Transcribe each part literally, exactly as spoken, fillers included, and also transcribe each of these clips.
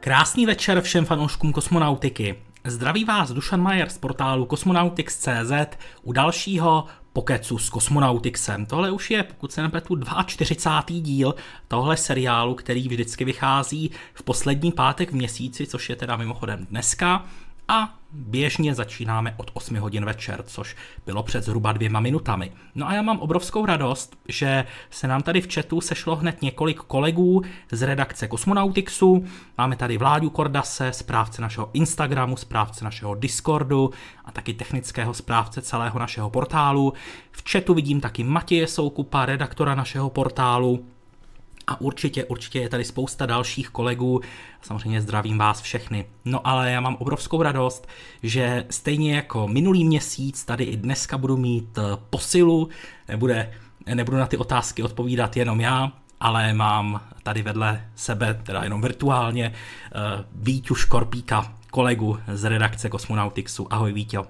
Krásný večer všem fanouškům kosmonautiky. Zdraví vás Dušan Majer z portálu Cosmonautics tečka cé zet u dalšího pokecu s Cosmonauticsem. Tohle už je, pokud se nepletu, čtyřicátý druhý díl tohle seriálu, který vždycky vychází v poslední pátek v měsíci, což je teda mimochodem dneska. A běžně začínáme od osmi hodin večer, což bylo před zhruba dvěma minutami. No a já mám obrovskou radost, že se nám tady v chatu sešlo hned několik kolegů z redakce Cosmonauticsu. Máme tady Vláďu Kordase, správce našeho Instagramu, správce našeho Discordu a taky technického správce celého našeho portálu. V chatu vidím taky Matěje Soukupa, redaktora našeho portálu. A určitě, určitě je tady spousta dalších kolegů, samozřejmě zdravím vás všechny. No ale já mám obrovskou radost, že stejně jako minulý měsíc, tady i dneska budu mít posilu, nebude, nebudu na ty otázky odpovídat jenom já, ale mám tady vedle sebe, teda jenom virtuálně, Víťu Škorpíka, kolegu z redakce Cosmonauticsu. Ahoj Víťo.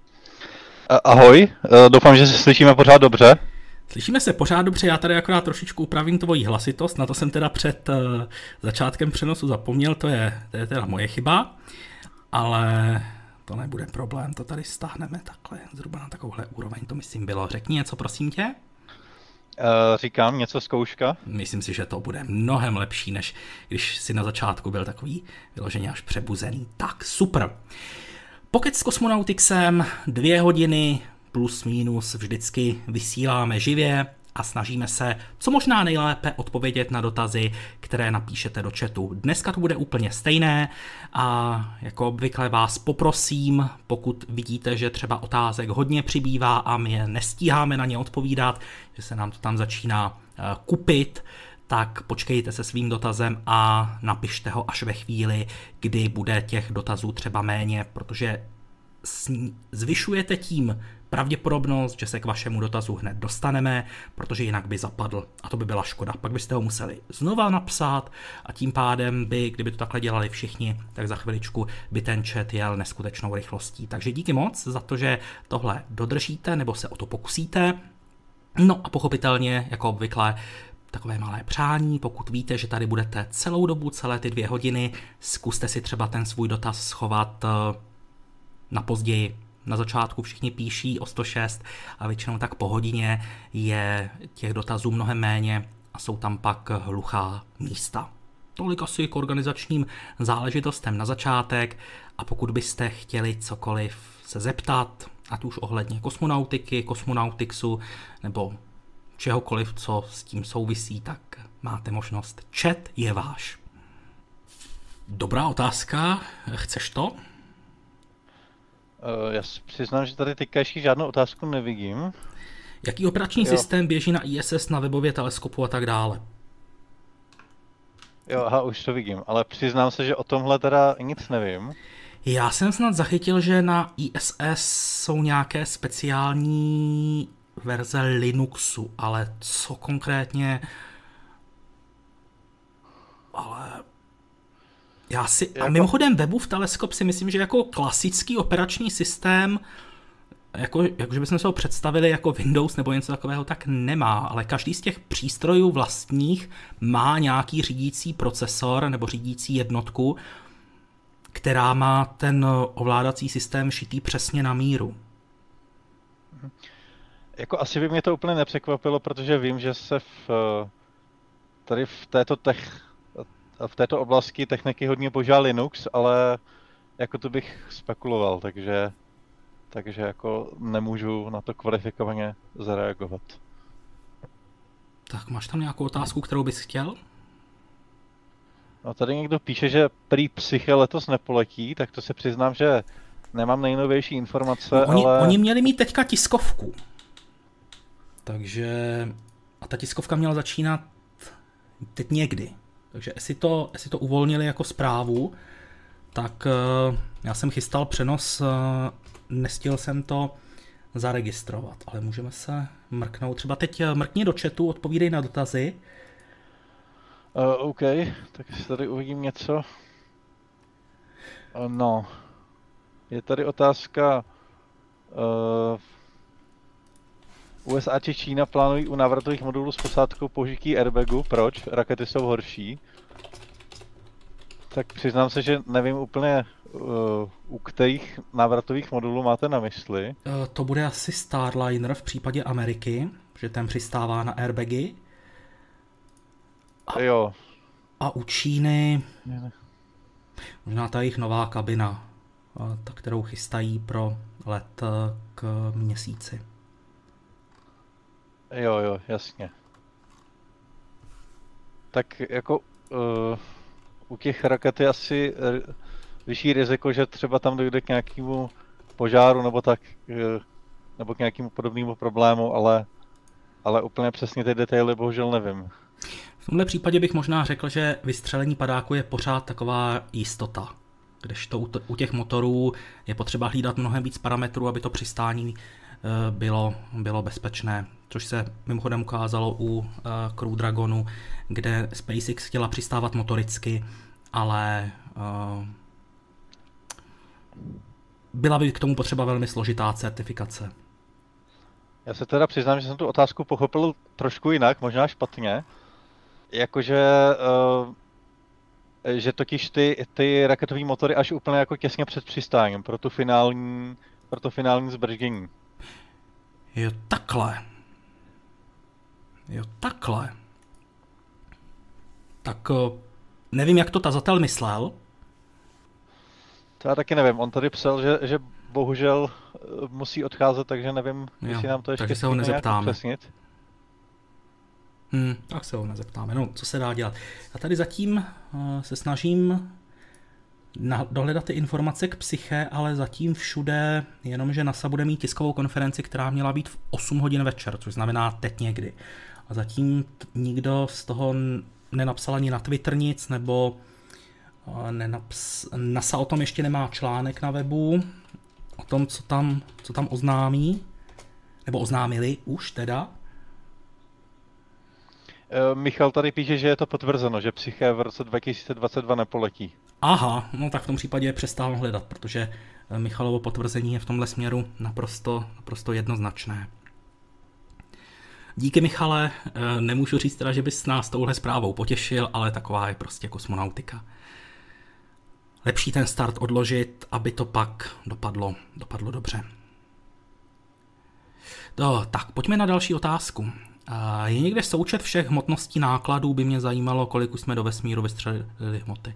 Ahoj, doufám, že se slyšíme pořád dobře. Slyšíme se pořád dobře, já tady akorát trošičku upravím tvoji hlasitost, na to jsem teda před uh, začátkem přenosu zapomněl, to je, to je teda moje chyba, ale to nebude problém, to tady stáhneme takhle, zhruba na takovouhle úroveň, to myslím bylo. Řekni něco, prosím tě. Uh, říkám něco zkouška. Myslím si, že to bude mnohem lepší, než když si na začátku byl takový vyloženě až přebuzený. Tak, super. Pokec s Cosmonauticsem, dvě hodiny, plus minus vždycky vysíláme živě a snažíme se co možná nejlépe odpovědět na dotazy, které napíšete do chatu. Dneska to bude úplně stejné a jako obvykle vás poprosím, pokud vidíte, že třeba otázek hodně přibývá a my je nestíháme na ně odpovídat, že se nám to tam začíná kupit, tak počkejte se svým dotazem a napište ho až ve chvíli, kdy bude těch dotazů třeba méně, protože zvyšujete tím pravděpodobnost, že se k vašemu dotazu hned dostaneme, protože jinak by zapadl a to by byla škoda. Pak byste ho museli znova napsat a tím pádem by, kdyby to takhle dělali všichni, tak za chviličku by ten chat jel neskutečnou rychlostí. Takže díky moc za to, že tohle dodržíte nebo se o to pokusíte. No a pochopitelně, jako obvykle, takové malé přání, pokud víte, že tady budete celou dobu, celé ty dvě hodiny, zkuste si třeba ten svůj dotaz schovat na později. Na začátku všichni píší o sto šest a většinou tak po hodině je těch dotazů mnohem méně a jsou tam pak hluchá místa. Tolik asi k organizačním záležitostem na začátek a pokud byste chtěli cokoliv se zeptat, ať už ohledně kosmonautiky, Cosmonauticsu nebo čehokoliv, co s tím souvisí, tak máte možnost. Chat je váš. Dobrá otázka, chceš to? Uh, já si přiznám, že tady teďka ještě žádnou otázku nevidím. Jaký operační jo. systém běží na I S S, na webově teleskopu a tak dále? Jo, aha, už to vidím, ale přiznám se, že o tomhle teda nic nevím. Já jsem snad zachytil, že na I S S jsou nějaké speciální verze Linuxu, ale co konkrétně... Ale... Já si, a mimochodem webův teleskop si myslím, že jako klasický operační systém, jako, jakože bychom se ho představili jako Windows nebo něco takového, tak nemá, ale každý z těch přístrojů vlastních má nějaký řídící procesor nebo řídící jednotku, která má ten ovládací systém šitý přesně na míru. Jako asi by mě to úplně nepřekvapilo, protože vím, že se v, tady v této tech... v této oblasti techniky hodně používá Linux, ale jako to bych spekuloval, takže, takže jako nemůžu na to kvalifikovaně zareagovat. Tak máš tam nějakou otázku, kterou bys chtěl? No tady někdo píše, že prý Psyche letos nepoletí, tak to se přiznám, že nemám nejnovější informace, no, oni, ale... Oni měli mít teďka tiskovku. Takže... A ta tiskovka měla začínat teď někdy. Takže jestli to, jestli to uvolnili jako zprávu, tak uh, já jsem chystal přenos, uh, nestihl jsem to zaregistrovat, ale můžeme se mrknout. Třeba teď mrkni do chatu, odpovídej na dotazy. Uh, OK, tak si tady uvidím něco. Uh, no, je tady otázka. Uh, U S A či Čína plánují u návratových modulů s posádkou použití airbagu. Proč? Rakety jsou horší. Tak přiznám se, že nevím úplně, uh, u kterých návratových modulů máte na mysli. Uh, to bude asi Starliner v případě Ameriky, že ten přistává na airbagy. A, jo. A u Číny Ne, ne. možná ta jejich nová kabina, uh, ta, kterou chystají pro let uh, k měsíci. Jo, jo, jasně. Tak jako uh, u těch raket je asi r- vyšší riziko, že třeba tam dojde k nějakému požáru nebo tak, uh, nebo k nějakému podobnému problému, ale, ale úplně přesně ty detaily bohužel nevím. V tomhle případě bych možná řekl, že vystřelení padáku je pořád taková jistota. Kdežto u těch motorů je potřeba hlídat mnohem víc parametrů, aby to přistání bylo, bylo bezpečné. Což se mimochodem ukázalo u Crew Dragonu, kde SpaceX chtěla přistávat motoricky, ale uh, byla by k tomu potřeba velmi složitá certifikace. Já se teda přiznám, že jsem tu otázku pochopil trošku jinak, možná špatně. Jakože, uh, že totiž ty, ty raketové motory až úplně jako těsně před přistáním, pro tu finální, pro to finální zbrždění. Jo, takhle. Jo, takhle. Tak nevím, jak to tazatel myslel. To já taky nevím, on tady psal, že, že bohužel musí odcházet, takže nevím, jo, jestli nám to ještě se ho nezeptáme. Upřesnit. Hmm, tak se ho nezeptáme, no co se dá dělat. Já tady zatím uh, se snažím na, dohledat ty informace k Psyche, ale zatím všude jenom, že NASA bude mít tiskovou konferenci, která měla být v osm hodin večer, což znamená teď někdy. A zatím t- nikdo z toho nenapsal ani na Twitter nic, nebo uh, nenaps- NASA o tom ještě nemá článek na webu, o tom, co tam, co tam oznámí, nebo oznámili už teda. Michal tady píše, že je to potvrzeno, že Psyche v roce dva tisíce dvacet dva nepoletí. Aha, no tak v tom případě přestávám hledat, protože Michalovo potvrzení je v tomhle směru naprosto, naprosto jednoznačné. Díky, Michale, nemůžu říct teda, že bys nás touhle zprávou potěšil, ale taková je prostě kosmonautika. Lepší ten start odložit, aby to pak dopadlo, dopadlo dobře. No, tak, pojďme na další otázku. Je někde součet všech hmotností nákladů? By mě zajímalo, kolik už jsme do vesmíru vystřelili hmoty.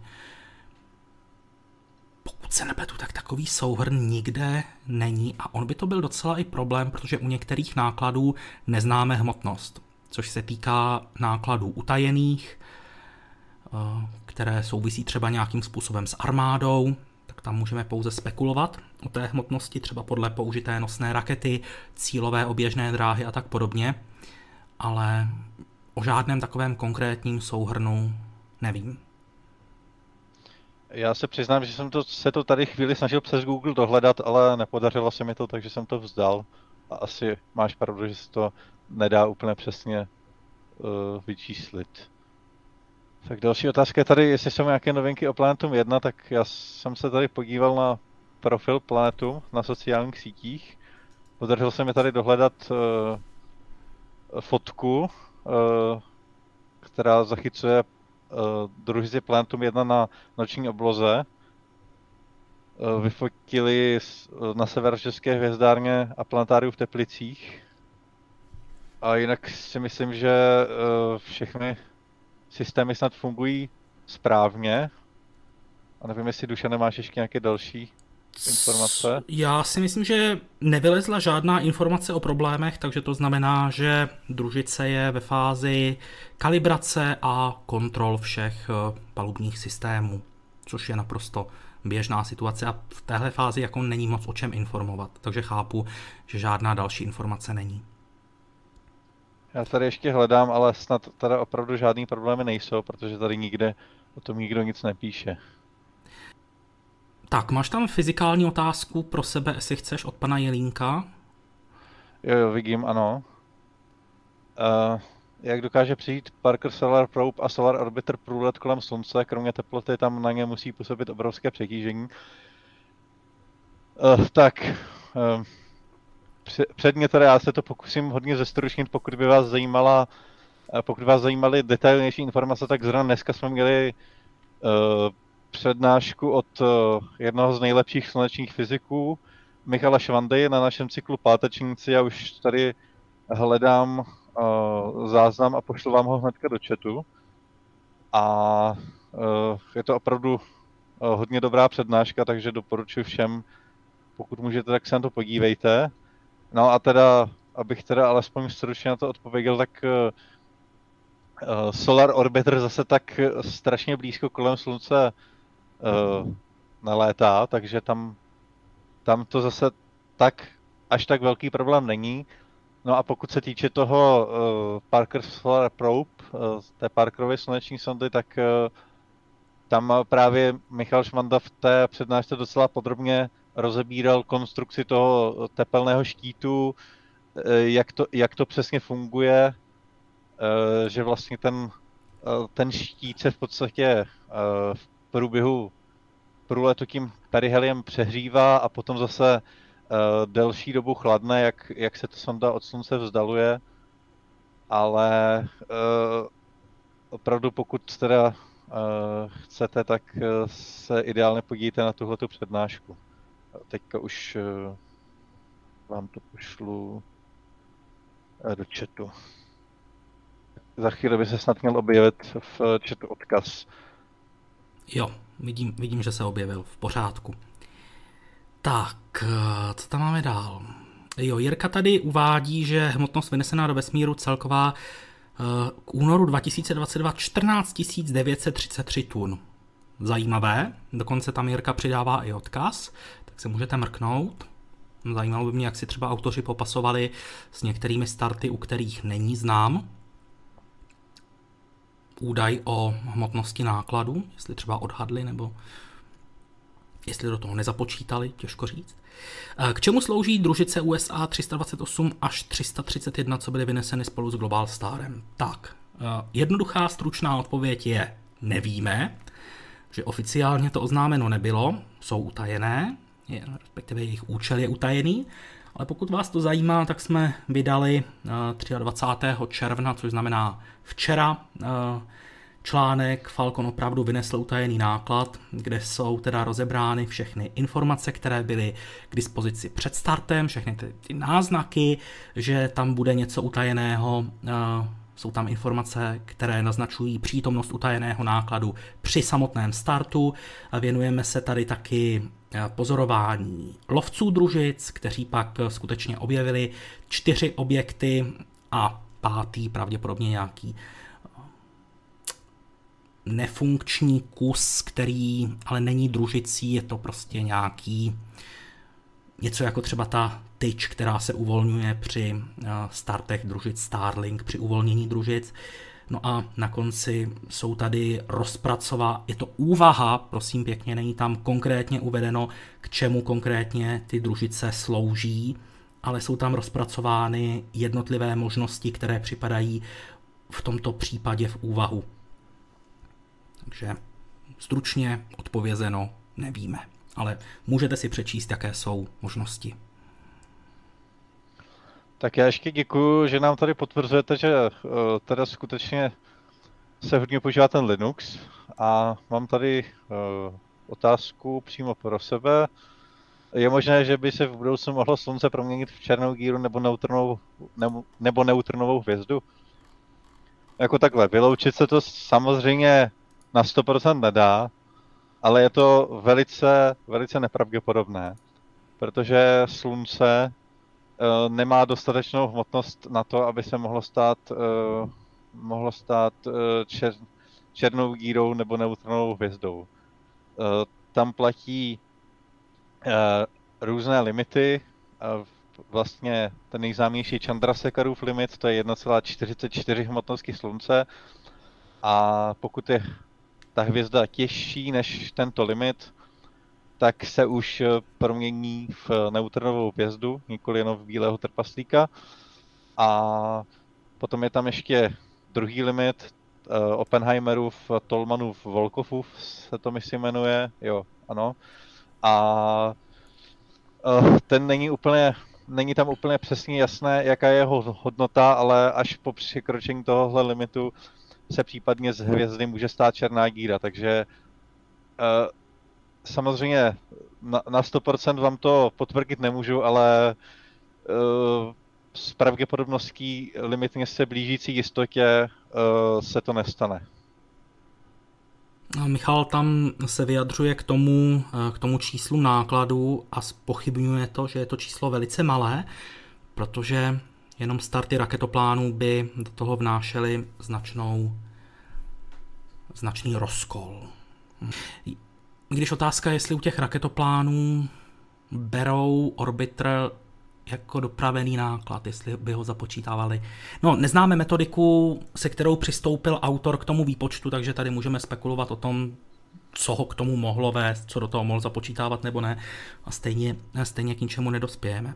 Pokud se nepletu, tak takový souhrn nikde není a on by to byl docela i problém, protože u některých nákladů neznáme hmotnost, což se týká nákladů utajených, které souvisí třeba nějakým způsobem s armádou, tak tam můžeme pouze spekulovat o té hmotnosti, třeba podle použité nosné rakety, cílové oběžné dráhy a tak podobně, ale o žádném takovém konkrétním souhrnu nevím. Já se přiznám, že jsem to, se to tady chvíli snažil přes Google dohledat, ale nepodařilo se mi to, takže jsem to vzdal. A asi máš pravdu, že se to nedá úplně přesně uh, vyčíslit. Tak další otázka je tady, jestli jsou nějaké novinky o Planetum jedna, tak já jsem se tady podíval na profil Planetum na sociálních sítích. Podařilo se mi tady dohledat uh, fotku, uh, která zachycuje Uh, družici Planetum jedna na noční obloze. Uh, vyfotili uh, na severočeské hvězdárně a planetáriu v Teplicích. A jinak si myslím, že uh, všechny systémy snad fungují správně. A nevím, jestli, Duša, nemáš ještě nějaké další informace? Já si myslím, že nevylezla žádná informace o problémech, takže to znamená, že družice je ve fázi kalibrace a kontrol všech palubních systémů, což je naprosto běžná situace a v téhle fázi jako není moc o čem informovat, takže chápu, že žádná další informace není. Já tady ještě hledám, ale snad tady opravdu žádný problémy nejsou, protože tady nikde o tom nikdo nic nepíše. Tak, máš tam fyzikální otázku pro sebe, jestli chceš, od pana Jelínka? Jo, jo, vidím, ano. Uh, jak dokáže přijít Parker Solar Probe a Solar Orbiter průlet kolem Slunce, kromě teploty tam na ně musí působit obrovské přetížení. Uh, tak, uh, předně teda já se to pokusím hodně zestručnit, pokud by vás zajímala, uh, pokud vás zajímaly detailnější informace, tak zrovna dneska jsme měli uh, přednášku od uh, jednoho z nejlepších slunečních fyziků, Michala Švandy, na našem cyklu Pátečníci. Já už tady hledám uh, záznam a pošlu vám ho hnedka do chatu. A uh, je to opravdu uh, hodně dobrá přednáška, takže doporučuji všem, pokud můžete, tak se na to podívejte. No a teda, abych teda alespoň stručně na to odpověděl, tak uh, Solar Orbiter zase tak strašně blízko kolem Slunce uh, nelétá, takže tam, tam to zase tak až tak velký problém není. No a pokud se týče toho uh, Parker Solar Probe, uh, té Parkerovy sluneční sondy, tak uh, tam právě Michal Švanda v té přednášce docela podrobně rozebíral konstrukci toho tepelného štítu, uh, jak to, jak to přesně funguje, uh, že vlastně ten, uh, ten štít se v podstatě uh, v průběhu průletu tím periheliem přehřívá a potom zase Uh, delší dobu chladne, jak, jak se to sonda od slunce vzdaluje, ale uh, opravdu pokud teda uh, chcete, tak uh, se ideálně podívejte na tuhletu přednášku. Teďka už uh, vám to pošlu uh, do chatu. Za chvíli by se snad měl objevit v chatu odkaz. Jo, vidím, vidím, že se objevil, v pořádku. Tak, co tam máme dál? Jo, Jirka tady uvádí, že hmotnost vynesená do vesmíru celková k únoru dva tisíce dvacet dva čtrnáct tisíc devět set třicet tři tun. Zajímavé, dokonce tam Jirka přidává i odkaz, tak se můžete mrknout. Zajímalo by mě, jak si třeba autoři popasovali s některými starty, u kterých není znám údaj o hmotnosti nákladu, jestli třeba odhadli nebo jestli do toho nezapočítali, těžko říct. K čemu slouží družice U S A tři sta dvacet osm až tři sta třicet jedna, co byly vyneseny spolu s Global Starem? Tak, jednoduchá stručná odpověď je nevíme, že oficiálně to oznámeno nebylo, jsou utajené, je, respektive jejich účel je utajený, ale pokud vás to zajímá, tak jsme vydali dvacátého třetího června, což znamená včera, článek Falcon opravdu vynesl utajený náklad, kde jsou teda rozebrány všechny informace, které byly k dispozici před startem, všechny ty, ty náznaky, že tam bude něco utajeného, jsou tam informace, které naznačují přítomnost utajeného nákladu při samotném startu. Věnujeme se tady taky pozorování lovců družic, kteří pak skutečně objevili čtyři objekty a pátý pravděpodobně nějaký nefunkční kus, který ale není družicí, je to prostě nějaký něco jako třeba ta tyč, která se uvolňuje při startech družic Starlink, při uvolnění družic. No a na konci jsou tady rozpracová, je to úvaha, prosím pěkně, není tam konkrétně uvedeno, k čemu konkrétně ty družice slouží, ale jsou tam rozpracovány jednotlivé možnosti, které připadají v tomto případě v úvahu. Takže stručně odpovězeno nevíme, ale můžete si přečíst, jaké jsou možnosti. Tak já ještě děkuju, že nám tady potvrzujete, že uh, teda skutečně se hodně používá ten Linux a mám tady uh, otázku přímo pro sebe. Je možné, že by se v budoucnu mohlo Slunce proměnit v černou díru nebo neutronovou, nebo, nebo neutronovou hvězdu? Jako takhle, vyloučit se to samozřejmě na sto procent nedá, ale je to velice, velice nepravděpodobné, protože Slunce uh, nemá dostatečnou hmotnost na to, aby se mohlo stát, uh, mohlo stát uh, čer, černou dírou nebo neutronovou hvězdou. Uh, tam platí uh, různé limity, uh, vlastně ten nejznámější Chandrasekharův limit, to je jedna celá čtyřicet čtyři hmotnosti Slunce, a pokud je ta hvězda těžší než tento limit, tak se už promění v neutronovou hvězdu, nikoli jenom v bílého trpaslíka. A potom je tam ještě druhý limit, uh, Oppenheimerův, Tolmanův, Volkoffův se to myslím jmenuje, jo, ano. A uh, ten není úplně, není tam úplně přesně jasné, jaká je jeho hodnota, ale až po překročení tohohle limitu se případně z hvězdy může stát černá díra, takže samozřejmě na, na sto procent vám to potvrdit nemůžu, ale uh, s pravděpodobností limitně se blížící jistotě uh, se to nestane. Michal tam se vyjadřuje k tomu, k tomu číslu nákladů a zpochybňuje to, že je to číslo velice malé, protože jenom starty raketoplánů by do toho vnášely značnou, značný rozkol. Když otázka je, jestli u těch raketoplánů berou orbiter jako dopravený náklad, jestli by ho započítávali. No, neznáme metodiku, se kterou přistoupil autor k tomu výpočtu, takže tady můžeme spekulovat o tom, co ho k tomu mohlo vést, co do toho mohl započítávat nebo ne, a stejně, stejně k ničemu nedospějeme.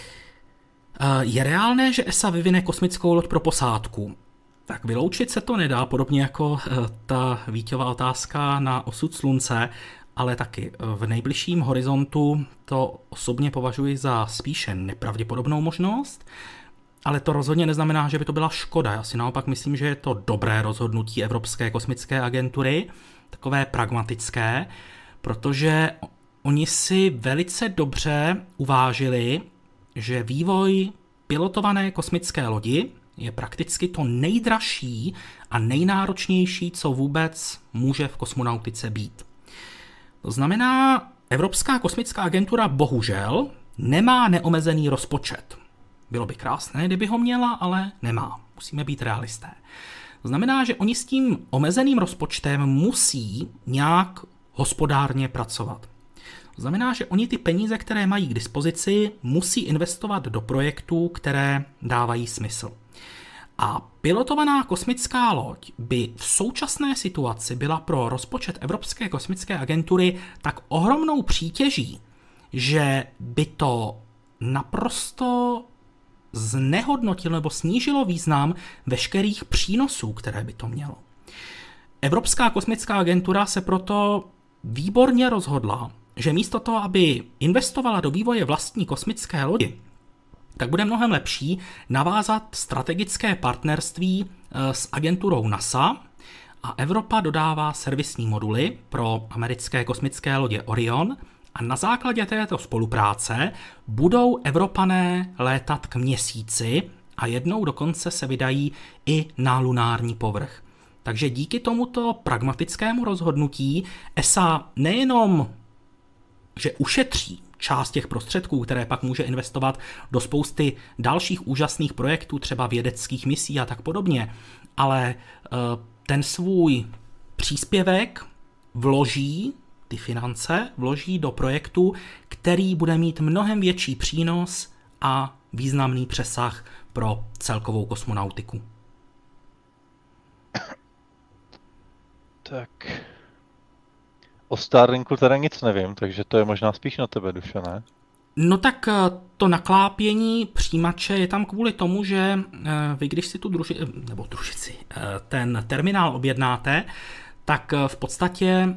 Je reálné, že E S A vyvine kosmickou loď pro posádku? Tak vyloučit se to nedá, podobně jako ta Víťová otázka na osud Slunce, ale taky v nejbližším horizontu to osobně považuji za spíše nepravděpodobnou možnost, ale to rozhodně neznamená, že by to byla škoda. Já si naopak myslím, že je to dobré rozhodnutí Evropské kosmické agentury, takové pragmatické, protože oni si velice dobře uvážili, že vývoj pilotované kosmické lodi je prakticky to nejdražší a nejnáročnější, co vůbec může v kosmonautice být. To znamená, Evropská kosmická agentura bohužel nemá neomezený rozpočet. Bylo by krásné, kdyby ho měla, ale nemá. Musíme být realisté. To znamená, že oni s tím omezeným rozpočtem musí nějak hospodárně pracovat. To znamená, že oni ty peníze, které mají k dispozici, musí investovat do projektů, které dávají smysl. A pilotovaná kosmická loď by v současné situaci byla pro rozpočet Evropské kosmické agentury tak ohromnou přítěží, že by to naprosto znehodnotilo nebo snížilo význam veškerých přínosů, které by to mělo. Evropská kosmická agentura se proto výborně rozhodla, že místo toho, aby investovala do vývoje vlastní kosmické lodi, tak bude mnohem lepší navázat strategické partnerství s agenturou NASA a Evropa dodává servisní moduly pro americké kosmické lodě Orion a na základě této spolupráce budou Evropané létat k Měsíci a jednou dokonce se vydají i na lunární povrch. Takže díky tomuto pragmatickému rozhodnutí E S A nejenom, že ušetří část těch prostředků, které pak může investovat do spousty dalších úžasných projektů, třeba vědeckých misí a tak podobně, ale ten svůj příspěvek vloží, ty finance vloží do projektu, který bude mít mnohem větší přínos a významný přesah pro celkovou kosmonautiku. Tak... O Starlinku teda nic nevím, takže to je možná spíš na tebe, Dušo, ne? No tak to naklápění přijímače je tam kvůli tomu, že vy, když si tu druži, nebo družici, ten terminál objednáte, tak v podstatě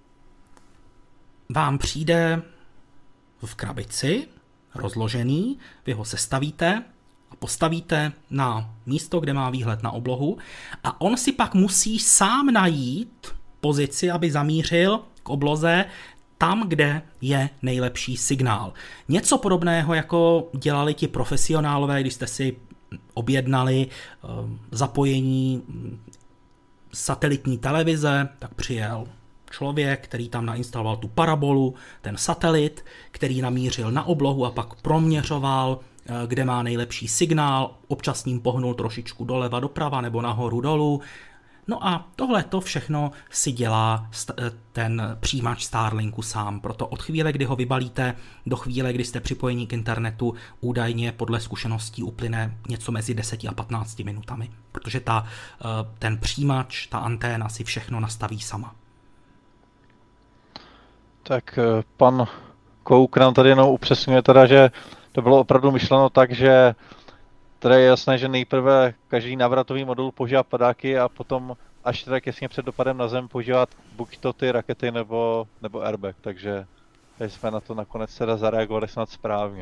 vám přijde v krabici rozložený, vy ho sestavíte a postavíte na místo, kde má výhled na oblohu a on si pak musí sám najít pozici, aby zamířil k obloze tam, kde je nejlepší signál. Něco podobného, jako dělali ti profesionálové, když jste si objednali zapojení satelitní televize, tak přijel člověk, který tam nainstaloval tu parabolu, ten satelit, který namířil na oblohu a pak proměřoval, kde má nejlepší signál, občas ním pohnul trošičku doleva doprava nebo nahoru dolů. No a tohle to všechno si dělá ten přijímač Starlinku sám. Proto od chvíle, kdy ho vybalíte, do chvíle, kdy jste připojení k internetu, údajně podle zkušeností uplyne něco mezi deseti a patnácti minutami. Protože ta, ten přijímač, ta anténa si všechno nastaví sama. Tak pan Kouk nám tady jenom upřesňuje teda, že to bylo opravdu myšleno tak, že teda je jasné, že nejprve každý návratový modul používá padáky a potom až teda těsně před dopadem na Zem používat buď to ty rakety nebo, nebo airbag, takže jsme na to nakonec teda zareagovali snad správně.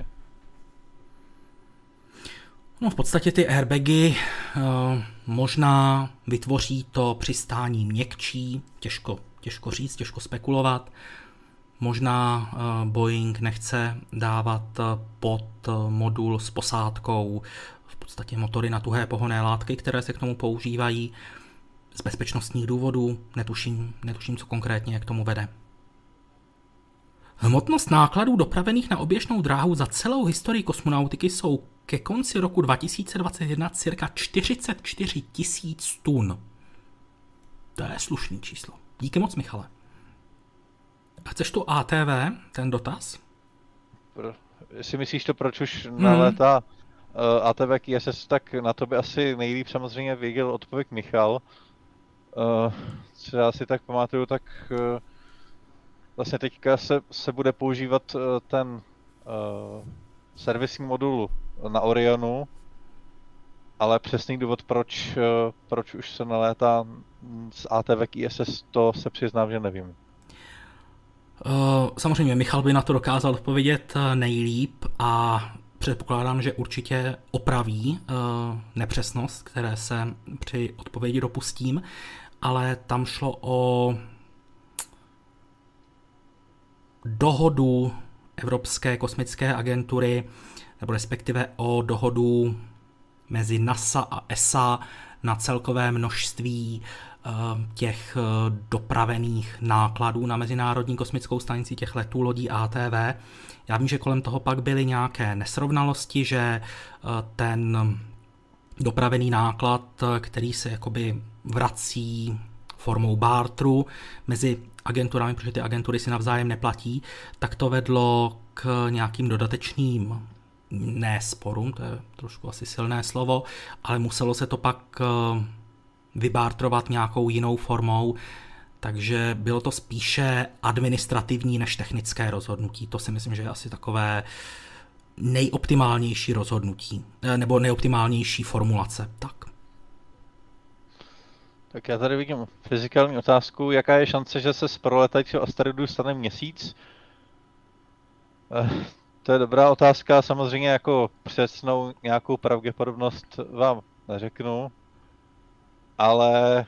No v podstatě ty airbagy uh, možná vytvoří to přistání měkčí, těžko, těžko říct, těžko spekulovat. Možná Boeing nechce dávat pod modul s posádkou v podstatě motory na tuhé pohonné látky, které se k tomu používají. Z bezpečnostních důvodů netuším, netuším, co konkrétně k tomu vede. Hmotnost nákladů dopravených na oběžnou dráhu za celou historii kosmonautiky jsou ke konci roku dva tisíce dvacet jedna cirka čtyřicet čtyři tisíc tun. To je slušný číslo. Díky moc, Michale. Chceš tu A T V, ten dotaz? Pro, jestli myslíš to, proč už na hmm. léta uh, A T V k I S S, tak na to by asi nejlíp samozřejmě věděl odpověď Michal. Uh, co já si tak pamatuju, tak uh, vlastně teďka se, se bude používat uh, ten uh, servisní modul na Orionu, ale přesný důvod, proč, uh, proč už se nalétá z A T V k I S S, to se přiznám, že nevím. Uh, samozřejmě Michal by na to dokázal odpovědět nejlíp a předpokládám, že určitě opraví uh, nepřesnost, které se při odpovědi dopustím, ale tam šlo o dohodu Evropské kosmické agentury, nebo respektive o dohodu mezi NASA a E S A na celkové množství uh, těch uh, dopravených nákladů na Mezinárodní kosmickou stanici, těch letů lodí A T V. Já vím, že kolem toho pak byly nějaké nesrovnalosti, že uh, ten dopravený náklad, který se jakoby vrací formou barteru mezi agenturami, protože ty agentury si navzájem neplatí, tak to vedlo k nějakým dodatečným ne sporům, to je trošku asi silné slovo, ale muselo se to pak vybártrovat nějakou jinou formou, takže bylo to spíše administrativní než technické rozhodnutí. To si myslím, že je asi takové nejoptimálnější rozhodnutí, nebo nejoptimálnější formulace. Tak. Tak já tady vidím fyzikální otázku. Jaká je šance, že se z proletajícího asteroidu stane Měsíc? Eh, to je dobrá otázka. Samozřejmě jako přesnou nějakou pravděpodobnost vám neřeknu. Ale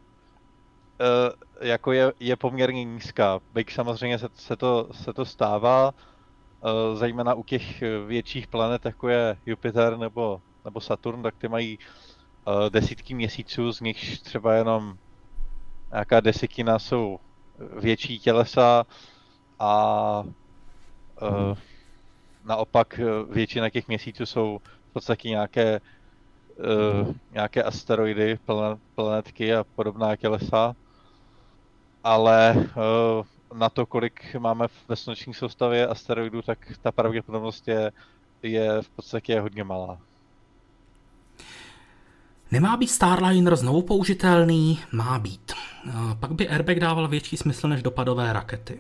eh, jako je, je poměrně nízká. Byť samozřejmě se, se, to, se to stává, eh, zejména u těch větších planet, jako je Jupiter nebo, nebo Saturn, tak ty mají desítky měsíců, z nich třeba jenom nějaká desetina jsou větší tělesa a uh, naopak většina těch měsíců jsou v podstatě nějaké, uh, nějaké asteroidy, planetky a podobná tělesa. Ale uh, na to, kolik máme ve sluneční soustavě asteroidů, tak ta pravděpodobnost je, je v podstatě hodně malá. Nemá být Starliner znovu použitelný? Má být. Pak by airbag dával větší smysl než dopadové rakety.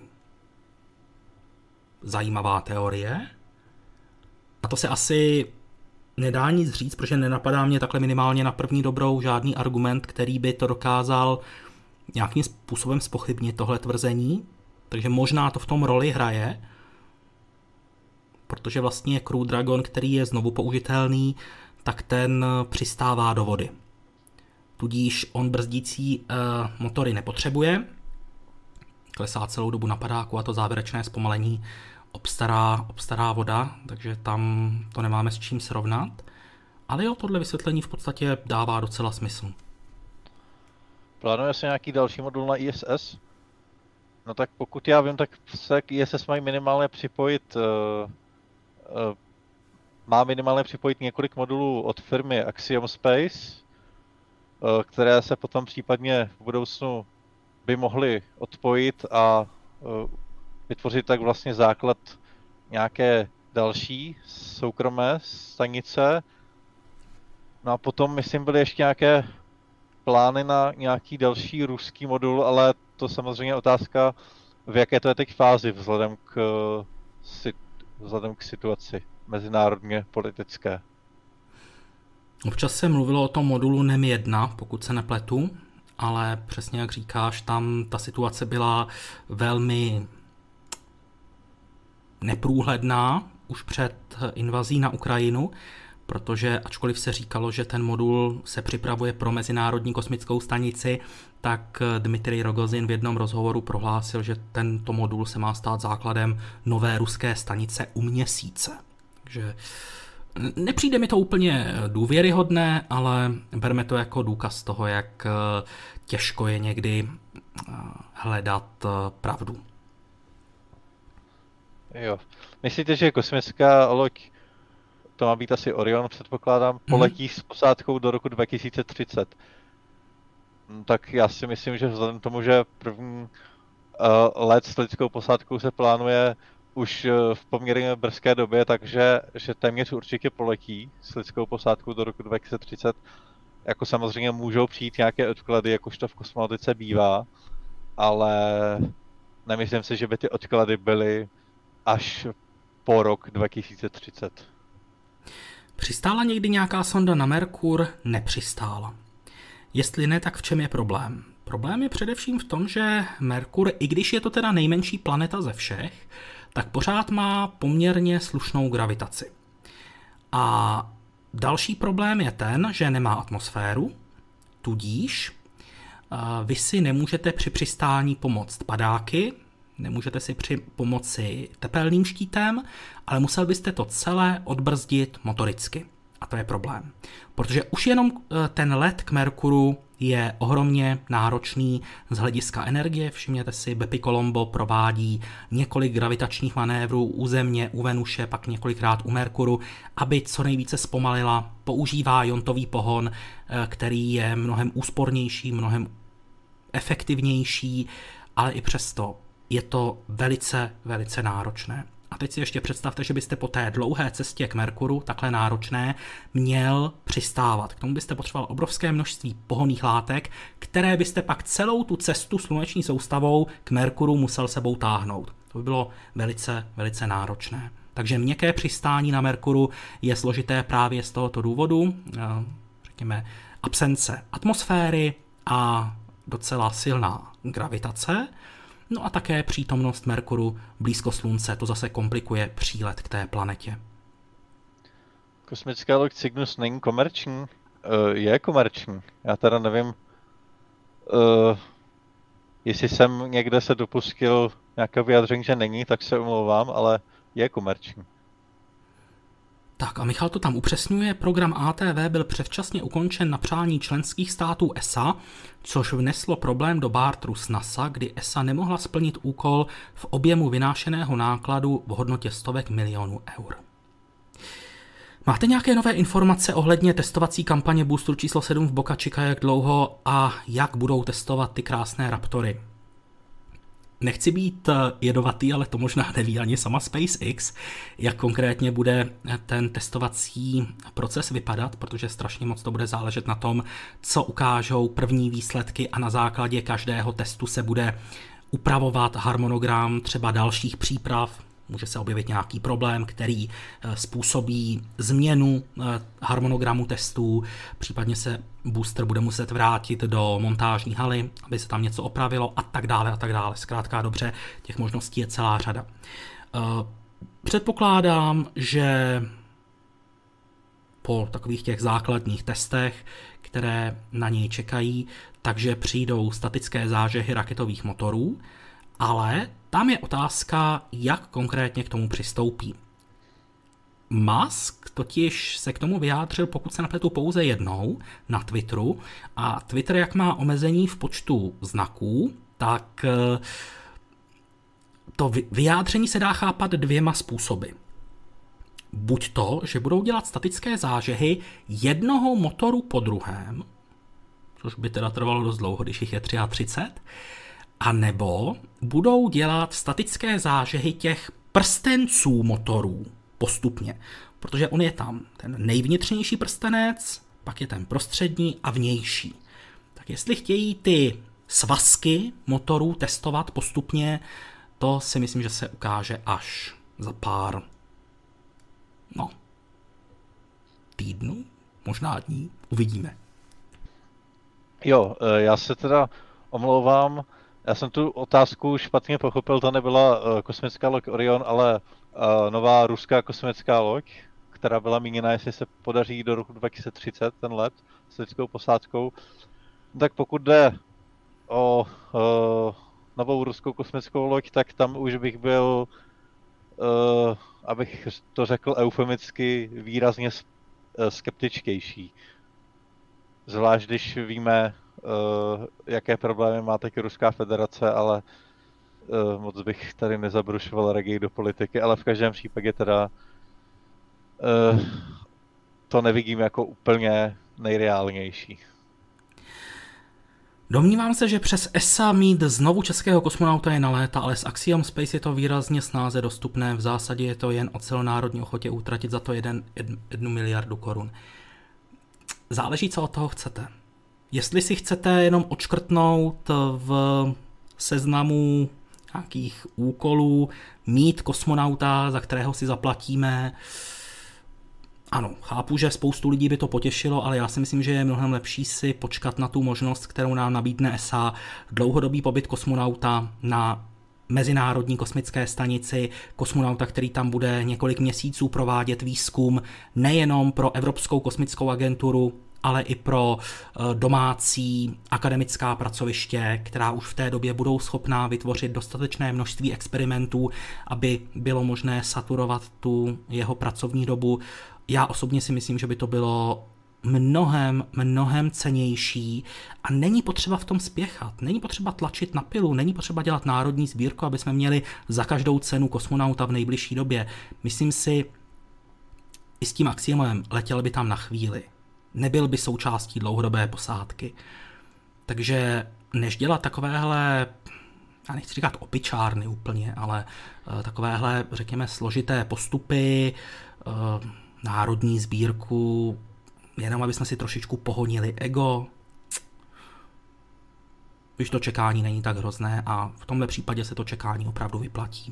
Zajímavá teorie. A to se asi nedá nic říct, protože nenapadá mě takhle minimálně na první dobrou žádný argument, který by to dokázal nějakým způsobem zpochybnit tohle tvrzení. Takže možná to v tom roli hraje, protože vlastně Crew Dragon, který je znovu použitelný, tak ten přistává do vody. Tudíž on brzdící e, motory nepotřebuje, klesá celou dobu na padáku a to závěrečné zpomalení obstará, obstará voda, takže tam to nemáme s čím srovnat. Ale jo, tohle vysvětlení v podstatě dává docela smysl. Plánuje se nějaký další modul na I S S? No tak pokud já vím, tak se k I S S mají minimálně připojit uh, uh, má minimálně připojit několik modulů od firmy Axiom Space, které se potom případně v budoucnu by mohly odpojit a vytvořit tak vlastně základ nějaké další soukromé stanice. No a potom, myslím, byly ještě nějaké plány na nějaký další ruský modul, ale to samozřejmě je otázka, v jaké to je teď fázi vzhledem k, vzhledem k situaci mezinárodně politické. Občas se mluvilo o tom modulu N E M jedna, pokud se nepletu, ale přesně jak říkáš, tam ta situace byla velmi neprůhledná už před invazí na Ukrajinu, protože ačkoliv se říkalo, že ten modul se připravuje pro Mezinárodní kosmickou stanici, tak Dmitrij Rogozin v jednom rozhovoru prohlásil, že tento modul se má stát základem nové ruské stanice u Měsíce. Takže nepřijde mi to úplně důvěryhodné, ale berme to jako důkaz toho, jak těžko je někdy hledat pravdu. Jo. Myslíte, že kosmická loď, to má být asi Orion, předpokládám, poletí mm-hmm. s posádkou do roku dva tisíce třicet? Tak já si myslím, že vzhledem k tomu, že první uh, let s lidskou posádkou se plánuje už uh, v poměrně brzké době, takže že téměř určitě poletí s lidskou posádkou do roku dva tisíce třicet. Jako samozřejmě můžou přijít nějaké odklady, jakož to v kosmonautice bývá, ale nemyslím si, že by ty odklady byly až po rok dva tisíce třicet. Přistála někdy nějaká sonda na Merkur? Nepřistála. Jestli ne, tak v čem je problém? Problém je především v tom, že Merkur, i když je to teda nejmenší planeta ze všech, tak pořád má poměrně slušnou gravitaci. A další problém je ten, že nemá atmosféru, tudíž vy si nemůžete při přistání pomoct padáky, nemůžete si při pomoci tepelným štítem, ale musel byste to celé odbrzdit motoricky. A to je problém. Protože už jenom ten let k Merkuru je ohromně náročný z hlediska energie. Všimněte si, Bepi Colombo provádí několik gravitačních manévrů u Země, u Venuše, pak několikrát u Merkuru, aby co nejvíce zpomalila. Používá iontový pohon, který je mnohem úspornější, mnohem efektivnější, ale i přesto je to velice, velice náročné. A teď si ještě představte, že byste po té dlouhé cestě k Merkuru, takhle náročné, měl přistávat. K tomu byste potřeboval obrovské množství pohonných látek, které byste pak celou tu cestu sluneční soustavou k Merkuru musel sebou táhnout. To by bylo velice, velice náročné. Takže měkké přistání na Merkuru je složité právě z tohoto důvodu, řekněme, absence atmosféry a docela silná gravitace. No a také přítomnost Merkuru blízko Slunce, to zase komplikuje přílet k té planetě. Kosmická loď Cygnus není komerční? Uh, je komerční. Já teda nevím, uh, jestli jsem někde se dopustil nějaké vyjádření, že není, tak se omlouvám, ale je komerční. Tak a Michal to tam upřesňuje, program A T V byl předčasně ukončen na přání členských států E S A, což vneslo problém do barteru s NASA, kdy E S A nemohla splnit úkol v objemu vynášeného nákladu v hodnotě stovek milionů eur. Máte nějaké nové informace ohledně testovací kampaně Boosteru číslo sedm v Boca Chica, jak dlouho a jak budou testovat ty krásné Raptory? Nechci být jedovatý, ale to možná neví ani sama SpaceX, jak konkrétně bude ten testovací proces vypadat, protože strašně moc to bude záležet na tom, co ukážou první výsledky a na základě každého testu se bude upravovat harmonogram třeba dalších příprav. Může se objevit nějaký problém, který způsobí změnu harmonogramu testů, případně se booster bude muset vrátit do montážní haly, aby se tam něco opravilo a tak dále a tak dále. Zkrátka dobře, těch možností je celá řada. Předpokládám, že po takových těch základních testech, které na něj čekají, takže přijdou statické zážehy raketových motorů, ale tam je otázka, jak konkrétně k tomu přistoupí. Musk totiž se k tomu vyjádřil, pokud se napletu, pouze jednou na Twitteru a Twitter, jak má omezení v počtu znaků, tak to vyjádření se dá chápat dvěma způsoby. Buď to, že budou dělat statické zážehy jednoho motoru po druhém, což by teda trvalo dost dlouho, když jich je třicet tři, a nebo budou dělat statické zážehy těch prstenců motorů postupně, protože on je tam ten nejvnitřnější prstenec, pak je ten prostřední a vnější. Tak jestli chtějí ty svazky motorů testovat postupně, to si myslím, že se ukáže až za pár no, týdnů, možná dní, uvidíme. Jo, já se teda omlouvám, já jsem tu otázku špatně pochopil, to nebyla uh, kosmická loď Orion, ale uh, nová ruská kosmická loď, která byla míněna, jestli se podaří do roku dva tisíce třicet ten let s lidskou posádkou. Tak pokud jde o, o novou ruskou kosmickou loď, tak tam už bych byl, uh, abych to řekl eufemicky, výrazně skeptičtější. Zvlášť když víme, uh, jaké problémy má teď Ruská federace, ale uh, moc bych tady nezabrušoval raději do politiky, ale v každém případě teda uh, to nevidím jako úplně nejreálnější. Domnívám se, že přes E S A mít znovu českého kosmonauta je na léta, ale s Axiom Space je to výrazně snáze dostupné. V zásadě je to jen o celonárodní ochotě utratit za to jeden, jednu, jednu miliardu korun. Záleží, co od toho chcete. Jestli si chcete jenom odškrtnout v seznamu nějakých úkolů, mít kosmonauta, za kterého si zaplatíme, ano, chápu, že spoustu lidí by to potěšilo, ale já si myslím, že je mnohem lepší si počkat na tu možnost, kterou nám nabídne E S A, dlouhodobý pobyt kosmonauta na Mezinárodní kosmické stanici, kosmonauta, který tam bude několik měsíců provádět výzkum nejenom pro Evropskou kosmickou agenturu, ale i pro domácí akademická pracoviště, která už v té době budou schopná vytvořit dostatečné množství experimentů, aby bylo možné saturovat tu jeho pracovní dobu. Já osobně si myslím, že by to bylo mnohem, mnohem cennější a není potřeba v tom spěchat, není potřeba tlačit na pilu, není potřeba dělat národní sbírku, aby jsme měli za každou cenu kosmonauta v nejbližší době. Myslím si, i s tím Axiomem letěl by tam na chvíli. Nebyl by součástí dlouhodobé posádky. Takže než dělat takovéhle, já nechci říkat opičárny úplně, ale uh, takovéhle, řekněme, složité postupy, uh, národní sbírku, jenom aby jsme si trošičku pohonili ego. Když to čekání není tak hrozné a v tomhle případě se to čekání opravdu vyplatí.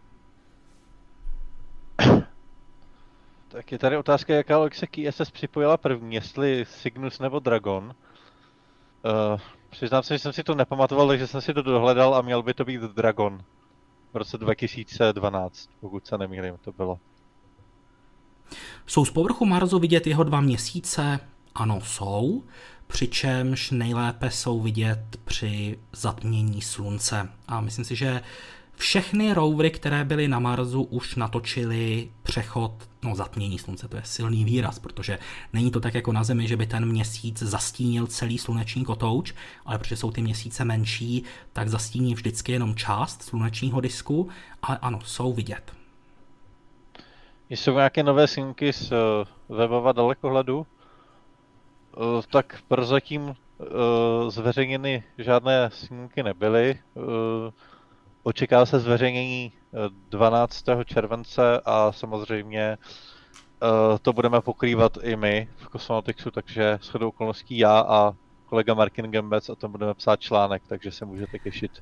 Tak je tady otázka, jaká loď se k I S S připojila první, jestli Cygnus nebo Dragon. Uh, přiznám se, že jsem si to nepamatoval, takže jsem si to dohledal a měl by to být Dragon. V roce dva tisíce dvanáct, pokud se nemýlím, to bylo. Jsou z povrchu Marsu vidět jeho dva měsíce? Ano, jsou. Přičemž nejlépe jsou vidět při zatmění slunce. A myslím si, že všechny rovery, které byly na Marsu, už natočily přechod, no zatmění slunce, to je silný výraz, protože není to tak jako na Zemi, že by ten měsíc zastínil celý sluneční kotouč, ale protože jsou ty měsíce menší, tak zastíní vždycky jenom část slunečního disku, ale ano, jsou vidět. Jsou nějaké nové snímky z uh, webova dalekohledu, uh, tak prozatím uh, zveřejněny žádné snímky nebyly. Uh, Očeká se zveřejnění dvanáctého července a samozřejmě uh, to budeme pokrývat i my v Cosmonautixu, takže shodou okolností já a kolega Martin Gembec o tom budeme psát článek, takže se můžete těšit.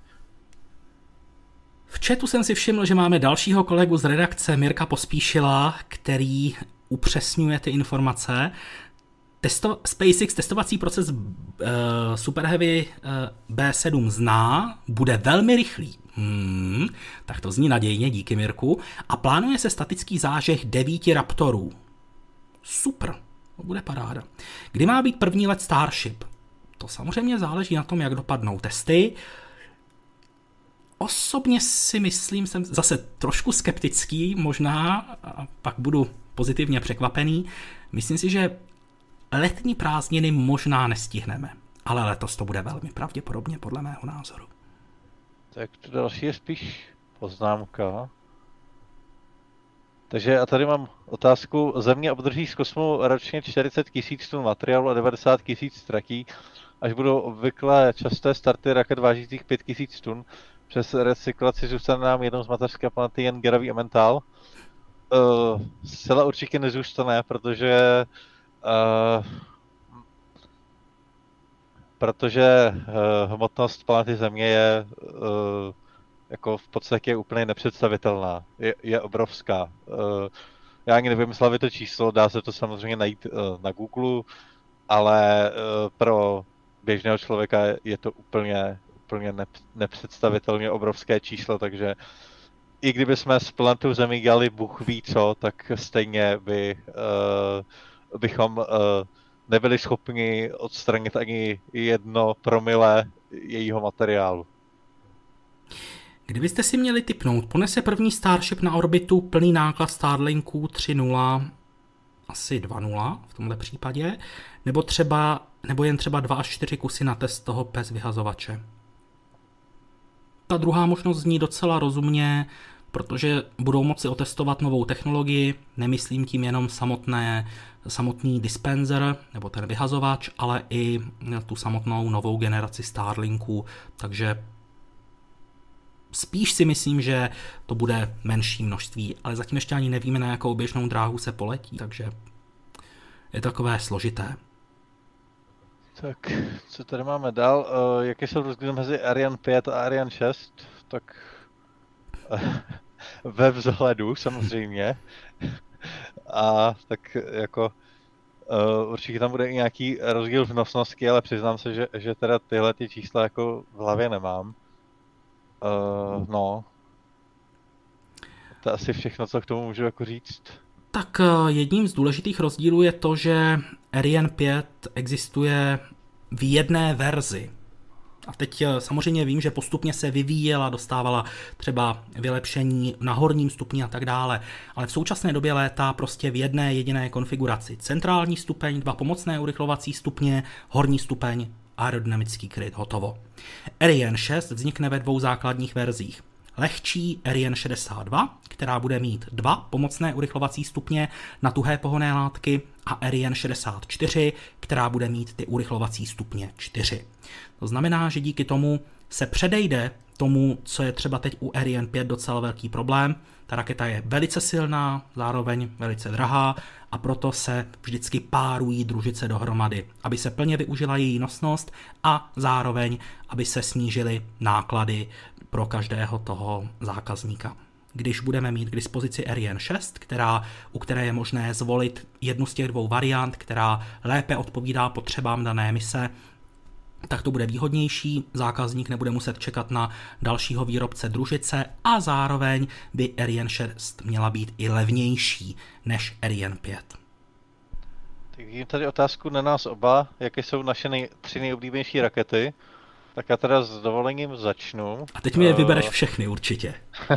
V chatu jsem si všiml, že máme dalšího kolegu z redakce, Mirka Pospíšila, který upřesňuje ty informace. Testo- SpaceX testovací proces uh, Super Heavy uh, bé sedm zná, bude velmi rychlý. Hmm, tak to zní nadějně, díky Mirku. A plánuje se statický zážeh devíti Raptorů. Super, to bude paráda. Kdy má být první let Starship? To samozřejmě záleží na tom, jak dopadnou testy. Osobně si myslím, jsem zase trošku skeptický, možná, a pak budu pozitivně překvapený. Myslím si, že letní prázdniny možná nestihneme, ale letos to bude velmi pravděpodobně, podle mého názoru. Tak to další je spíš poznámka. Takže a tady mám otázku. Země obdrží z kosmu ročně čtyřicet tisíc tun materiálu a devadesát tisíc tratí, až budou obvykle časté starty raket vážících pět tisíc tun. Přes recyklaci zůstane nám jednou z mateřské planety jen Geravý Emmental. Uh, zcela určitě nezůstane, protože uh, protože uh, hmotnost planety Země je uh, jako v podstatě úplně nepředstavitelná. Je, je obrovská. Uh, já ani nevím slavit to číslo, dá se to samozřejmě najít uh, na Google, ale uh, pro běžného člověka je to úplně, úplně nepředstavitelně obrovské číslo, takže i kdyby jsme s planetou Zemi dělali Bůh ví co, tak stejně by, uh, bychom uh, nebyli schopni odstranit ani jedno promile jejího materiálu. Kdybyste si měli tipnout, ponese první Starship na orbitu plný náklad Starlinků tři nula, asi dva nula v tomhle případě, nebo třeba, nebo jen třeba dva až čtyři kusy na test toho P E S vyhazovače? Ta druhá možnost zní docela rozumně, protože budou moci otestovat novou technologii, nemyslím tím jenom samotné, samotný dispenser nebo ten vyhazovač, ale i tu samotnou novou generaci Starlinků, takže spíš si myslím, že to bude menší množství, ale zatím ještě ani nevíme, na jakou běžnou dráhu se poletí, takže je takové složité. Tak, co tady máme dál? Uh, jaké jsou rozdíly mezi Ariane pět a Ariane šest? Tak uh, ve vzhledu samozřejmě. A tak jako uh, určitě tam bude i nějaký rozdíl v nosnosti, ale přiznám se, že, že teda tyhle ty čísla jako v hlavě nemám. Uh, no. To je asi všechno, co k tomu můžu jako říct. Tak jedním z důležitých rozdílů je to, že Ariane pět existuje v jedné verzi. A teď samozřejmě vím, že postupně se vyvíjela, dostávala třeba vylepšení na horním stupni a tak dále, ale v současné době létá prostě v jedné jediné konfiguraci. Centrální stupeň, dva pomocné urychlovací stupně, horní stupeň, aerodynamický kryt, hotovo. Ariane šest vznikne ve dvou základních verzích. Lehčí Ariane šedesát dva, která bude mít dva pomocné urychlovací stupně na tuhé pohonné látky, a Ariane šedesát čtyři, která bude mít ty urychlovací stupně čtyři. To znamená, že díky tomu se předejde tomu, co je třeba teď u Ariane pět docela velký problém. Ta raketa je velice silná, zároveň velice drahá a proto se vždycky párují družice dohromady, aby se plně využila její nosnost a zároveň, aby se snížily náklady pro každého toho zákazníka. Když budeme mít k dispozici Ariane šest, která, u které je možné zvolit jednu z těch dvou variant, která lépe odpovídá potřebám dané mise, tak to bude výhodnější, zákazník nebude muset čekat na dalšího výrobce družice a zároveň by Ariane šest měla být i levnější než Ariane pět. Tak vidím tady otázku na nás oba, jaké jsou naše nej- tři nejoblíbenější rakety. Tak já teda s dovolením začnu. A teď mi je vybereš všechny určitě.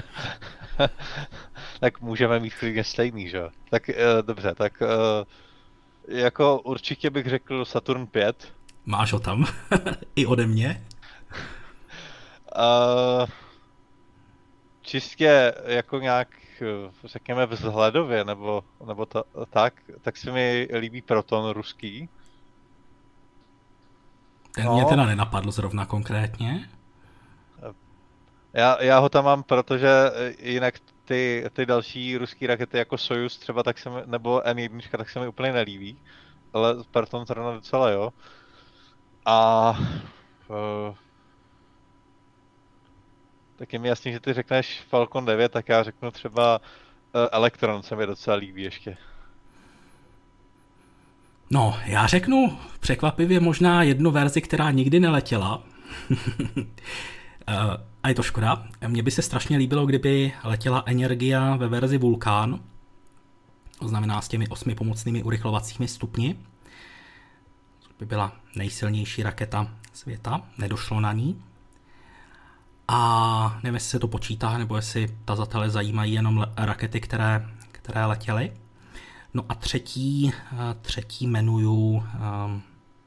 Tak můžeme mít klidně stejný, že? Tak uh, dobře, tak uh, jako určitě bych řekl Saturn pět. Máš ho tam? I ode mě? Uh, čistě jako nějak, řekněme, vzhledově, nebo, nebo ta, tak, tak se mi líbí Proton ruský. Ten no. Mě teda nenapadl zrovna konkrétně. Já, já ho tam mám, protože jinak ty, ty další ruský rakety jako Sojuz třeba, tak se mi, nebo N jedna, tak se mi úplně nelíbí. Ale Proton zrovna docela jo. A uh, tak je mi jasný, že ty řekneš Falcon devět, tak já řeknu třeba uh, Electron, se mi docela líbí ještě. No, já řeknu překvapivě možná jednu verzi, která nikdy neletěla. A je to škoda. Mně by se strašně líbilo, kdyby letěla Energia ve verzi Vulkan. To znamená s těmi osmi pomocnými urychlovacími stupni. To by byla nejsilnější raketa světa. Nedošlo na ní. A nevím, jestli se to počítá, nebo jestli tazatele zajímají jenom rakety, které, které letěly. No a třetí, třetí jmenuju, um,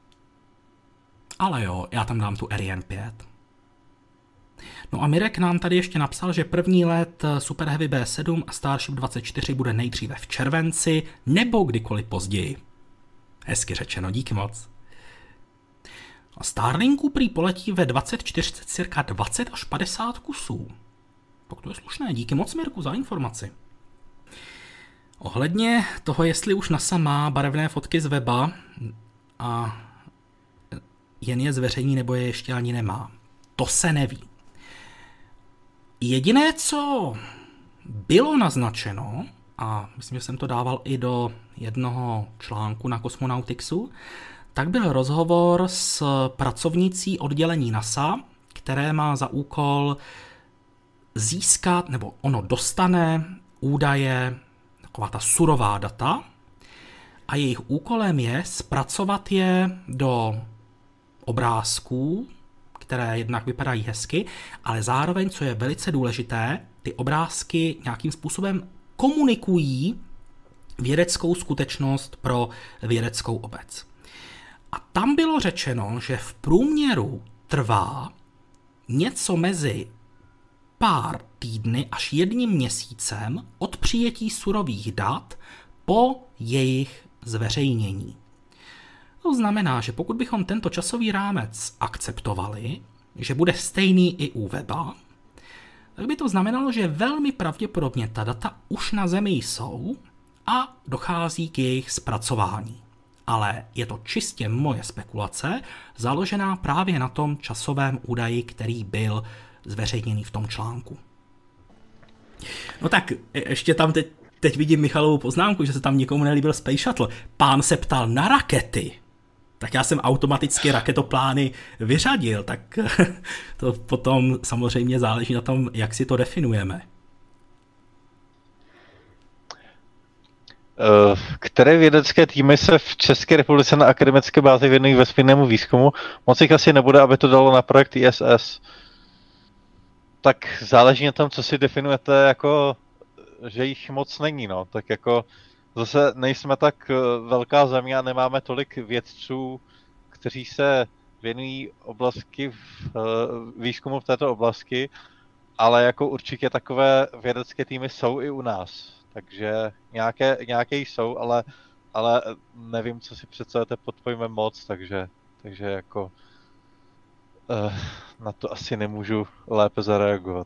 ale jo, já tam dám tu Ariane pět. No a Mirek nám tady ještě napsal, že první let Super Heavy B sedm a Starship dvacet čtyři bude nejdříve v červenci, nebo kdykoliv později. Hezky řečeno, díky moc. A Starlinku prý poletí ve dvacet čtyři cirka dvacet až padesát kusů. Tak to je slušné, díky moc Mirku za informaci. Ohledně toho, jestli už NASA má barevné fotky z weba a jen je zveřejní, nebo je ještě ani nemá. To se neví. Jediné, co bylo naznačeno, a myslím, že jsem to dával i do jednoho článku na Cosmonautixu, tak byl rozhovor s pracovnicí oddělení NASA, které má za úkol získat, nebo ono dostane údaje, taková ta surová data, a jejich úkolem je zpracovat je do obrázků, které jednak vypadají hezky, ale zároveň, co je velice důležité, ty obrázky nějakým způsobem komunikují vědeckou skutečnost pro vědeckou obec. A tam bylo řečeno, že v průměru trvá něco mezi pár týdny až jedním měsícem od přijetí surových dat po jejich zveřejnění. To znamená, že pokud bychom tento časový rámec akceptovali, že bude stejný i u weba, tak by to znamenalo, že velmi pravděpodobně ta data už na Zemi jsou a dochází k jejich zpracování. Ale je to čistě moje spekulace, založená právě na tom časovém údaji, který byl zveřejněný v tom článku. No tak, ještě tam teď, teď vidím Michalovu poznámku, že se tam nikomu nelíbil Space Shuttle. Pán se ptal na rakety. Tak já jsem automaticky raketoplány vyřadil, tak to potom samozřejmě záleží na tom, jak si to definujeme. Které vědecké týmy se v České republice na akademické bázi věnují vesmírnému výzkumu? Moc jich asi nebude, aby to dalo na projekt I S S. Tak záleží na tom, co si definujete jako, že jich moc není, no. Tak jako zase nejsme tak velká země a nemáme tolik vědců, kteří se věnují oblasti v výzkumu v této oblasti, ale jako určitě takové vědecké týmy jsou i u nás. Takže nějaké, nějaké jsou, ale, ale nevím, co si představujete pod pojmem moc, takže, takže jako uh, na to asi nemůžu lépe zareagovat.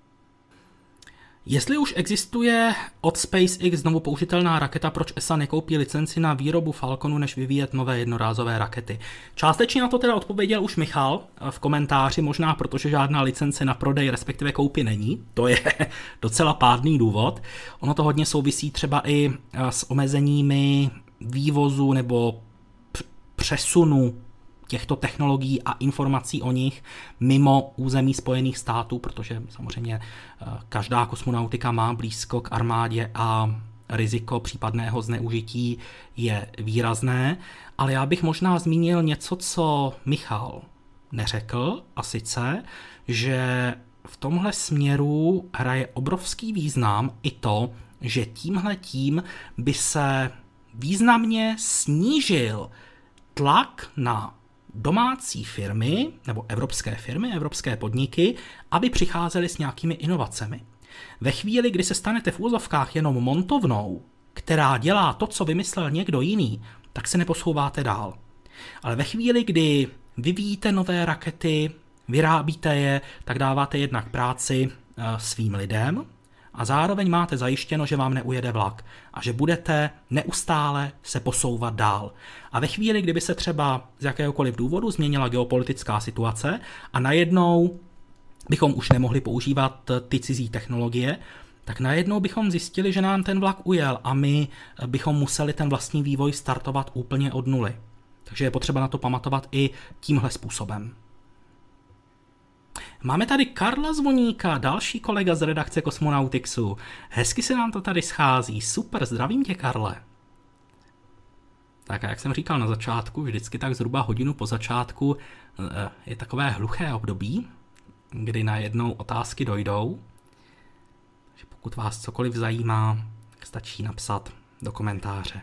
Jestli už existuje od SpaceX znovu použitelná raketa, proč E S A nekoupí licenci na výrobu Falconu, než vyvíjet nové jednorázové rakety? Částečně na to teda odpověděl už Michal v komentáři, možná protože žádná licence na prodej, respektive koupi není. To je docela pádný důvod. Ono to hodně souvisí třeba i s omezeními vývozu nebo přesunu těchto technologií a informací o nich mimo území Spojených států, protože samozřejmě každá kosmonautika má blízko k armádě a riziko případného zneužití je výrazné, ale já bych možná zmínil něco, co Michal neřekl, a sice, že v tomhle směru hraje obrovský význam i to, že tímhletím by se významně snížil tlak na domácí firmy nebo evropské firmy, evropské podniky, aby přicházely s nějakými inovacemi. Ve chvíli, kdy se stanete v úzovkách jenom montovnou, která dělá to, co vymyslel někdo jiný, tak se neposouváte dál. Ale ve chvíli, kdy vyvíjíte nové rakety, vyrábíte je, tak dáváte jednak práci svým lidem a zároveň máte zajištěno, že vám neujede vlak a že budete neustále se posouvat dál. A ve chvíli, kdyby se třeba z jakéhokoliv důvodu změnila geopolitická situace a najednou bychom už nemohli používat ty cizí technologie, tak najednou bychom zjistili, že nám ten vlak ujel a my bychom museli ten vlastní vývoj startovat úplně od nuly. Takže je potřeba na to pamatovat i tímhle způsobem. Máme tady Karla Zvoníka, další kolega z redakce Cosmonautixu. Hezky se nám to tady schází, super, zdravím tě, Karle. Tak a jak jsem říkal na začátku, vždycky tak zhruba hodinu po začátku je takové hluché období, kdy najednou otázky dojdou. Takže pokud vás cokoliv zajímá, tak stačí napsat do komentáře.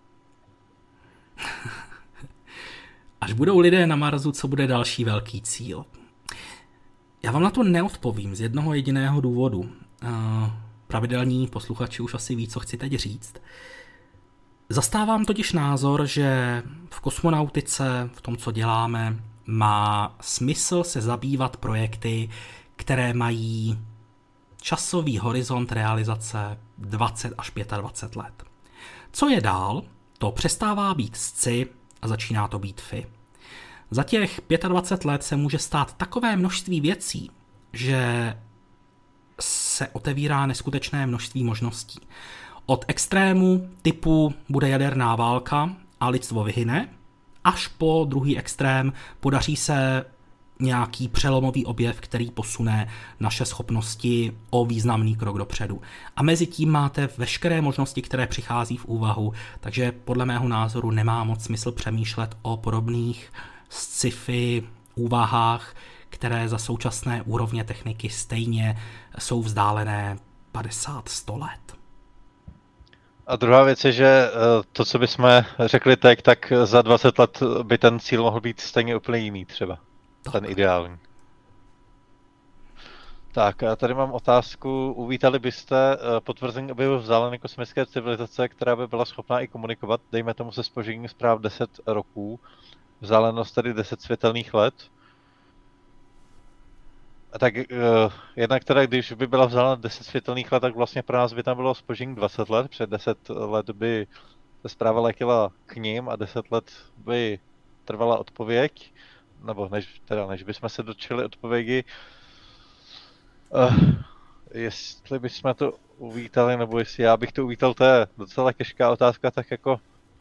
Až budou lidé na Marsu, co bude další velký cíl? Já vám na to neodpovím z jednoho jediného důvodu. Pravidelní posluchači už asi ví, co chci teď říct. Zastávám totiž názor, že v kosmonautice, v tom, co děláme, má smysl se zabývat projekty, které mají časový horizont realizace dvacet až dvacet pět let. Co je dál, to přestává být sci a začíná to být fi. Za těch dvacet pět let se může stát takové množství věcí, že se otevírá neskutečné množství možností. Od extrému typu bude jaderná válka a lidstvo vyhyne, až po druhý extrém podaří se nějaký přelomový objev, který posune naše schopnosti o významný krok dopředu. A mezi tím máte veškeré možnosti, které přichází v úvahu, takže podle mého názoru nemá moc smysl přemýšlet o podobných sci-fi úvahách, které za současné úrovně techniky stejně jsou vzdálené padesát sto let. A druhá věc je, že to, co bychom řekli teď, tak za dvacet let by ten cíl mohl být stejně úplně jiný třeba. Tak. Ten ideální. Tak, a tady mám otázku. Uvítali byste potvrzení objevu vzdálené kosmické civilizace, která by byla schopná i komunikovat, dejme tomu se zpožděním zpráv deset roků, vzdálenost tedy deset světelných let? Tak uh, jednak teda, když by byla vzdálená deset světelných let, tak vlastně pro nás by tam bylo zpoždění dvacet let, před deset let by ta zpráva letěla k ním a deset let by trvala odpověď, nebo než, teda, než bychom se dočili odpovědi. Uh, jestli bychom to uvítali, nebo jestli já bych to uvítal, to je docela těžká otázka, tak jako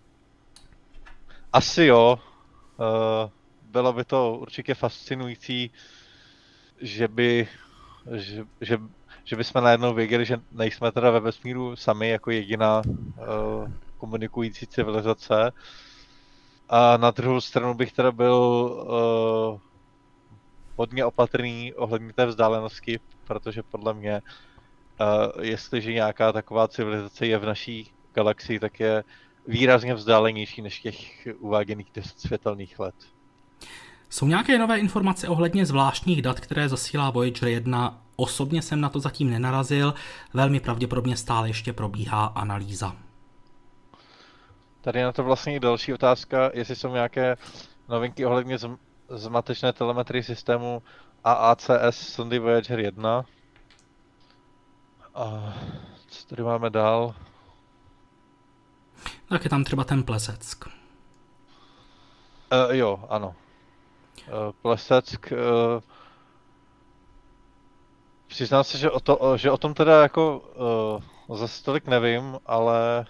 asi jo, uh, bylo by to určitě fascinující, že by, že, že, že bychom najednou věděli, že nejsme teda ve vesmíru sami jako jediná uh, komunikující civilizace. A na druhou stranu bych teda byl uh, hodně opatrný ohledně té vzdálenosti, protože podle mě, uh, jestliže nějaká taková civilizace je v naší galaxii, tak je výrazně vzdálenější než těch uváděných deset světelných let. Jsou nějaké nové informace ohledně zvláštních dat, které zasílá Voyager jedna? Osobně jsem na to zatím nenarazil, velmi pravděpodobně stále ještě probíhá analýza. Tady je na to vlastně i další otázka, jestli jsou nějaké novinky ohledně zm- zmatečné telemetrie systému A A C S sondy Voyager jedna. A co tady máme dál? Tak je tam třeba ten Pleseck. Uh, jo, ano. Uh, Pleseck. Uh, přiznám se, že o, to, že o tom teda jako uh, zase tolik nevím, ale...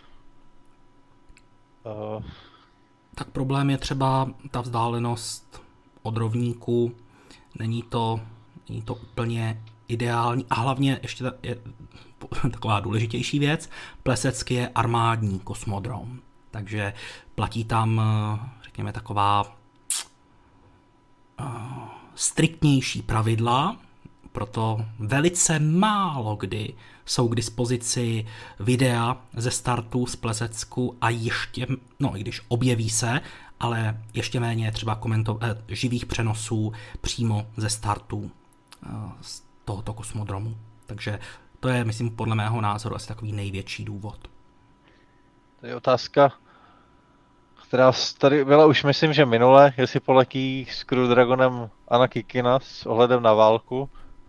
Uh... Tak problém je třeba ta vzdálenost od rovníku, není to, není to úplně ideální a hlavně ještě je taková důležitější věc, Pleseck je armádní kosmodrom, takže platí tam, řekněme, taková uh, striktnější pravidla, proto velice málo kdy jsou k dispozici videa ze startu z Plesecku a ještě, no i když objeví se, ale ještě méně třeba komento- eh, živých přenosů přímo ze startu eh, z tohoto kosmodromu. Takže to je, myslím, podle mého názoru asi takový největší důvod. To je otázka, která tady byla už, myslím, že minule, jestli poletí s Crew Dragonem Anna Kikina s ohledem na válku.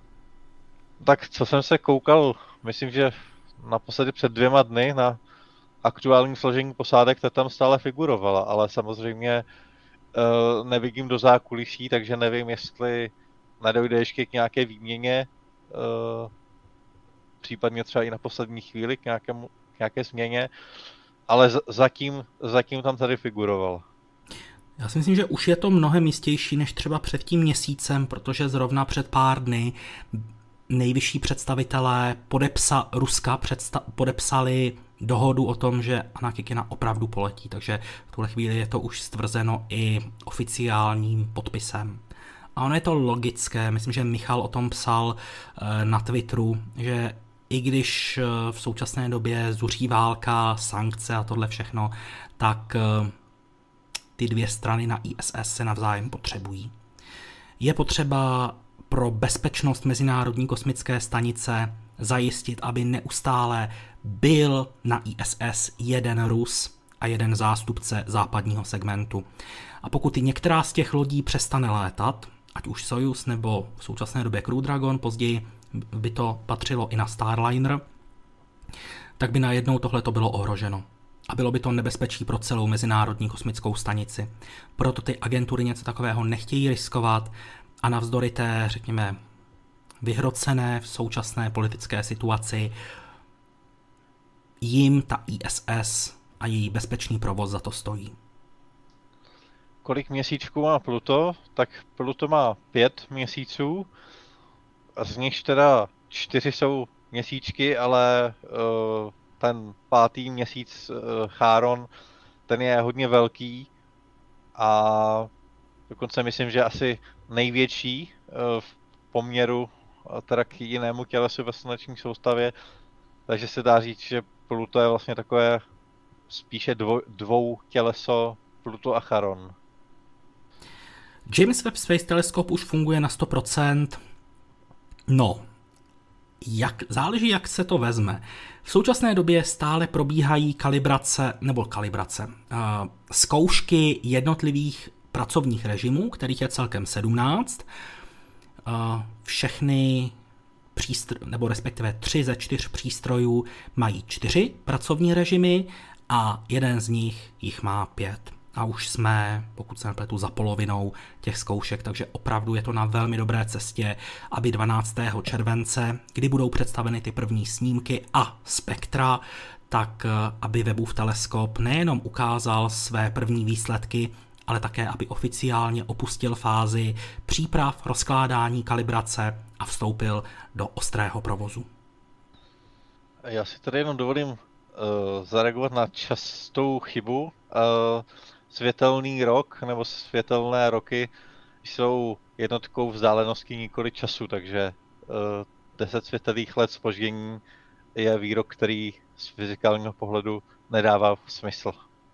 Tak co jsem se koukal, myslím, že naposledy před dvěma dny na aktuální složení posádek, to tam stále figurovala, ale samozřejmě uh, nevidím do zákulisí, takže nevím, jestli nedojde ještě k nějaké výměně, uh, případně třeba i na poslední chvíli k, nějakému, k nějaké změně, ale z- zatím, zatím tam tady figurovala. Já si myslím, že už je to mnohem jistější než třeba před tím měsícem, protože zrovna před pár dny nejvyšší představitelé podepsa, Ruska předsta, podepsali dohodu o tom, že Anna Kikina opravdu poletí, takže v tuhle chvíli je to už stvrzeno i oficiálním podpisem. A ono je to logické, myslím, že Michal o tom psal na Twitteru, že i když v současné době zuří válka, sankce a tohle všechno, tak ty dvě strany na I S S se navzájem potřebují. Je potřeba pro bezpečnost Mezinárodní kosmické stanice zajistit, aby neustále byl na I S S jeden Rus a jeden zástupce západního segmentu. A pokud i některá z těch lodí přestane létat, ať už Soyuz nebo v současné době Crew Dragon, později by to patřilo i na Starliner, tak by najednou tohle bylo ohroženo. A bylo by to nebezpečí pro celou Mezinárodní kosmickou stanici. Proto ty agentury něco takového nechtějí riskovat a navzdory té, řekněme, vyhrocené v současné politické situaci jim ta I S S a její bezpečný provoz za to stojí. kolik měsíčků má Pluto, tak Pluto má pět měsíců, a z nich teda čtyři jsou měsíčky, ale uh, ten pátý měsíc uh, Cháron, ten je hodně velký a dokonce myslím, že asi největší uh, v poměru uh, teda k jinému tělesu ve sluneční soustavě, takže se dá říct, že Pluto je vlastně takové spíše dvou, dvou těleso Pluto a Charon. James Webb Space Telescope už funguje na sto procent. No, jak, záleží, jak se to vezme. V současné době stále probíhají kalibrace, nebo kalibrace, uh, zkoušky jednotlivých pracovních režimů, kterých je celkem sedmnáct. Uh, všechny přístroj, nebo respektive tři ze čtyř přístrojů mají čtyři pracovní režimy a jeden z nich jich má pět. A už jsme, pokud se nepletu, za polovinou těch zkoušek, takže opravdu je to na velmi dobré cestě, aby dvanáctého července, kdy budou představeny ty první snímky a spektra, tak aby Webbův teleskop nejenom ukázal své první výsledky, ale také, aby oficiálně opustil fázi příprav, rozkládání, kalibrace a vstoupil do ostrého provozu. Já si tady jenom dovolím uh, zareagovat na častou chybu. Uh, světelný rok nebo světelné roky jsou jednotkou vzdálenosti, nikoli času, takže uh, deset světelných let zpoždění je výrok, který z fyzikálního pohledu nedává smysl.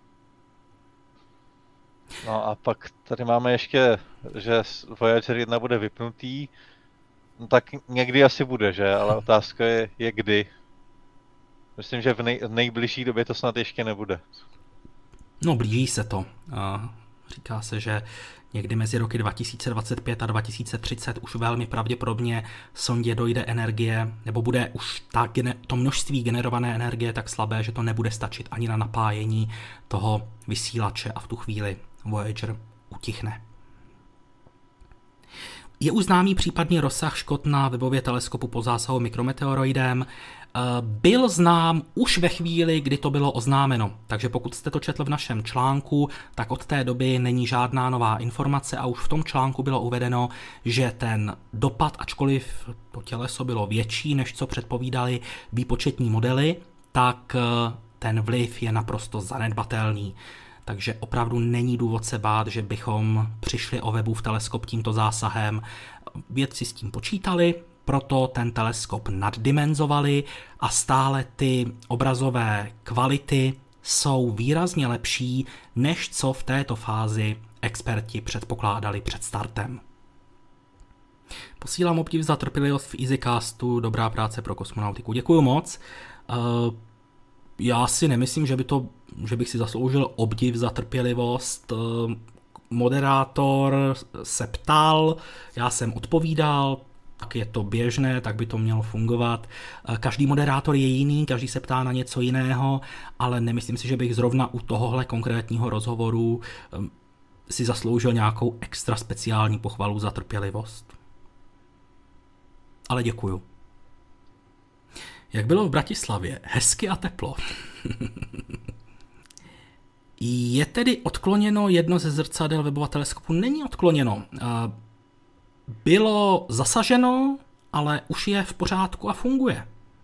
No a pak tady máme ještě, že Voyager jedna bude vypnutý, no tak někdy asi bude, že? Ale otázka je, je kdy. Myslím, že v, nej, v nejbližší době to snad ještě nebude. No, blíží se to. Říká se, že někdy mezi roky dva tisíce dvacet pět a dva tisíce třicet už velmi pravděpodobně sondě dojde energie, nebo bude už ta, to množství generované energie tak slabé, že to nebude stačit ani na napájení toho vysílače a v tu chvíli Voyager utichne. Je už známý případný rozsah škod na Webbově teleskopu po zásahu mikrometeoroidem. Byl znám už ve chvíli, kdy to bylo oznámeno, takže pokud jste to četl v našem článku, tak od té doby není žádná nová informace a už v tom článku bylo uvedeno, že ten dopad, ačkoliv to těleso bylo větší, než co předpovídali výpočetní modely, tak ten vliv je naprosto zanedbatelný. Takže opravdu není důvod se bát, že bychom přišli o Webbův teleskop tímto zásahem. Vědci s tím počítali, proto ten teleskop naddimenzovali a stále ty obrazové kvality jsou výrazně lepší, než co v této fázi experti předpokládali před startem. Posílám obdiv za trpělivost v EasyCastu, dobrá práce pro kosmonautiku. Děkuju moc. Já si nemyslím, že, by to, že bych si zasloužil obdiv za trpělivost. Moderátor se ptal, já jsem odpovídal, tak je to běžné, tak by to mělo fungovat. Každý moderátor je jiný, každý se ptá na něco jiného, ale nemyslím si, že bych zrovna u tohohle konkrétního rozhovoru si zasloužil nějakou extra speciální pochvalu za trpělivost. Ale děkuju. Jak bylo v Bratislavě? Hezky a teplo. Je tedy odkloněno jedno ze zrcadel Webbova teleskopu? Není odkloněno. Bylo zasaženo, ale už je v pořádku a funguje.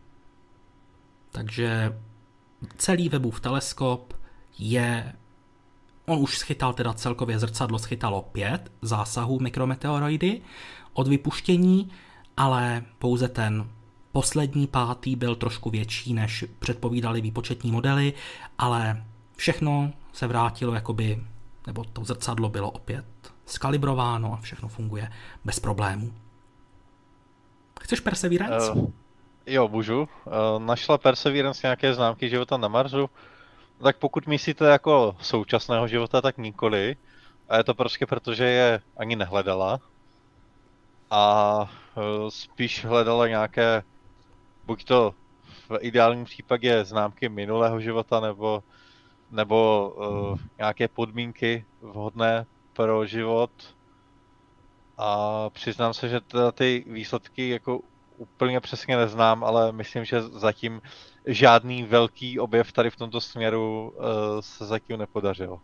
Takže celý Webbův teleskop je... On už schytal teda celkově zrcadlo, schytalo pět zásahů mikrometeoroidy od vypuštění, ale pouze ten poslední pátý byl trošku větší, než předpovídali výpočetní modely, ale všechno se vrátilo jakoby, nebo to zrcadlo bylo opět skalibrováno a všechno funguje bez problémů. Chceš Perseverance? Uh, jo, můžu. Uh, našla Perseverance nějaké známky života na Marsu? Tak pokud myslíte jako současného života, tak nikoli. A je to prostě proto, že je ani nehledala. A uh, spíš hledala nějaké, buď to v ideálním případě známky minulého života, nebo, nebo uh, nějaké podmínky vhodné pro život. A přiznám se, že teda ty výsledky jako úplně přesně neznám, ale myslím, že zatím žádný velký objev tady v tomto směru uh, se zatím nepodařil.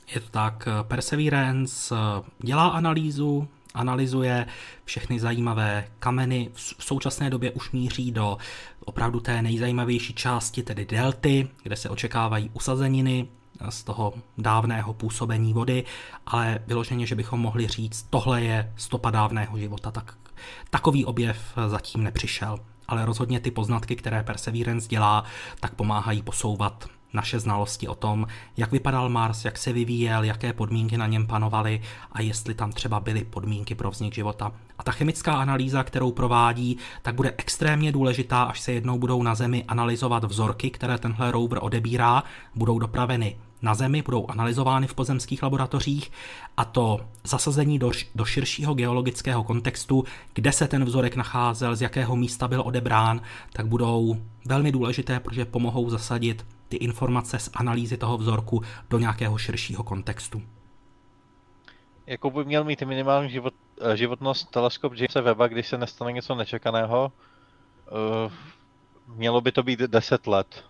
Je to tak, Perseverance dělá analýzu, analyzuje všechny zajímavé kameny, v současné době už míří do opravdu té nejzajímavější části, tedy delty, kde se očekávají usazeniny z toho dávného působení vody, ale vyloženě, že bychom mohli říct, tohle je stopa dávného života, tak takový objev zatím nepřišel. Ale rozhodně ty poznatky, které Perseverance dělá, tak pomáhají posouvat naše znalosti o tom, jak vypadal Mars, jak se vyvíjel, jaké podmínky na něm panovaly a jestli tam třeba byly podmínky pro vznik života. A ta chemická analýza, kterou provádí, tak bude extrémně důležitá, až se jednou budou na Zemi analyzovat vzorky, které tenhle rover odebírá, budou dopraveny na Zemi, budou analyzovány v pozemských laboratořích a to zasazení do, do širšího geologického kontextu, kde se ten vzorek nacházel, z jakého místa byl odebrán, tak budou velmi důležité, protože pomohou zasadit ty informace z analýzy toho vzorku do nějakého širšího kontextu. Jakou by měl mít minimální život, životnost teleskop Jamesa Webba, když se nestane něco nečekaného? Uh, mělo by to být deset let.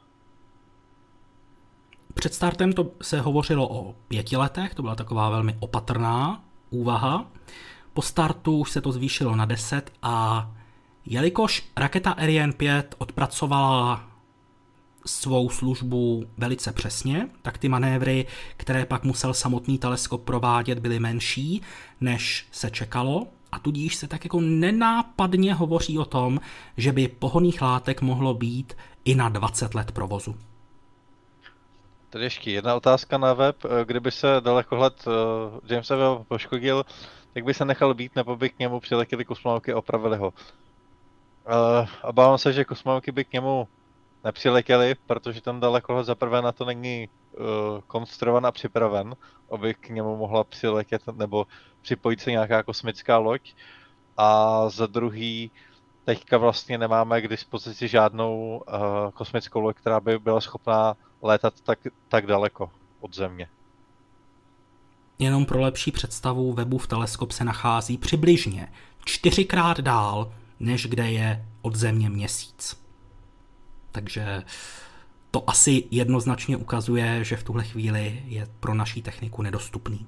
Před startem to se hovořilo o pěti letech, to byla taková velmi opatrná úvaha. Po startu už se to zvýšilo na deset a jelikož raketa Ariane pět odpracovala svou službu velice přesně, tak ty manévry, které pak musel samotný teleskop provádět, byly menší, než se čekalo a tudíž se tak jako nenápadně hovoří o tom, že by pohonných látek mohlo být i na dvacet let provozu. Tady ještě jedna otázka na web. Kdyby se dalekohled Jamesa Webba poškodil, tak by se nechal být, nebo by k němu přiletěli kosmonauty a opravili ho. Obávám se, že kosmonauty by k němu nepřiletěli, protože ten dalekohled zaprvé na to není uh, konstruovan a připraven, aby k němu mohla přiletět nebo připojit se nějaká kosmická loď. A za druhý, teďka vlastně nemáme k dispozici žádnou uh, kosmickou loď, která by byla schopná létat tak, tak daleko od Země. Jenom pro lepší představu, Webbův teleskop se nachází přibližně čtyřikrát dál, než kde je od Země Měsíc. Takže to asi jednoznačně ukazuje, že v tuhle chvíli je pro naší techniku nedostupný.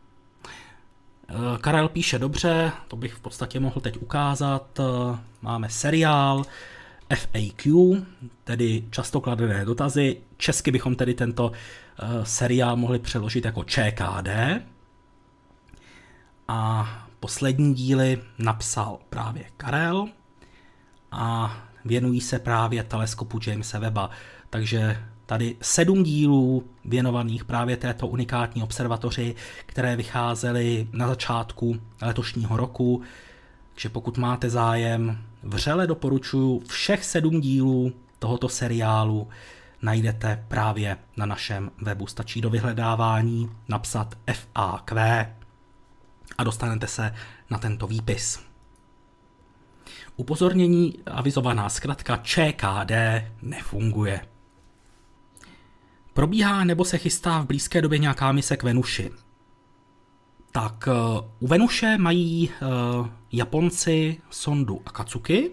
Karel píše dobře, to bych v podstatě mohl teď ukázat. Máme seriál F A Q, tedy často kladené dotazy. Česky bychom tedy tento seriál mohli přeložit jako Č K D. A poslední díly napsal právě Karel a věnují se právě teleskopu Jamesa Webba. Takže tady sedm dílů věnovaných právě této unikátní observatoři, které vycházely na začátku letošního roku. Takže pokud máte zájem, vřele doporučuji všech sedm dílů tohoto seriálu najdete právě na našem webu. Stačí do vyhledávání napsat F A Q a dostanete se na tento výpis. Upozornění, avizovaná zkratka Č K D nefunguje. Probíhá nebo se chystá v blízké době nějaká mise k Venuši. Tak u Venuše mají uh, Japonci sondu Akatsuki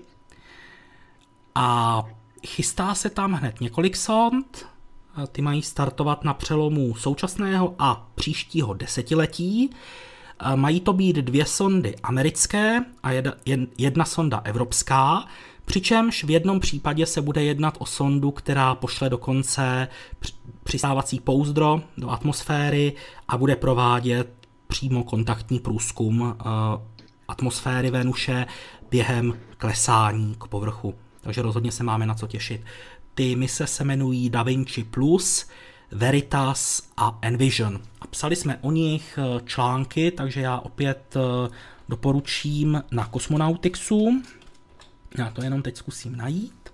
a chystá se tam hned několik sond. Ty mají startovat na přelomu současného a příštího desetiletí. Mají to být dvě sondy americké a jedna, jedna sonda evropská, přičemž v jednom případě se bude jednat o sondu, která pošle dokonce přistávací pouzdro do atmosféry a bude provádět přímo kontaktní průzkum uh, atmosféry Venuše během klesání k povrchu. Takže rozhodně se máme na co těšit. Ty mise se jmenují Da Vinci Plus, Veritas a Envision. A psali jsme o nich články, takže já opět doporučím na Cosmonautixu. Já to jenom teď zkusím najít.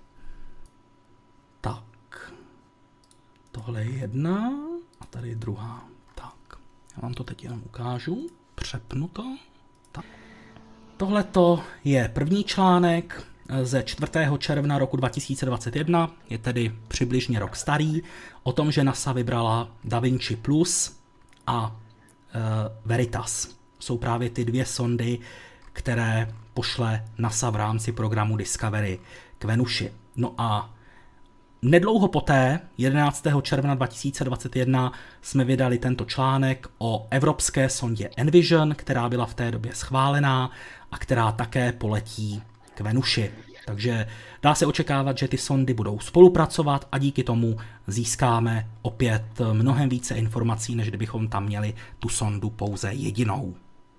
Tak. Tohle je jedna a tady je druhá. Tak. Já vám to teď jenom ukážu. Přepnu to. Tak. Tohleto je první článek ze čtvrtého června roku dva tisíce dvacet jedna, je tedy přibližně rok starý, o tom, že NASA vybrala Da Vinci Plus a e, Veritas. Jsou právě ty dvě sondy, které pošle NASA v rámci programu Discovery k Venuši. No a Nedlouho poté, jedenáctého června dva tisíce dvacet jedna, jsme vydali tento článek o evropské sondě Envision, která byla v té době schválená a která také poletí k Venuši. Takže dá se očekávat, že ty sondy budou spolupracovat a díky tomu získáme opět mnohem více informací, než kdybychom tam měli tu sondu pouze jedinou.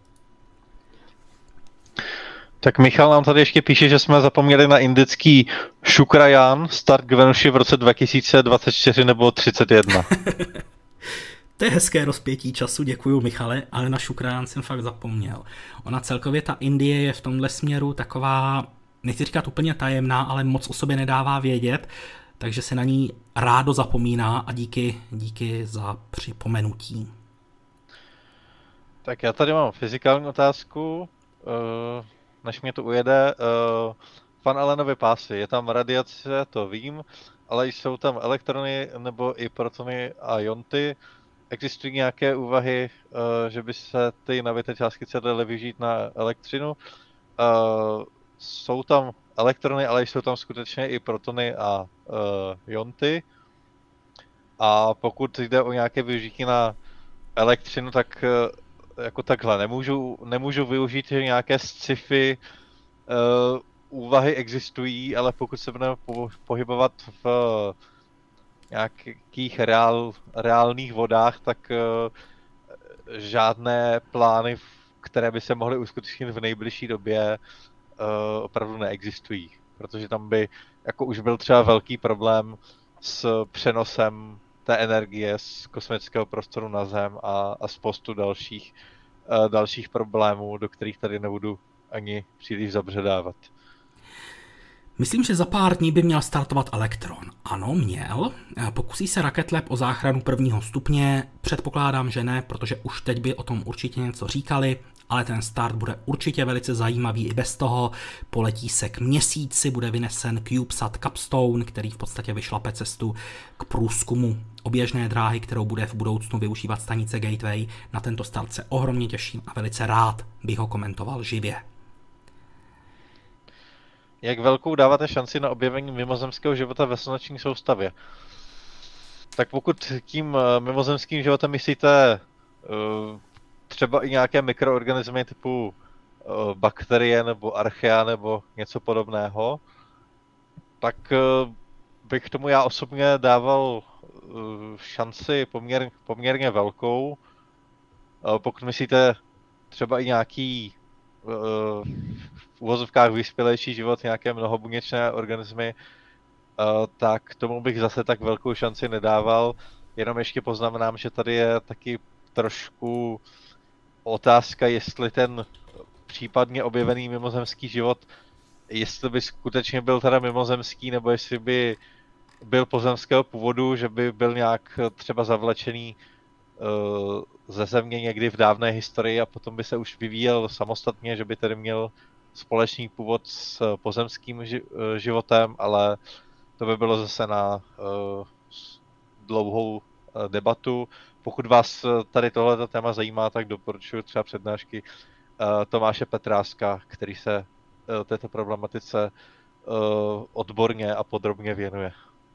Tak Michal nám tady ještě píše, že jsme zapomněli na indický Shukrayan, start k Venuši v roce dva tisíce dvacet čtyři nebo třicet jedna. To je hezké rozpětí času, děkuju Michale, ale na Shukrayan jsem fakt zapomněl. Ona celkově ta Indie je v tomhle směru taková, nechci říkat úplně tajemná, ale moc o sobě nedává vědět, takže se na ní rádo zapomíná a díky, díky za připomenutí. Tak já tady mám fyzikální otázku, než mě to ujede. Van Allenovy pásy, je tam radiace, to vím, ale jsou tam elektrony nebo i protony a ionty. Existují nějaké úvahy, že by se ty nabité částice daly využít na elektřinu? Jsou tam elektrony, ale jsou tam skutečně i protony a ionty. A pokud jde o nějaké využití na elektřinu, tak jako takhle, nemůžu, nemůžu využít, že nějaké sci-fi uh, úvahy existují, ale pokud se budeme po, pohybovat v uh, nějakých reál, reálných vodách, tak uh, žádné plány, které by se mohly uskutečnit v nejbližší době, uh, opravdu neexistují. Protože tam by jako už byl třeba velký problém s přenosem té energie z kosmického prostoru na Zem a, a spoustu dalších, uh, dalších problémů, do kterých tady nebudu ani příliš zabředávat. Myslím, že za pár dní by měl startovat Elektron. Ano, měl. Pokusí se Rocket Lab o záchranu prvního stupně. Předpokládám, že ne, protože už teď by o tom určitě něco říkali, ale ten start bude určitě velice zajímavý i bez toho. Poletí se k Měsíci, bude vynesen CubeSat Capstone, který v podstatě vyšlape cestu k průzkumu oběžné dráhy, kterou bude v budoucnu využívat stanice Gateway. Na tento start se ohromně těším a velice rád bych ho komentoval živě. Jak velkou dáváte šanci na objevení mimozemského života ve sluneční soustavě? Tak pokud tím mimozemským životem myslíte uh, třeba i nějaké mikroorganismy typu uh, bakterie nebo archea nebo něco podobného, tak uh, bych tomu já osobně dával uh, šanci poměr, poměrně velkou. Uh, pokud myslíte třeba i nějaký uh, v uvozovkách vyspělejší život, nějaké mnohobuněčné organismy, uh, tak tomu bych zase tak velkou šanci nedával. Jenom ještě poznamenám, že tady je taky trošku otázka, jestli ten případně objevený mimozemský život, jestli by skutečně byl teda mimozemský, nebo jestli by byl pozemského původu, že by byl nějak třeba zavlečený uh, ze země někdy v dávné historii a potom by se už vyvíjel samostatně, že by tedy měl společný původ s pozemským ži- životem, ale to by bylo zase na uh, dlouhou uh, debatu. Pokud vás tady tohleto téma zajímá, tak doporučuji třeba přednášky uh, Tomáše Petráska, který se uh, této problematice uh, odborně a podrobně věnuje.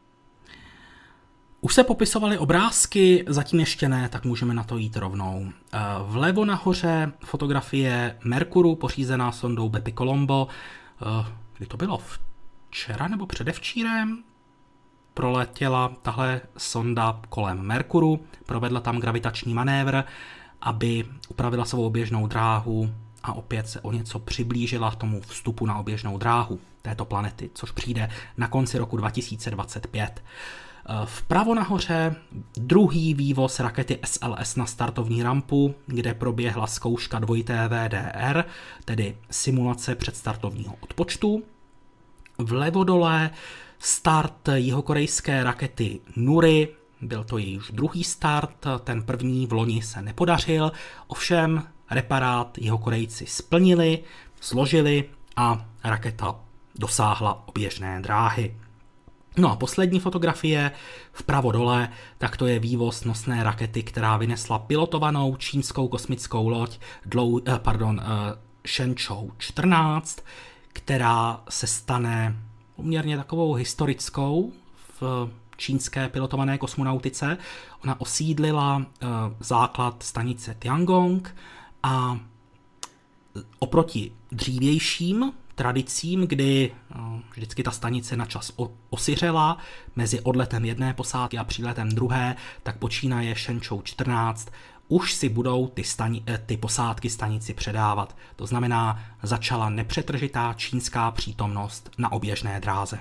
Už se popisovaly obrázky, zatím ještě ne, tak můžeme na to jít rovnou. Vlevo nahoře fotografie Merkuru, pořízená sondou Bepi Colombo. Kdy to bylo? Včera nebo předevčírem? Proletěla tahle sonda kolem Merkuru, provedla tam gravitační manévr, aby upravila svou oběžnou dráhu a opět se o něco přiblížila k tomu vstupu na oběžnou dráhu této planety, což přijde na konci roku dva tisíce dvacet pět. Vpravo nahoře druhý vývoz rakety S L S na startovní rampu, kde proběhla zkouška dvojité V D R, tedy simulace předstartovního odpočtu. Vlevo dole start jihokorejské rakety Nuri, byl to jejíž druhý start, ten první v loni se nepodařil, ovšem reparát jihokorejci splnili, složili a raketa dosáhla oběžné dráhy. No a poslední fotografie vpravo dole, tak to je vývoz nosné rakety, která vynesla pilotovanou čínskou kosmickou loď dlou, eh, pardon, eh, Shenzhou čtrnáct, která se stane poměrně takovou historickou v čínské pilotované kosmonautice. Ona osídlila uh, základ stanice Tiangong a oproti dřívějším tradicím, kdy uh, vždycky ta stanice na čas osiřela mezi odletem jedné posádky a příletem druhé, tak počínaje Shenzhou čtrnáct už si budou ty, stani- ty posádky stanici předávat. To znamená, začala nepřetržitá čínská přítomnost na oběžné dráze.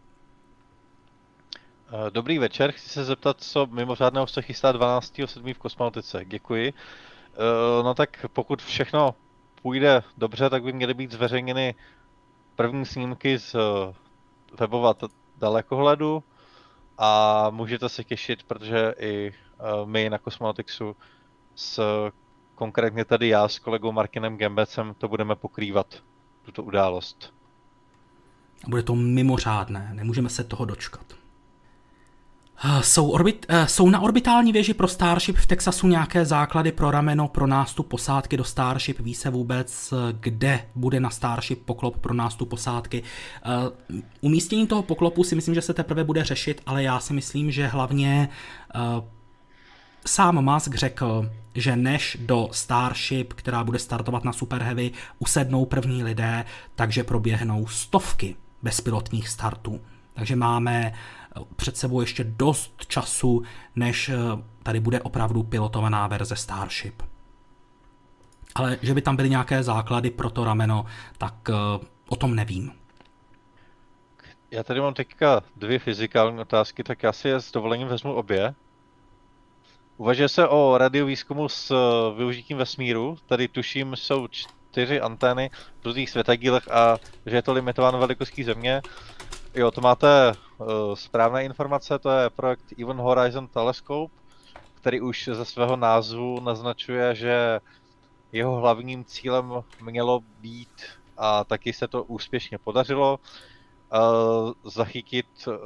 Dobrý večer, chci se zeptat, co mimořádného se chystá dvanáctého sedmého v kosmonautice. Děkuji. No tak pokud všechno půjde dobře, tak by měly být zveřejněny první snímky z webova dalekohledu a můžete se těšit, protože i my na Kosmonautixu s konkrétně tady já s kolegou Martinem Gembecem to budeme pokrývat, tuto událost. Bude to mimořádné, nemůžeme se toho dočkat. Jsou, orbit, jsou na orbitální věži pro Starship v Texasu nějaké základy pro rameno pro nástup posádky do Starship? Ví se vůbec, kde bude na Starship poklop pro nástup posádky? Umístění toho poklopu si myslím, že se teprve bude řešit, ale já si myslím, že hlavně sám Musk řekl, že než do Starship, která bude startovat na Super Heavy, usednou první lidé, takže proběhnou stovky bezpilotních startů. Takže máme před sebou ještě dost času, než tady bude opravdu pilotovaná verze Starship. Ale že by tam byly nějaké základy pro to rameno, tak o tom nevím. Já tady mám teďka dvě fyzikální otázky, tak já si je s dovolením vezmu obě. Uvažuje se o radiovýzkumu s využitím vesmíru. Tady tuším jsou čtyři antény v různých světadílech a že je to limitováno velikostí Země. Jo, to máte uh, správné informace, to je projekt Event Horizon Telescope, který už ze svého názvu naznačuje, že jeho hlavním cílem mělo být, a taky se to úspěšně podařilo, uh, zachytit uh,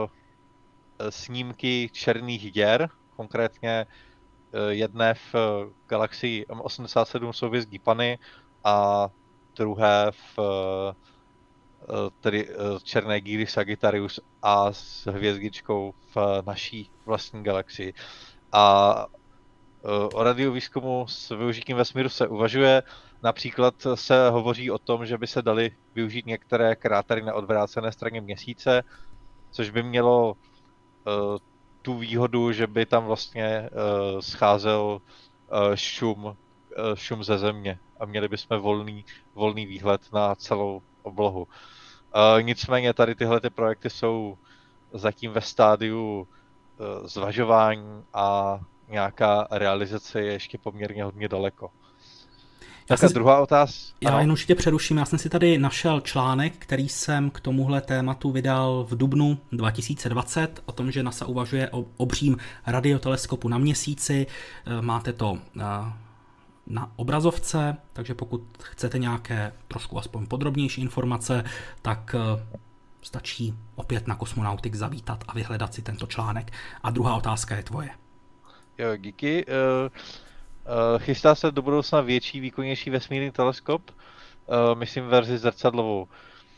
snímky černých děr, konkrétně uh, jedné v uh, galaxii M osmdesát sedm souhvězdí Pany a druhé v uh, tedy černé díry Sagittarius a s hvězdičkou v naší vlastní galaxii. A o radiovýzkumu s využitím vesmíru se uvažuje. Například se hovoří o tom, že by se daly využít některé krátery na odvrácené straně Měsíce, což by mělo uh, tu výhodu, že by tam vlastně uh, scházel uh, šum, uh, šum ze Země a měli bychom volný, volný výhled na celou oblohu. Uh, nicméně tady tyhle ty projekty jsou zatím ve stádiu uh, zvažování a nějaká realizace je ještě poměrně hodně daleko. Jaká druhá otázka? Já jen určitě přeruším, já jsem si tady našel článek, který jsem k tomuhle tématu vydal v dubnu dva tisíce dvacet, o tom, že NASA uvažuje o obřím radioteleskopu na Měsíci. Máte to na obrazovce, takže pokud chcete nějaké trošku aspoň podrobnější informace, tak stačí opět na Cosmonautics zavítat a vyhledat si tento článek. A druhá otázka je tvoje. Jo, díky. Uh, uh, chystá se do budoucna větší, výkonnější vesmírný teleskop, uh, myslím verzi zrcadlovou.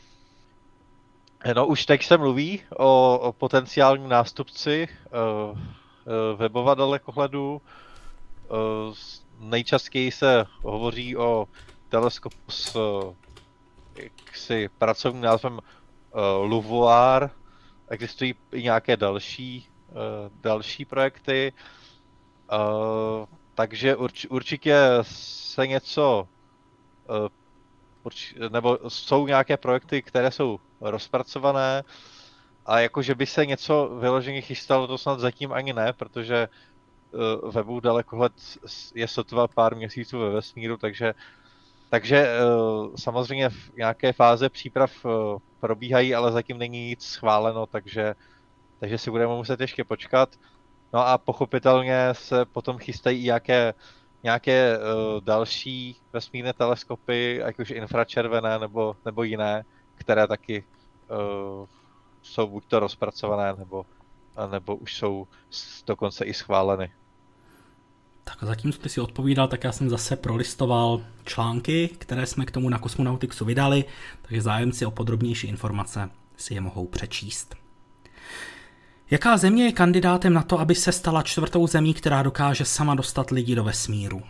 No už teď se mluví o, o potenciálním nástupci uh, uh, webova dalekohledu. Uh, nejčastěji se hovoří o teleskopu s uh, jaksi pracovním názvem uh, LUVOIR. Existují i nějaké další, uh, další projekty. Uh, takže urč, určitě se něco, uh, urč, nebo jsou nějaké projekty, které jsou rozpracované, a jakože by se něco vyloženě chystalo, to snad zatím ani ne, protože uh, webův dalekohled je sotva pár měsíců ve vesmíru, takže, takže uh, samozřejmě v nějaké fáze příprav uh, probíhají, ale zatím není nic schváleno, takže, takže si budeme muset ještě počkat. No a pochopitelně se potom chystají i nějaké, nějaké uh, další vesmírné teleskopy, ať už infračervené nebo, nebo jiné, které taky uh, jsou buď to rozpracované, nebo, nebo už jsou dokonce i schváleny. Tak zatím, co ty si odpovídal, tak já jsem zase prolistoval články, které jsme k tomu na Cosmonautixu vydali, takže zájemci o podrobnější informace si je mohou přečíst. Jaká země je kandidátem na to, aby se stala čtvrtou zemí, která dokáže sama dostat lidi do vesmíru?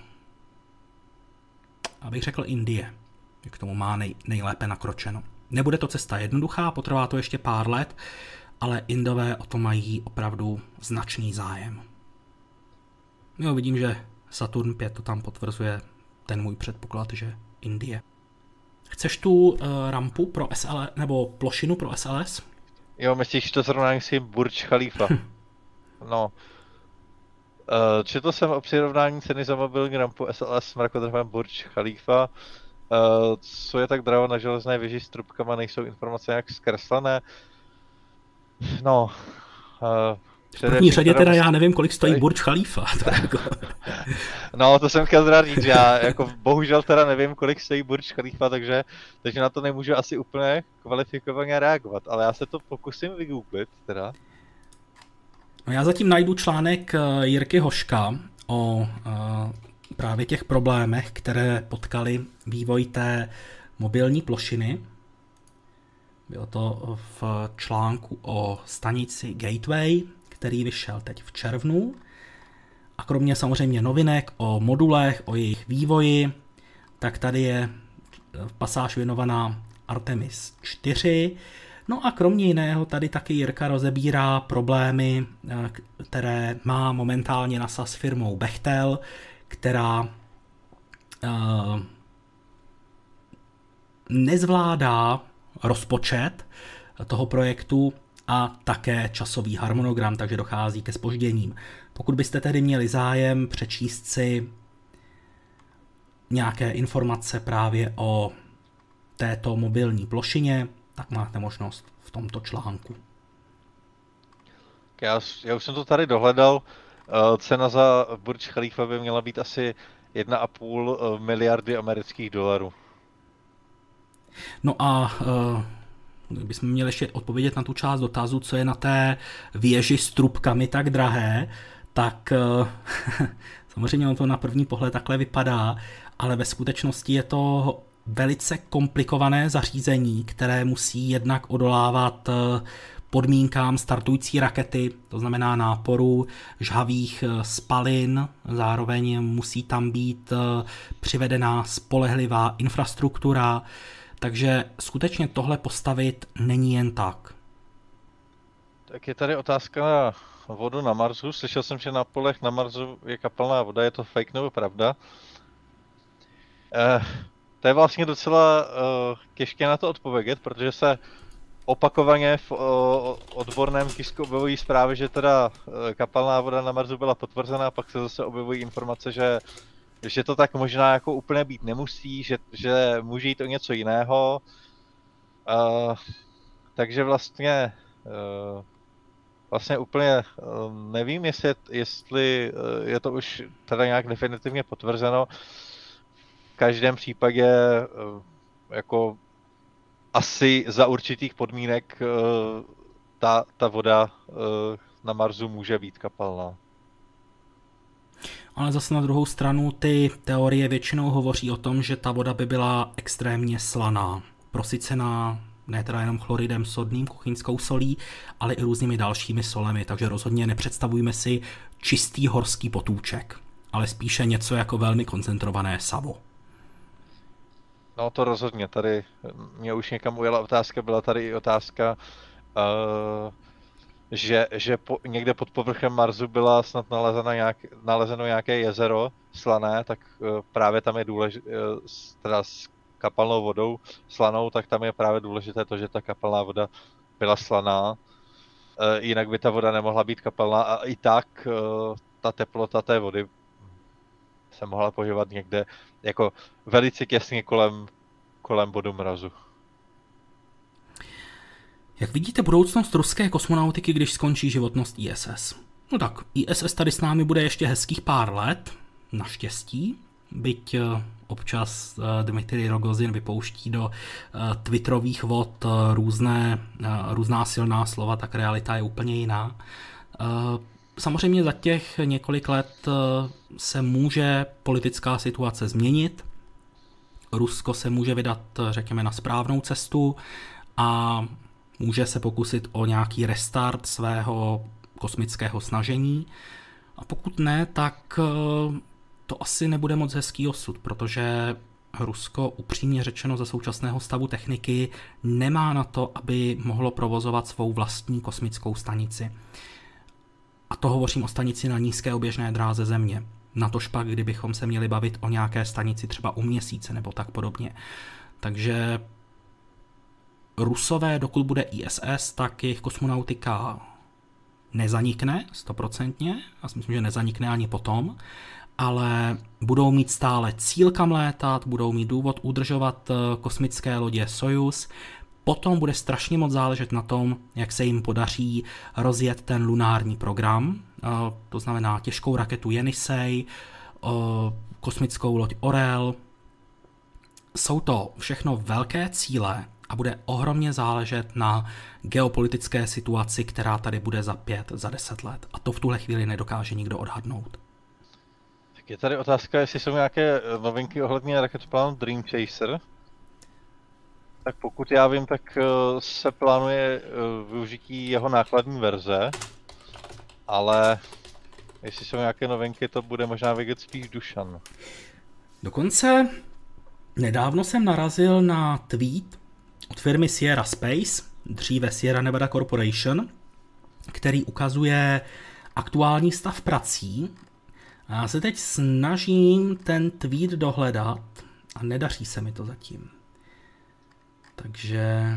Abych řekl Indie. K tomu má nej, nejlépe nakročeno. Nebude to cesta jednoduchá, potrvá to ještě pár let, ale Indové o to mají opravdu značný zájem. Jo, vidím, že Saturn pět to tam potvrzuje ten můj předpoklad, že Indie. Chceš tu uh, rampu pro S L S, nebo plošinu pro S L S? Jo, myslíš to srovnání s tím Burj Khalifa. No. Uh, četl jsem o přirovnání ceny za mobilní rampu S L S s mrakodrapem Burj Khalifa. Uh, co je tak draho na železné věži s trubkama, nejsou informace nějak zkreslené. No. Uh, v první řadě teda já nevím, kolik stojí Burj Khalifa. To jako... No, to jsem chtěl teda říct, že já jako bohužel teda nevím, kolik stojí Burj Khalifa, takže, takže na to nemůžu asi úplně kvalifikovaně reagovat, ale já se to pokusím vygooglit teda. No já zatím najdu článek Jirky Hoška o uh, právě těch problémech, které potkali vývoj té mobilní plošiny. Bylo to v článku o stanici Gateway, který vyšel teď v červnu. A kromě samozřejmě novinek o modulech, o jejich vývoji, tak tady je pasáž věnovaná Artemis čtyři. No a kromě jiného tady taky Jirka rozebírá problémy, které má momentálně NASA s firmou Bechtel, která uh, nezvládá rozpočet toho projektu a také časový harmonogram, takže dochází ke zpožděním. Pokud byste tedy měli zájem přečíst si nějaké informace právě o této mobilní plošině, tak máte možnost v tomto článku. Já, já už jsem to tady dohledal. Cena za Burj Khalifa by měla být asi jedna a půl miliardy amerických dolarů. No a uh, kdybychom měli ještě odpovědět na tu část dotazu, co je na té věži s trubkami tak drahé, tak uh, samozřejmě ono to na první pohled takhle vypadá, ale ve skutečnosti je to velice komplikované zařízení, které musí jednak odolávat podmínkám startující rakety, to znamená náporu žhavých spalin, zároveň musí tam být přivedená spolehlivá infrastruktura, takže skutečně tohle postavit není jen tak. Tak je tady otázka na vodu na Marsu. Slyšel jsem, že na polech na Marsu je kapalná voda, je to fake nebo pravda? Eh, to je vlastně docela uh, těžké na to odpovědět, protože se opakovaně v uh, odborném tisku objevují zprávy, že teda uh, kapalná voda na Marsu byla potvrzená, a pak se zase objevují informace, že, že to tak možná jako úplně být nemusí, že, že může jít o něco jiného. Uh, takže vlastně uh, vlastně úplně uh, nevím, jestli, jestli uh, je to už teda nějak definitivně potvrzeno. V každém případě uh, jako asi za určitých podmínek uh, ta, ta voda uh, na Marsu může být kapalná. Ale zase na druhou stranu ty teorie většinou hovoří o tom, že ta voda by byla extrémně slaná, prosycená ne teda jenom chloridem sodným, kuchyňskou solí, ale i různými dalšími solemi, takže rozhodně nepředstavujme si čistý horský potůček, ale spíše něco jako velmi koncentrované savo. No to rozhodně, tady mě už někam ujela otázka, byla tady i otázka, uh, že, že po, někde pod povrchem Marsu byla snad nalezeno, nějak, nalezeno nějaké jezero slané, tak uh, právě tam je důležité, uh, teda s kapalnou vodou slanou, tak tam je právě důležité to, že ta kapalná voda byla slaná, uh, jinak by ta voda nemohla být kapalná a i tak uh, ta teplota té vody se mohla pohybovat někde jako velice těsně kolem, kolem bodu mrazu. Jak vidíte budoucnost ruské kosmonautiky, když skončí životnost I S S? No tak, I S S tady s námi bude ještě hezkých pár let, naštěstí, byť občas Dmitrij Rogozin vypouští do twitterových vod různé, různá silná slova, tak realita je úplně jiná. Samozřejmě za těch několik let se může politická situace změnit, Rusko se může vydat, řekněme, na správnou cestu a může se pokusit o nějaký restart svého kosmického snažení. A pokud ne, tak to asi nebude moc hezký osud, protože Rusko upřímně řečeno za současného stavu techniky nemá na to, aby mohlo provozovat svou vlastní kosmickou stanici. A to hovořím o stanici na nízké oběžné dráze Země. Natož pak, kdybychom se měli bavit o nějaké stanici třeba u Měsíce nebo tak podobně. Takže Rusové, dokud bude I S S, tak jejich kosmonautika nezanikne stoprocentně. Já si myslím, že nezanikne ani potom. Ale budou mít stále cíl, kam létat, budou mít důvod udržovat kosmické lodě Sojuz. Potom bude strašně moc záležet na tom, jak se jim podaří rozjet ten lunární program, to znamená těžkou raketu Jenisej, kosmickou loď Orel. Jsou to všechno velké cíle a bude ohromně záležet na geopolitické situaci, která tady bude za pět, za deset let. A to v tuhle chvíli nedokáže nikdo odhadnout. Je tady otázka, jestli jsou nějaké novinky ohledně raketoplánu Dream Chaser. Tak pokud já vím, tak se plánuje využití jeho nákladní verze, ale jestli jsou nějaké novinky, to bude možná vědět spíš Dušan. Dokonce nedávno jsem narazil na tweet od firmy Sierra Space, dříve Sierra Nevada Corporation, který ukazuje aktuální stav prací. A já se teď snažím ten tweet dohledat a nedaří se mi to zatím. Takže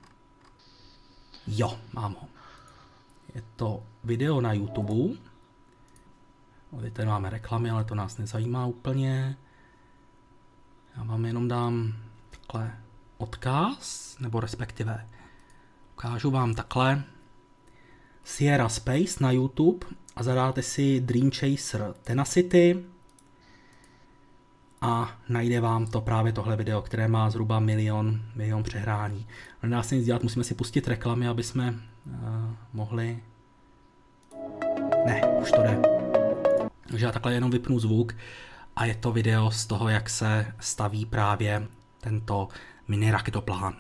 jo, mám ho. Je to video na YouTube. Tady máme reklamy, ale to nás nezajímá úplně. Já vám jenom dám takhle odkaz, nebo respektive ukážu vám takhle Sierra Space na YouTube a zadáte si Dream Chaser Tenacity a najde vám to právě tohle video, které má zhruba milion, milion přehrání. Nedá se nic dělat, musíme si pustit reklamy, aby jsme uh, mohli... Ne, už to jde. Takže já takhle jenom vypnu zvuk a je to video z toho, jak se staví právě tento mini raketoplán.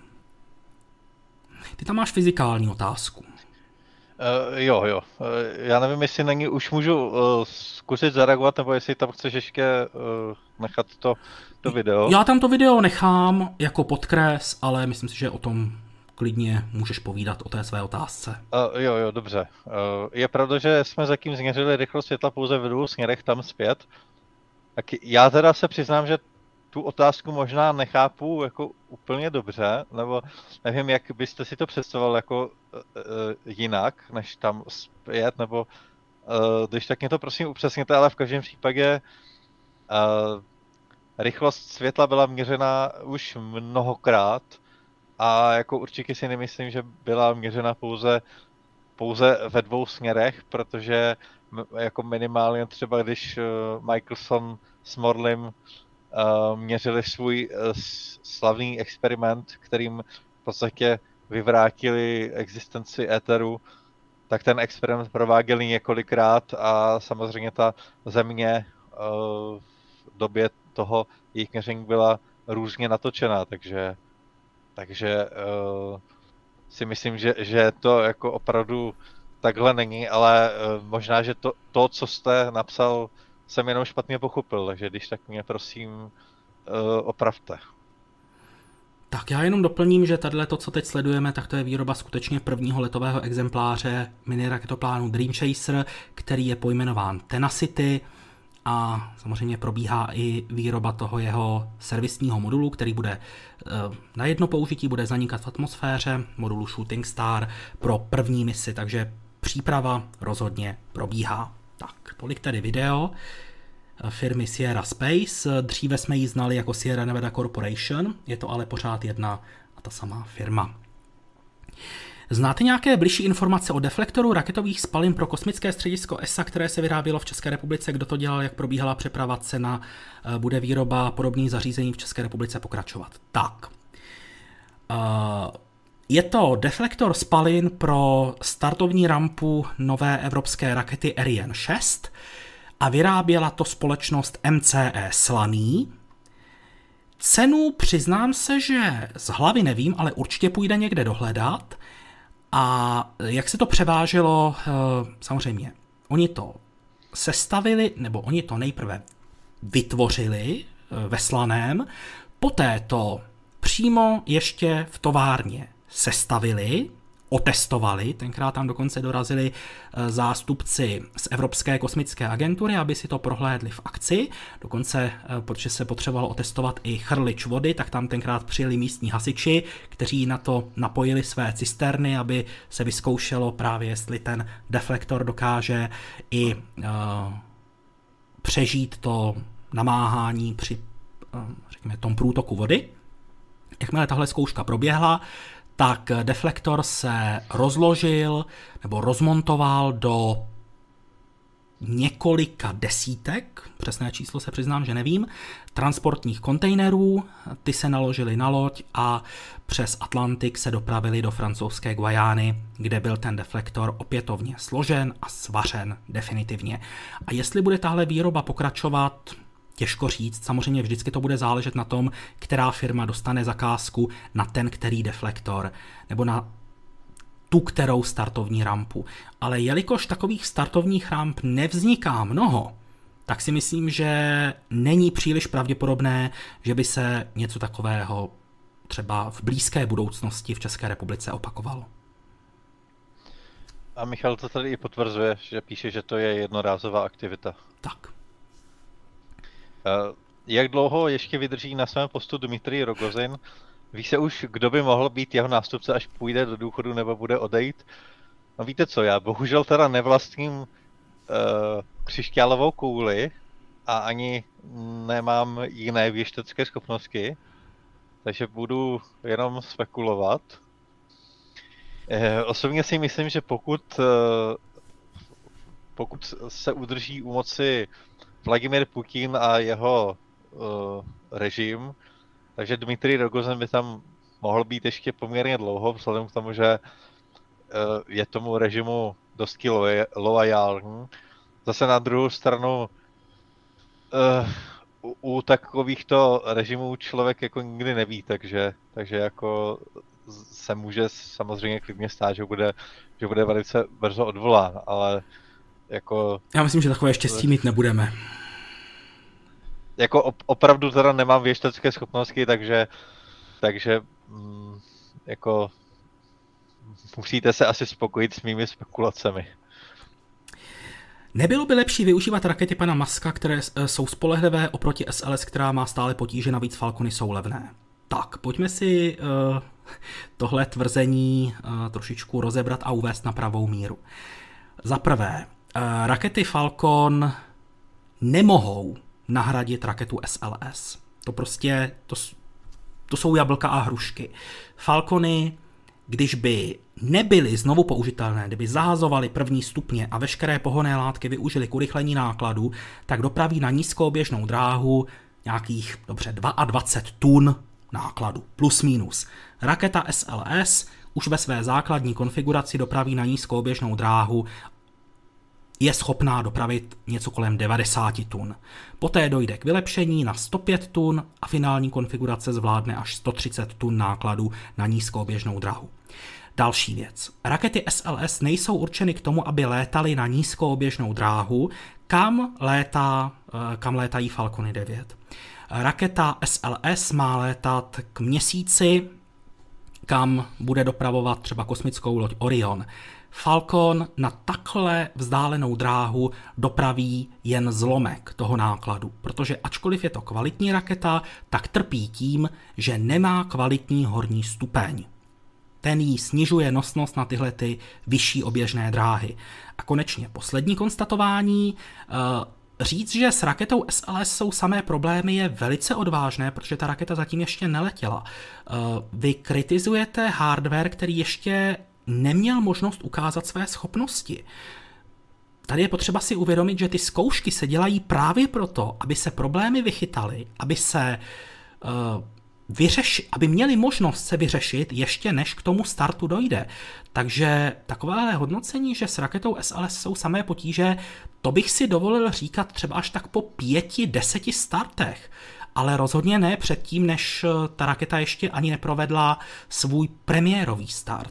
Ty tam máš fyzikální otázku. Uh, jo, jo. Uh, já nevím, jestli na ní už můžu uh, zkusit zareagovat, nebo jestli tam chceš ještě uh, nechat to, to video. Já tam to video nechám jako podkres, ale myslím si, že o tom klidně můžeš povídat, o té své otázce. Uh, jo, jo, dobře. Uh, je pravda, že jsme zatím změřili rychlost světla pouze ve dvou směrech tam zpět. Tak já teda se přiznám, že tu otázku možná nechápu jako úplně dobře, nebo nevím, jak byste si to představoval jako uh, jinak, než tam zpět, nebo uh, když tak mě to prosím upřesněte, ale v každém případě uh, rychlost světla byla měřena už mnohokrát a jako určitě si nemyslím, že byla měřena pouze, pouze ve dvou směrech, protože jako minimálně třeba když uh, Michelson s Morlim Uh, měřili svůj uh, slavný experiment, kterým v podstatě vyvrátili existenci éteru, tak ten experiment prováděli několikrát a samozřejmě ta Země uh, v době toho jejich měření byla různě natočená, takže, takže uh, si myslím, že, že to jako opravdu takhle není, ale uh, možná, že to, to, co jste napsal, jsem jenom špatně pochopil, takže když tak mě prosím uh, opravte. Tak já jenom doplním, že tato to, co teď sledujeme, tak to je výroba skutečně prvního letového exempláře mini raketoplánu Dream Chaser, který je pojmenován Tenacity a samozřejmě probíhá i výroba toho jeho servisního modulu, který bude uh, na jedno použití, bude zanikat v atmosféře, modulu Shooting Star pro první misi, takže příprava rozhodně probíhá. Tak, tolik tedy video firmy Sierra Space. Dříve jsme ji znali jako Sierra Nevada Corporation, je to ale pořád jedna a ta samá firma. Znáte nějaké bližší informace o deflektoru raketových spalin pro kosmické středisko E S A, které se vyrábělo v České republice? Kdo to dělal, jak probíhala přeprava, cena? Bude výroba podobných zařízení v České republice pokračovat? Tak. Uh, Je to deflektor spalin pro startovní rampu nové evropské rakety Ariane šest a vyráběla to společnost M C E Slaný. Cenu přiznám se, že z hlavy nevím, ale určitě půjde někde dohledat. A jak se to převáželo, samozřejmě, oni to sestavili, nebo oni to nejprve vytvořili ve Slaném, poté to přímo ještě v továrně sestavili, otestovali, tenkrát tam dokonce dorazili zástupci z Evropské kosmické agentury, aby si to prohlédli v akci, dokonce, protože se potřebovalo otestovat i chrlič vody, tak tam tenkrát přijeli místní hasiči, kteří na to napojili své cisterny, aby se vyzkoušelo právě, jestli ten deflektor dokáže i uh, přežít to namáhání při, uh, řekněme, tom průtoku vody. Jakmile tahle zkouška proběhla, tak deflektor se rozložil nebo rozmontoval do několika desítek, přesné číslo se přiznám, že nevím, transportních kontejnerů, ty se naložily na loď a přes Atlantik se dopravili do francouzské Guajány, kde byl ten deflektor opětovně složen a svařen definitivně. A jestli bude tahle výroba pokračovat, těžko říct, samozřejmě vždycky to bude záležet na tom, která firma dostane zakázku na ten, který deflektor, nebo na tu, kterou startovní rampu. Ale jelikož takových startovních ramp nevzniká mnoho, tak si myslím, že není příliš pravděpodobné, že by se něco takového třeba v blízké budoucnosti v České republice opakovalo. A Michal to tady i potvrzuje, že píše, že to je jednorázová aktivita. Tak. Jak dlouho ještě vydrží na svém postu Dmitrij Rogozin? Ví se už, kdo by mohl být jeho nástupce, až půjde do důchodu nebo bude odejít? No víte co, já bohužel teda nevlastním uh, křišťálovou kouli a ani nemám jiné věštecké schopnosti, takže budu jenom spekulovat. Uh, osobně si myslím, že pokud, uh, pokud se udrží u moci Vladimír Putin a jeho uh, režim, takže Dmitrij Rogozin by tam mohl být ještě poměrně dlouho, vzhledem k tomu, že uh, je tomu režimu dosti loajální. Zase na druhou stranu uh, u, u takovýchto režimů člověk jako nikdy neví, takže, takže jako se může samozřejmě klidně stát, že bude, že bude velice brzo odvolán, ale jako... Já myslím, že takové štěstí mít nebudeme. Jako op- opravdu teda nemám věštecké schopnosti, takže, takže mm, jako musíte se asi spokojit s mými spekulacemi. Nebylo by lepší využívat rakety pana Muska, které jsou spolehlivé oproti S L S, která má stále potíže, navíc Falcony jsou levné? Tak, pojďme si uh, tohle tvrzení uh, trošičku rozebrat a uvést na pravou míru. Za prvé, uh, rakety Falcon nemohou nahradit raketu S L S. To prostě, to, to jsou jablka a hrušky. Falcony, když by nebyly znovu použitelné, kdyby zahazovaly první stupně a veškeré pohonné látky využily k urychlení nákladu, tak dopraví na nízkooběžnou dráhu nějakých, dobře, dvacet dva tun nákladu, plus minus. Raketa S L S už ve své základní konfiguraci dopraví na nízkooběžnou dráhu, je schopná dopravit něco kolem devadesát tun. Poté dojde k vylepšení na sto pět tun a finální konfigurace zvládne až sto třicet tun nákladu na nízkooběžnou dráhu. Další věc. Rakety S L S nejsou určeny k tomu, aby létaly na nízkooběžnou dráhu, kam, létá, kam létají Falcony devět. Raketa S L S má létat k Měsíci, kam bude dopravovat třeba kosmickou loď Orion. Falcon na takhle vzdálenou dráhu dopraví jen zlomek toho nákladu, protože ačkoliv je to kvalitní raketa, tak trpí tím, že nemá kvalitní horní stupeň. Ten jí snižuje nosnost na tyhle ty vyšší oběžné dráhy. A konečně poslední konstatování. Říct, že s raketou S L S jsou samé problémy, je velice odvážné, protože ta raketa zatím ještě neletěla. Vy kritizujete hardware, který ještě neměl možnost ukázat své schopnosti. Tady je potřeba si uvědomit, že ty zkoušky se dělají právě proto, aby se problémy vychytaly, aby se uh, vyřeši, aby měli možnost se vyřešit ještě než k tomu startu dojde. Takže takové hodnocení, že s raketou S L S jsou samé potíže, to bych si dovolil říkat třeba až tak po pěti, deseti startech. Ale rozhodně ne předtím, než ta raketa ještě ani neprovedla svůj premiérový start.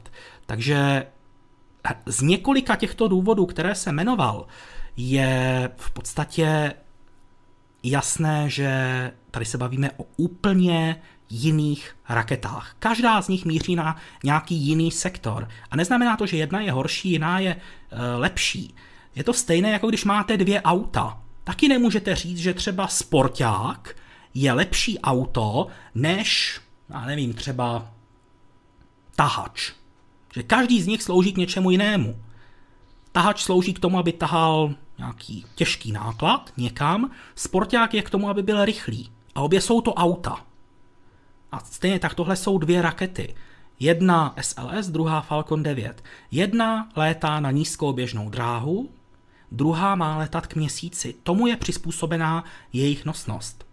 Takže z několika těchto důvodů, které jsem jmenoval, je v podstatě jasné, že tady se bavíme o úplně jiných raketách. Každá z nich míří na nějaký jiný sektor. A neznamená to, že jedna je horší, jiná je e, lepší. Je to stejné, jako když máte dvě auta. Taky nemůžete říct, že třeba sporták je lepší auto než, já nevím, třeba tahač. Že každý z nich slouží k něčemu jinému. Tahač slouží k tomu, aby tahal nějaký těžký náklad někam, sporták je k tomu, aby byl rychlý. A obě jsou to auta. A stejně tak tohle jsou dvě rakety. Jedna S L S, druhá Falcon devět. Jedna létá na nízkou běžnou dráhu, druhá má letat k měsíci. Tomu je přizpůsobená jejich nosnost.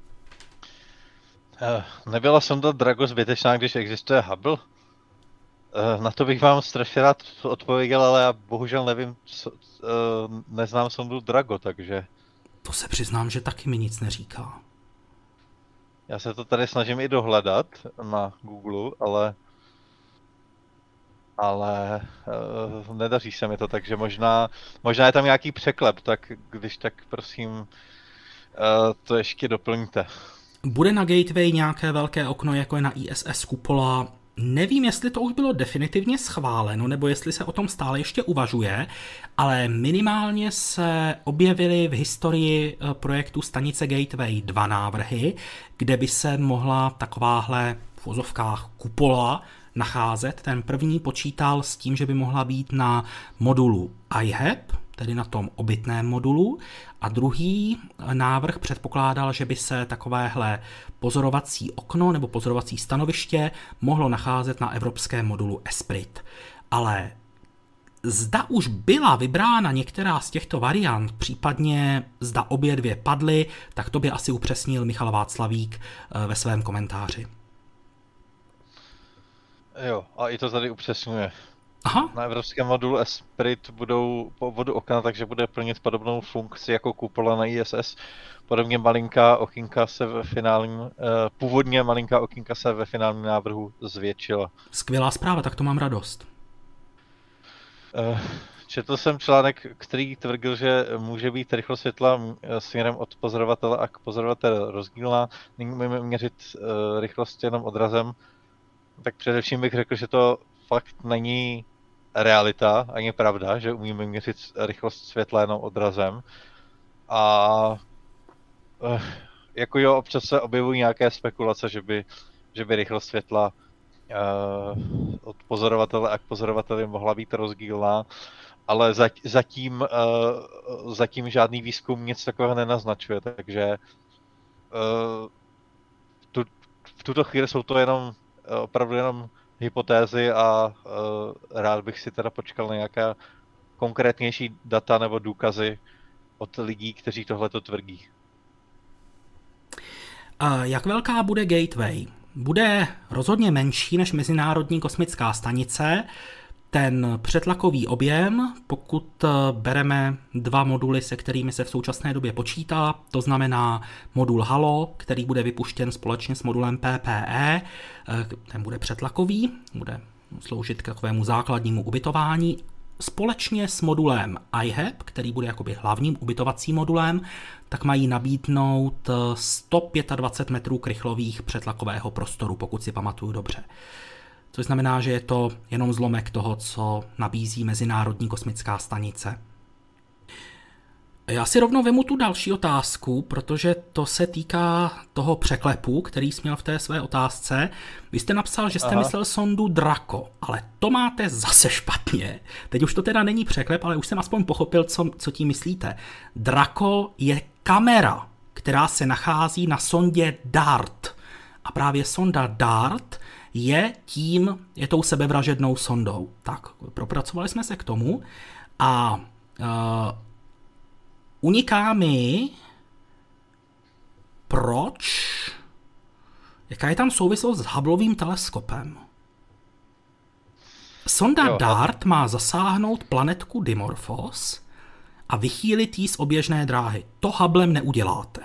Nebyla sonda Drago zbytečná, když existuje Hubble? Na to bych vám strašně rád odpověděl, ale já bohužel nevím, co, neznám sondu Drago, takže... To se přiznám, že taky mi nic neříká. Já se to tady snažím i dohledat na Google, ale... Ale uh, nedaří se mi to, takže možná, možná je tam nějaký překlep, tak když tak prosím uh, to ještě doplňte. Bude na Gateway nějaké velké okno, jako je na I S S Cupola? Nevím, jestli to už bylo definitivně schváleno, nebo jestli se o tom stále ještě uvažuje, ale minimálně se objevily v historii projektu stanice Gateway dva návrhy, kde by se mohla takováhle v vozovkách kupola nacházet. Ten první počítal s tím, že by mohla být na modulu I H A P, tedy na tom obytném modulu, a druhý návrh předpokládal, že by se takovéhle pozorovací okno nebo pozorovací stanoviště mohlo nacházet na evropském modulu Esprit. Ale zda už byla vybrána některá z těchto variant, případně zda obě dvě padly, tak to by asi upřesnil Michal Václavík ve svém komentáři. Jo, a i to tady upřesňuje. Aha. Na evropském modulu Esprit budou po obvodu okna, takže bude plnit podobnou funkci jako kupola na I S S. Podobně malinká okýnka se ve finálním, eh, původně malinká okýnka se ve finálním návrhu zvětšila. Skvělá zpráva, tak to mám radost. Eh, četl jsem článek, který tvrdil, že může být rychlost světla směrem od pozorovatele a k pozorovateli rozdílná. Nyní můžeme měřit eh, rychlost jenom odrazem. Tak především bych řekl, že to fakt není realita, ani pravda, že umíme měřit rychlost světla jenom odrazem. A jako jo, občas se objevují nějaké spekulace, že by, že by rychlost světla uh, od pozorovatele a k pozorovateli mohla být rozdílná, ale zatím, uh, zatím žádný výzkum nic takového nenaznačuje, takže uh, tu, v tuto chvíli jsou to jenom opravdu jenom hypotézy a uh, rád bych si teda počkal na nějaké konkrétnější data nebo důkazy od lidí, kteří tohleto tvrdí. A jak velká bude Gateway? Bude rozhodně menší než Mezinárodní kosmická stanice. Ten přetlakový objem, pokud bereme dva moduly, se kterými se v současné době počítá, to znamená modul Halo, který bude vypuštěn společně s modulem P P E, ten bude přetlakový, bude sloužit k takovému základnímu ubytování, společně s modulem I H A P, který bude jakoby hlavním ubytovacím modulem, tak mají nabídnout sto dvacet pět metrů krychlových přetlakového prostoru, pokud si pamatuju dobře. Což znamená, že je to jenom zlomek toho, co nabízí Mezinárodní kosmická stanice. Já si rovnou vemu tu další otázku, protože to se týká toho překlepu, který jsi měl v té své otázce. Vy jste napsal, že jste Aha. myslel sondu Draco, ale to máte zase špatně. Teď už to teda není překlep, ale už jsem aspoň pochopil, co, co tím myslíte. Draco je kamera, která se nachází na sondě DART. A právě sonda DART je tím, je tou sebevražednou sondou. Tak, propracovali jsme se k tomu a uh, uniká mi, proč, jaká je tam souvislost s Hubbleovým teleskopem. Sonda jo, DART a... má zasáhnout planetku Dimorphos a vychýlit jí z oběžné dráhy. To Hubblem neuděláte.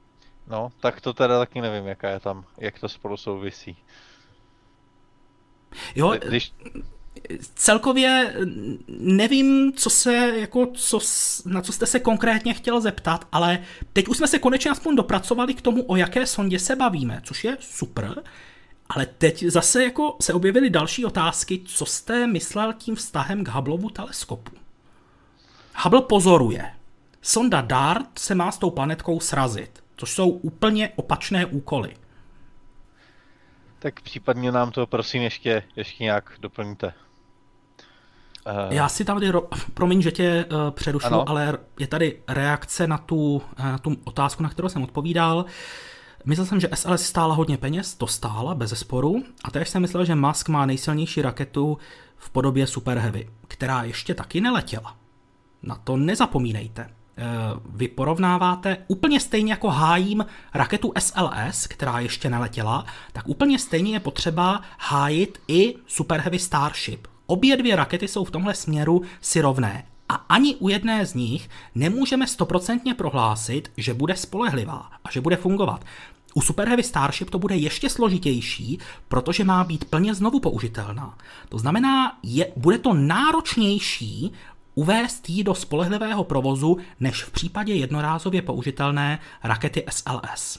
No, tak to teda taky nevím, jaká je tam, jak to spolu souvisí. Jo, Když... celkově nevím, co se, jako, co, na co jste se konkrétně chtěl zeptat, ale teď už jsme se konečně aspoň dopracovali k tomu, o jaké sondě se bavíme, což je super, ale teď zase jako se objevily další otázky, co jste myslel tím vztahem k Hubbleovu teleskopu. Hubble pozoruje. Sonda DART se má s tou planetkou srazit, což jsou úplně opačné úkoly. Tak případně nám to prosím ještě, ještě nějak doplňte. Uh, Já si tady, ro... promiň, že tě uh, přerušu, ano. Ale je tady reakce na tu, uh, tu otázku, na kterou jsem odpovídal. Myslel jsem, že S L S stála hodně peněz, to stála, bezesporu. A též jsem myslel, že Musk má nejsilnější raketu v podobě Super Heavy, která ještě taky neletěla. Na to nezapomínejte. Vy porovnáváte úplně stejně jako hájím raketu S L S, která ještě neletěla, tak úplně stejně je potřeba hájit i Super Heavy Starship. Obě dvě rakety jsou v tomhle směru si rovné. A ani u jedné z nich nemůžeme stoprocentně prohlásit, že bude spolehlivá a že bude fungovat. U Super Heavy Starship to bude ještě složitější, protože má být plně znovu použitelná. To znamená, je, bude to náročnější uvést ji do spolehlivého provozu, než v případě jednorázově použitelné rakety S L S.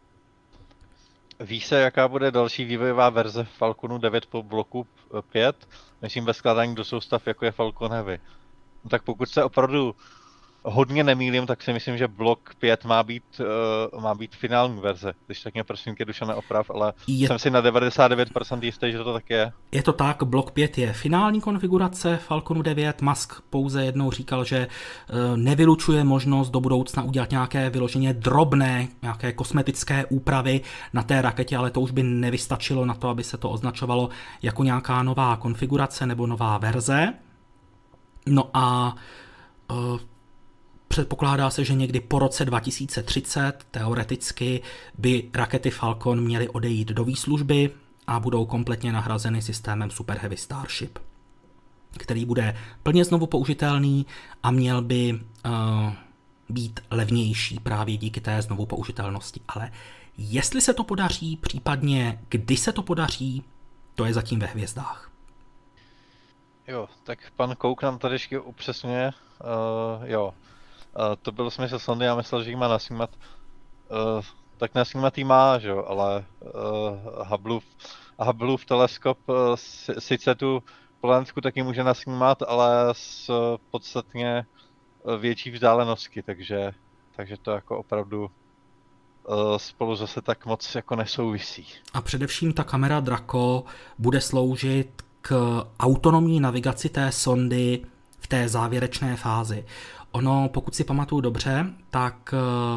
Ví se, jaká bude další vývojová verze Falconu devět po bloku pět? Myslím ve skládání do soustav, jako je Falcon Heavy. No tak pokud se opravdu hodně nemýlím, tak si myslím, že blok pět má být, uh, má být finální verze. Když tak mě prosím tě, Dušane, oprav, ale je... jsem si na devadesát devět procent jistý, že to tak je. Je to tak, blok pět je finální konfigurace Falconu devět. Musk pouze jednou říkal, že uh, nevylučuje možnost do budoucna udělat nějaké vyloženě drobné, nějaké kosmetické úpravy na té raketě, ale to už by nevystačilo na to, aby se to označovalo jako nějaká nová konfigurace nebo nová verze. No a uh, předpokládá se, že někdy po roce dva tisíce třicet teoreticky by rakety Falcon měly odejít do výslužby a budou kompletně nahrazeny systémem Super Heavy Starship, který bude plně znovu použitelný a měl by uh, být levnější právě díky té znovu použitelnosti. Ale jestli se to podaří, případně kdy se to podaří, to je zatím ve hvězdách. Jo, tak pan Kouk nám tady ještě upřesňuje, uh, jo. Uh, to byl smysl sondy, já myslel, že jí má nasnímat. Uh, tak nasnímat jí má, že jo, ale uh, Hubbleův, Hubbleův teleskop uh, sice tu planetku taky může nasnímat, ale s uh, podstatně větší vzdálenosti, takže, takže to jako opravdu uh, spolu zase tak moc jako nesouvisí. A především ta kamera Draco bude sloužit k autonomní navigaci té sondy v té závěrečné fázi. Ono, pokud si pamatuju dobře, tak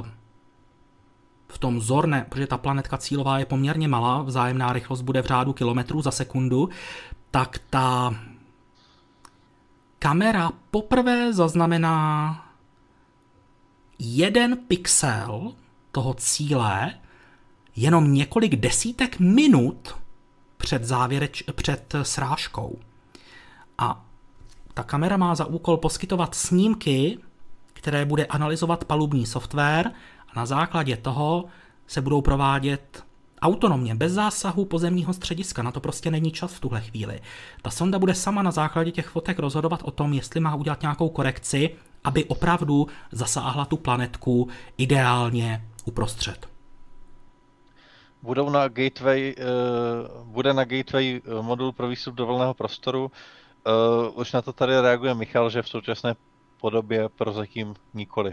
v tom zorné, protože ta planetka cílová je poměrně malá, vzájemná rychlost bude v řádu kilometrů za sekundu, tak ta kamera poprvé zaznamená jeden pixel toho cíle jenom několik desítek minut před, závěreč, před srážkou. A ta kamera má za úkol poskytovat snímky, které bude analyzovat palubní software a na základě toho se budou provádět autonomně, bez zásahu pozemního střediska. Na to prostě není čas v tuhle chvíli. Ta sonda bude sama na základě těch fotek rozhodovat o tom, jestli má udělat nějakou korekci, aby opravdu zasáhla tu planetku ideálně uprostřed. Budou na gateway, uh, bude na gateway modul pro výstup do volného prostoru. Uh, už na to tady reaguje Michal, že v současné podobě prozatím nikoliv.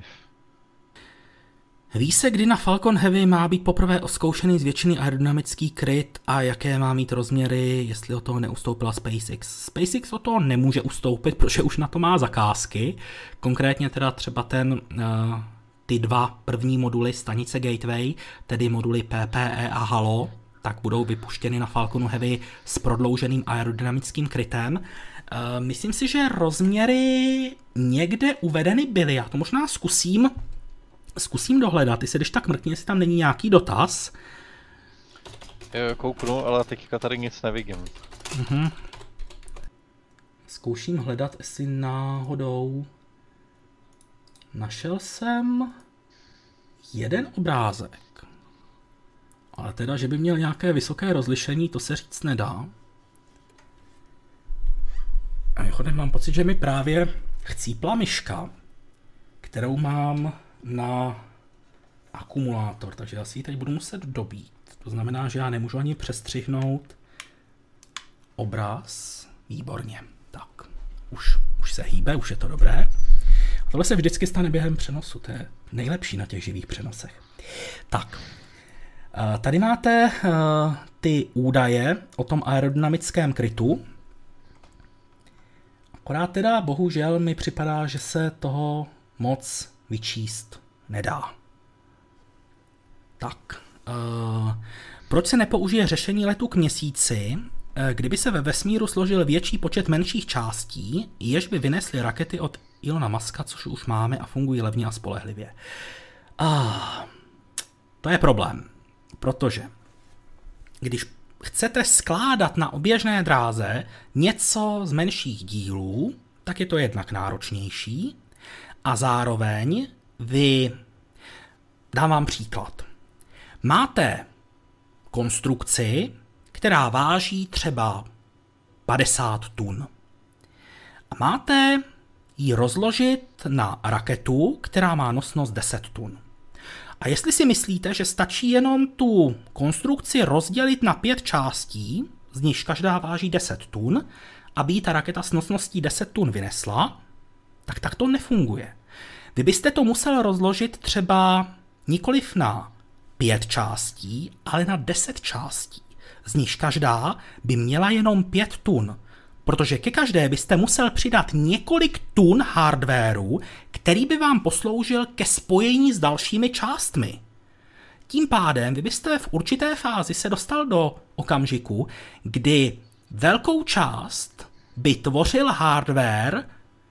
Ví se, kdy na Falcon Heavy má být poprvé oskoušený zvětšený aerodynamický kryt a jaké má mít rozměry, jestli od toho neustoupila SpaceX. SpaceX od toho nemůže ustoupit, protože už na to má zakázky. Konkrétně teda třeba ten, uh, ty dva první moduly stanice Gateway, tedy moduly P P E a Halo, tak budou vypuštěny na Falconu Heavy s prodlouženým aerodynamickým krytem. Uh, myslím si, že rozměry někde uvedeny byly. Já to možná zkusím, zkusím dohledat. Ty se když tak mrkni, jestli tam není nějaký dotaz. Jo, kouknu, ale teďka tady nic nevidím. Uh-huh. Zkouším hledat, jestli náhodou... Našel jsem jeden obrázek. Ale teda, že by měl nějaké vysoké rozlišení, to se říct nedá. Mimochodem mám pocit, že mi právě chcípla myška, kterou mám na akumulátor, takže já si ji teď budu muset dobít. To znamená, že já nemůžu ani přestřihnout obraz. Výborně. Tak, už, už se hýbe, už je to dobré. A tohle se vždycky stane během přenosu, to je nejlepší na těch živých přenosech. Tak, tady máte ty údaje o tom aerodynamickém krytu. Akorát teda bohužel mi připadá, že se toho moc vyčíst nedá. Tak, uh, proč se nepoužije řešení letu k měsíci, kdyby se ve vesmíru složil větší počet menších částí, jež by vynesly rakety od Elona Muska, což už máme a fungují levně a spolehlivě? Ah, to je problém, protože když chcete skládat na oběžné dráze něco z menších dílů, tak je to jednak náročnější a zároveň vy, dám vám příklad, máte konstrukci, která váží třeba padesát tun. A máte ji rozložit na raketu, která má nosnost deset tun. A jestli si myslíte, že stačí jenom tu konstrukci rozdělit na pět částí, z nichž každá váží deset tun, aby ji ta raketa s nosností deset tun vynesla, tak tak to nefunguje. Vy byste to musel rozložit třeba nikoliv na pět částí, ale na deset částí, z nichž každá by měla jenom pět tun, protože ke každé byste musel přidat několik tun hardwaru, který by vám posloužil ke spojení s dalšími částmi. Tím pádem vy byste v určité fázi se dostal do okamžiku, kdy velkou část by tvořil hardware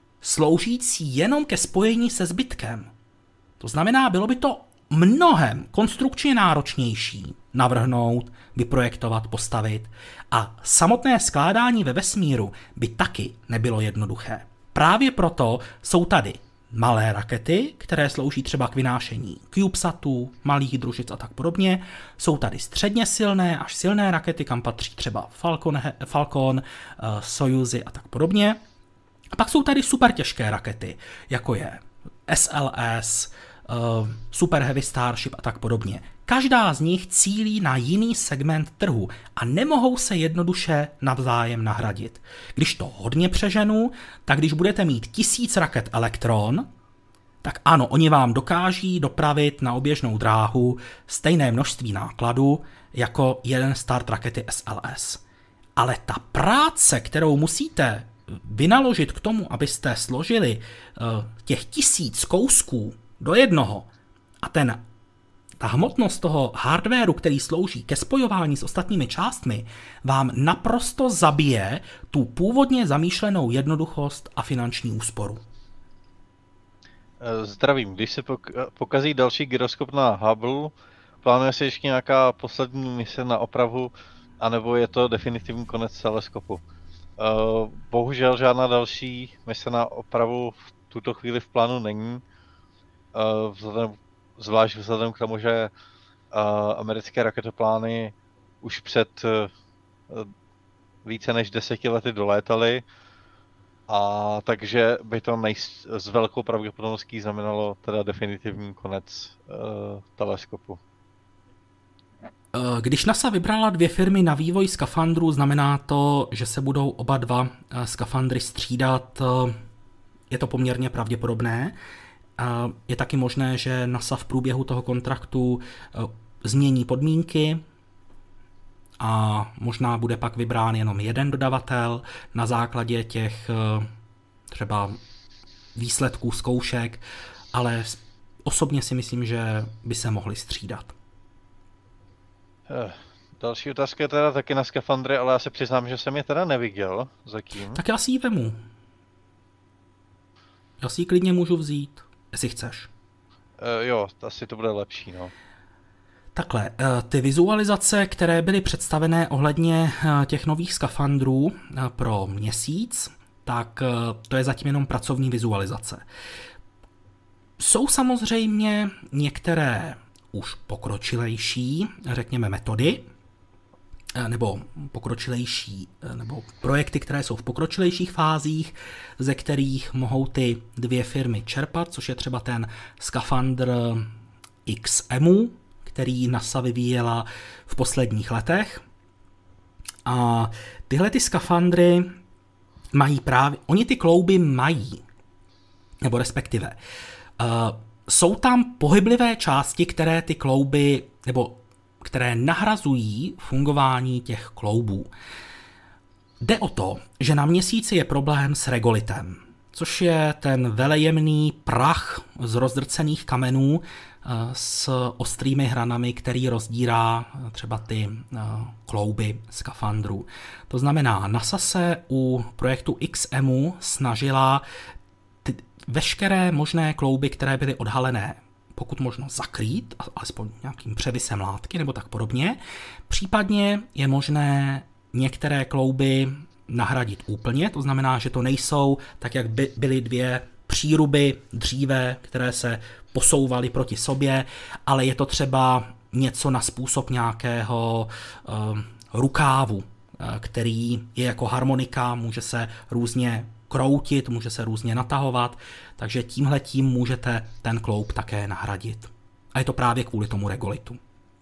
sloužící jenom ke spojení se zbytkem. To znamená, bylo by to mnohem konstrukčně náročnější navrhnout, vyprojektovat, postavit a samotné skládání ve vesmíru by taky nebylo jednoduché. Právě proto jsou tady malé rakety, které slouží třeba k vynášení CubeSatů, malých družic a tak podobně. Jsou tady středně silné až silné rakety, kam patří třeba Falcon, Falcon Sojuzy a tak podobně. A pak jsou tady super těžké rakety, jako je S L S, Uh, Super Heavy Starship a tak podobně. Každá z nich cílí na jiný segment trhu a nemohou se jednoduše navzájem nahradit. Když to hodně přeženu, tak když budete mít tisíc raket Electron, tak ano, oni vám dokáží dopravit na oběžnou dráhu stejné množství nákladu jako jeden start rakety S L S. Ale ta práce, kterou musíte vynaložit k tomu, abyste složili uh, těch tisíc kousků do jednoho a ten, ta hmotnost toho hardwaru, který slouží ke spojování s ostatními částmi, vám naprosto zabije tu původně zamýšlenou jednoduchost a finanční úsporu. Zdravím, když se pokazí další gyroskop na Hubble, plánuje se ještě nějaká poslední mise na opravu, anebo je to definitivní konec teleskopu? Bohužel žádná další mise na opravu v tuto chvíli v plánu není. Vzhledem, zvlášť vzhledem k tomu, že uh, americké raketoplány už před uh, více než deseti lety dolétaly, a takže by to nejs- s velkou pravděpodobností znamenalo teda definitivní konec uh, teleskopu. Když NASA vybrala dvě firmy na vývoj skafandrů, znamená to, že se budou oba dva skafandry střídat. Je to poměrně pravděpodobné. Je taky možné, že NASA v průběhu toho kontraktu změní podmínky a možná bude pak vybrán jenom jeden dodavatel na základě těch třeba výsledků zkoušek, ale osobně si myslím, že by se mohli střídat. Další otázka je teda taky na skafandry, ale já se přiznám, že jsem je teda neviděl zatím. Tak já si ji vemu. Já si ji klidně můžu vzít, jestli chceš. Uh, jo, asi to bude lepší, no. Takhle, ty vizualizace, které byly představené ohledně těch nových skafandrů pro měsíc, tak to je zatím jenom pracovní vizualizace. Jsou samozřejmě některé už pokročilejší, řekněme, metody, nebo pokročilejší, nebo projekty, které jsou v pokročilejších fázích, ze kterých mohou ty dvě firmy čerpat, což je třeba ten skafandr X E M U, který NASA vyvíjela v posledních letech. A tyhle ty skafandry mají právě, oni ty klouby mají, nebo respektive, uh, jsou tam pohyblivé části, které ty klouby, nebo které nahrazují fungování těch kloubů. Jde o to, že na Měsíci je problém s regolitem, což je ten velejemný prach z rozdrcených kamenů s ostrými hranami, který rozdírá třeba ty klouby skafandrů. To znamená, NASA se u projektu X E M U snažila ty veškeré možné klouby, které byly odhalené, pokud možno zakrýt, alespoň nějakým převisem látky nebo tak podobně. Případně je možné některé klouby nahradit úplně, to znamená, že to nejsou tak, jak by byly dvě příruby dříve, které se posouvaly proti sobě, ale je to třeba něco na způsob nějakého uh, rukávu, uh, který je jako harmonika, může se různě kroutit, může se různě natahovat, takže tímhletím můžete ten kloub také nahradit. A je to právě kvůli tomu regolitu.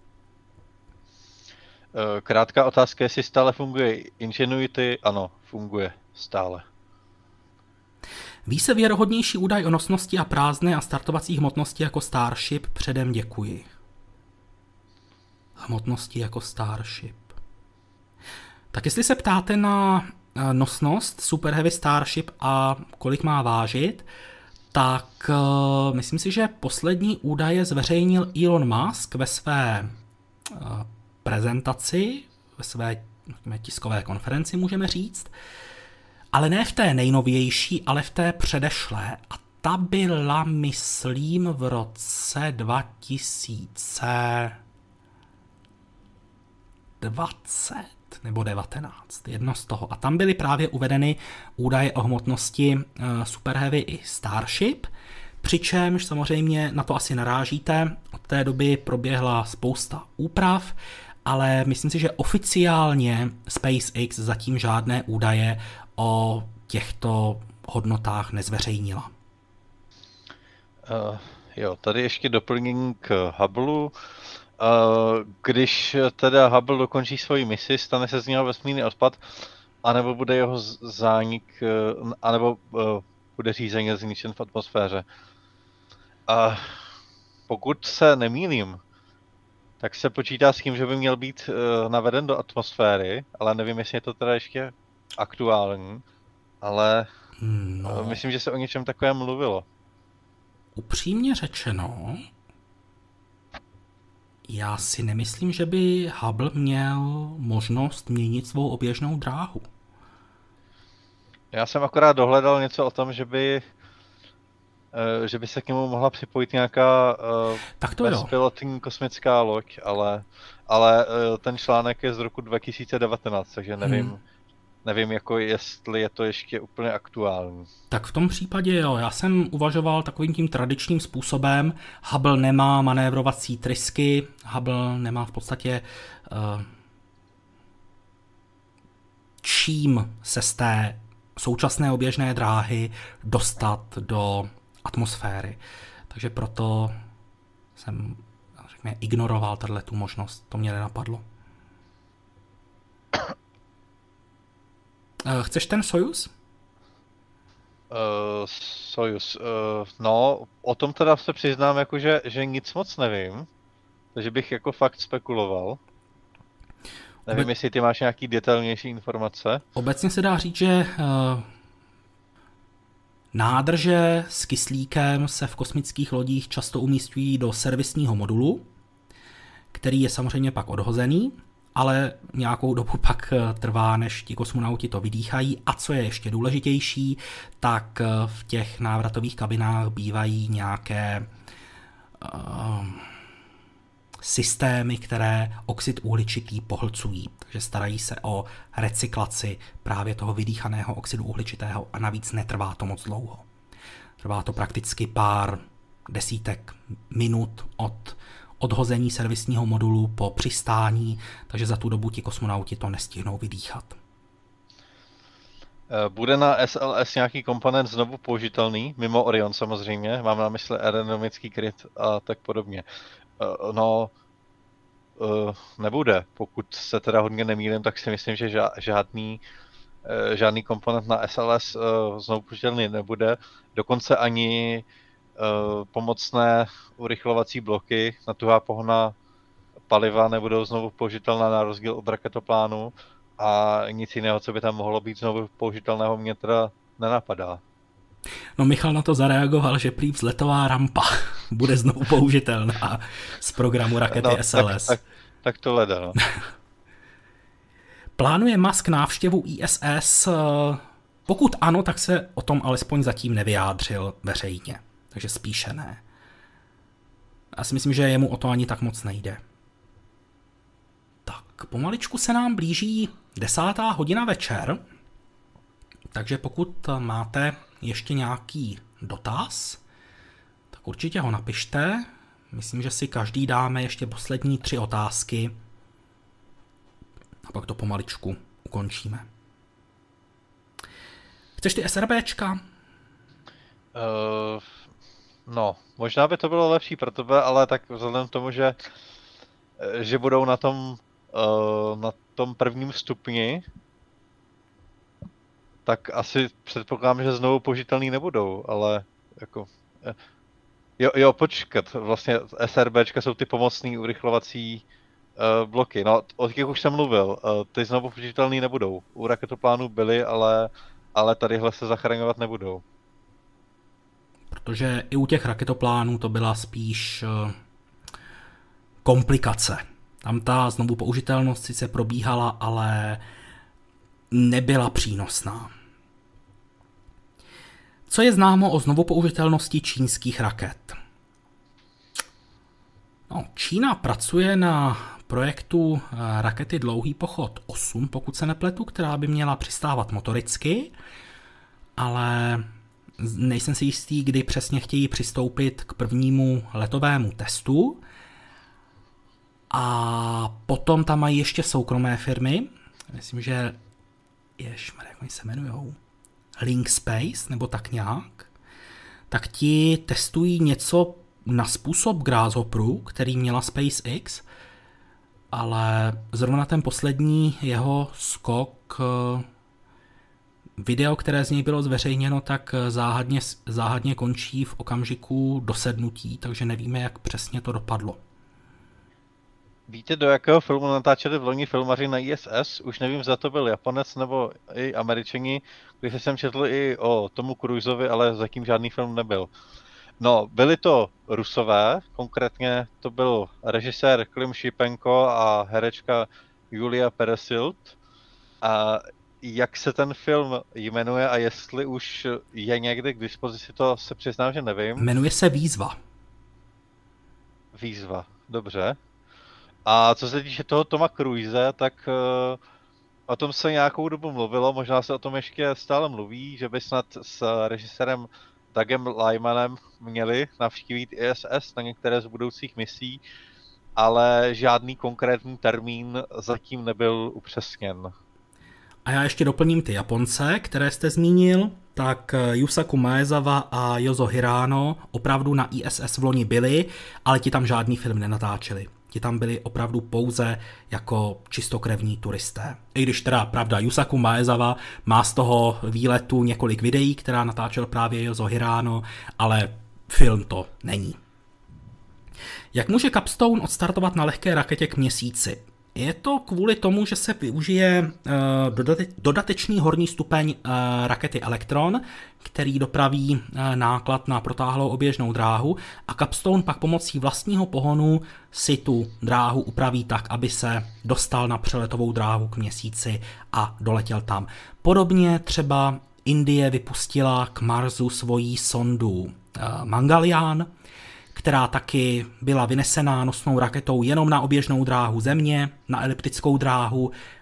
Krátká otázka, jestli stále funguje Ingenuity. Ano, funguje stále. Ví se věrohodnější údaj o nosnosti a prázdné a startovací hmotnosti jako Starship? Předem děkuji. Hmotnosti jako Starship. Tak jestli se ptáte na nosnost Super Heavy Starship a kolik má vážit, tak uh, myslím si, že poslední údaje zveřejnil Elon Musk ve své uh, prezentaci, ve své tiskové konferenci, můžeme říct, ale ne v té nejnovější, ale v té předešlé. A ta byla, myslím, v roce dva tisíce dvacet nebo devatenáct, jedno z toho. A tam byly právě uvedeny údaje o hmotnosti Super Heavy i Starship, přičemž samozřejmě na to asi narážíte. Od té doby proběhla spousta úprav, ale myslím si, že oficiálně SpaceX zatím žádné údaje o těchto hodnotách nezveřejnila. Uh, jo, tady ještě doplnění k Hubble. Když teda Hubble dokončí svoji misi, stane se z něho vesmírný odpad, anebo bude jeho zánik, anebo bude řízeně zničen v atmosféře. A pokud se nemýlím, tak se počítá s tím, že by měl být naveden do atmosféry, ale nevím, jestli je to teda ještě aktuální, ale no. Myslím, že se o něčem takovém mluvilo. Upřímně řečeno, já si nemyslím, že by Hubble měl možnost měnit svou oběžnou dráhu. Já jsem akorát dohledal něco o tom, že by, že by se k němu mohla připojit nějaká bezpilotní kosmická loď, ale, ale ten článek je z roku dva tisíce devatenáct, takže nevím, hmm. nevím jako jestli je to ještě úplně aktuální. Tak v tom případě jo, já jsem uvažoval takovým tím tradičním způsobem. Hubble nemá manévrovací trysky, Hubble nemá v podstatě uh, čím se z té současné oběžné dráhy dostat do atmosféry. Takže proto jsem řekněme, ignoroval tu možnost, to mě nenapadlo. Uh, chceš ten Sojuz? Uh, Sojuz, uh, no, o tom teda se přiznám, jako že, že nic moc nevím, takže bych jako fakt spekuloval. Nevím, Obe... jestli ty máš nějaký detailnější informace. Obecně se dá říct, že uh, nádrže s kyslíkem se v kosmických lodích často umísťují do servisního modulu, který je samozřejmě pak odhozený, ale nějakou dobu pak trvá, než ti kosmonauti to vydýchají. A co je ještě důležitější, tak v těch návratových kabinách bývají nějaké uh, systémy, které oxid uhličitý pohlcují. Takže starají se o recyklaci právě toho vydýchaného oxidu uhličitého a navíc netrvá to moc dlouho. Trvá to prakticky pár desítek minut od odhození servisního modulu po přistání, takže za tu dobu ti kosmonauti to nestihnou vydýchat. Bude na S L S nějaký komponent znovu použitelný, mimo Orion samozřejmě, mám na mysli aerodynamický kryt a tak podobně. No, nebude. Pokud se teda hodně nemýlím, tak si myslím, že žádný, žádný komponent na S L S znovu použitelný nebude. Dokonce ani pomocné urychlovací bloky na tuhá pohonná paliva nebudou znovu použitelná na rozdíl od raketoplánu. A nic jiného, co by tam mohlo být znovu použitelného, mě teda nenapadá. No Michal na to zareagoval, že prý vzletová rampa bude znovu použitelná z programu rakety no, S L S. Tak, tak, tak to leda, no. Plánuje Musk návštěvu I S S? Pokud ano, tak se o tom alespoň zatím nevyjádřil veřejně. Takže spíše ne. Já si myslím, že jemu o to ani tak moc nejde. Tak, pomaličku se nám blíží desátá hodina večer, takže pokud máte ještě nějaký dotaz, tak určitě ho napište. Myslím, že si každý dáme ještě poslední tři otázky a pak to pomaličku ukončíme. Chceš ty SRBčka? Uh, no, možná by to bylo lepší pro tebe, ale tak vzhledem k tomu, že, že budou na tom Uh, na tom prvním stupni, tak asi předpokládám, že znovu použitelný nebudou, ale jako... Jo, jo, počkat, vlastně SRBčka jsou ty pomocný urychlovací uh, bloky, no o těch už jsem mluvil, uh, ty znovu použitelný nebudou. U raketoplánu byly, ale, ale tadyhle se zachraňovat nebudou. Protože i u těch raketoplánů to byla spíš uh, komplikace. Tam ta znovu použitelnost sice probíhala, ale nebyla přínosná. Co je známo o znovu použitelnosti čínských raket? No, Čína pracuje na projektu rakety Dlouhý pochod osm, pokud se nepletu, která by měla přistávat motoricky, ale nejsem si jistý, kdy přesně chtějí přistoupit k prvnímu letovému testu. A potom tam mají ještě soukromé firmy, myslím, že ježmar, jak oni se jmenujou, Link Space, nebo tak nějak, tak ti testují něco na způsob Grasshopperu, který měla SpaceX, ale zrovna ten poslední jeho skok, video, které z něj bylo zveřejněno, tak záhadně, záhadně končí v okamžiku dosednutí, takže nevíme, jak přesně to dopadlo. Víte, do jakého filmu natáčeli v loni filmaři na I S S? Už nevím, zda to byl Japonec nebo i Američani, když jsem četl i o Tomu Cruiseovi, ale zatím žádný film nebyl. No, byli to Rusové, konkrétně to byl režisér Klim Šipenko a herečka Julia Peresild. A jak se ten film jmenuje a jestli už je někde k dispozici, to se přiznám, že nevím. Jmenuje se Výzva. Výzva, dobře. A co se týče toho Toma Cruise, tak uh, o tom se nějakou dobu mluvilo, možná se o tom ještě stále mluví, že by snad s režisérem Dougem Limanem měli navštívit I S S na některé z budoucích misí, ale žádný konkrétní termín zatím nebyl upřesněn. A já ještě doplním ty Japonce, které jste zmínil, tak Yusaku Maezawa a Yozo Hirano opravdu na I S S v loni byli, ale ti tam žádný film nenatáčeli. Ti tam byli opravdu pouze jako čistokrevní turisté. I když teda, pravda, Yusaku Maezawa má z toho výletu několik videí, která natáčel právě Yozo Hirano, ale film to není. Jak může Capstone odstartovat na lehké raketě k Měsíci? Je to kvůli tomu, že se využije uh, dodatečný horní stupeň uh, rakety Electron, který dopraví uh, náklad na protáhlou oběžnou dráhu a Capstone pak pomocí vlastního pohonu si tu dráhu upraví tak, aby se dostal na přeletovou dráhu k Měsíci a doletěl tam. Podobně třeba Indie vypustila k Marsu svoji sondu uh, Mangalyaan, která taky byla vynesená nosnou raketou jenom na oběžnou dráhu Země, na eliptickou dráhu a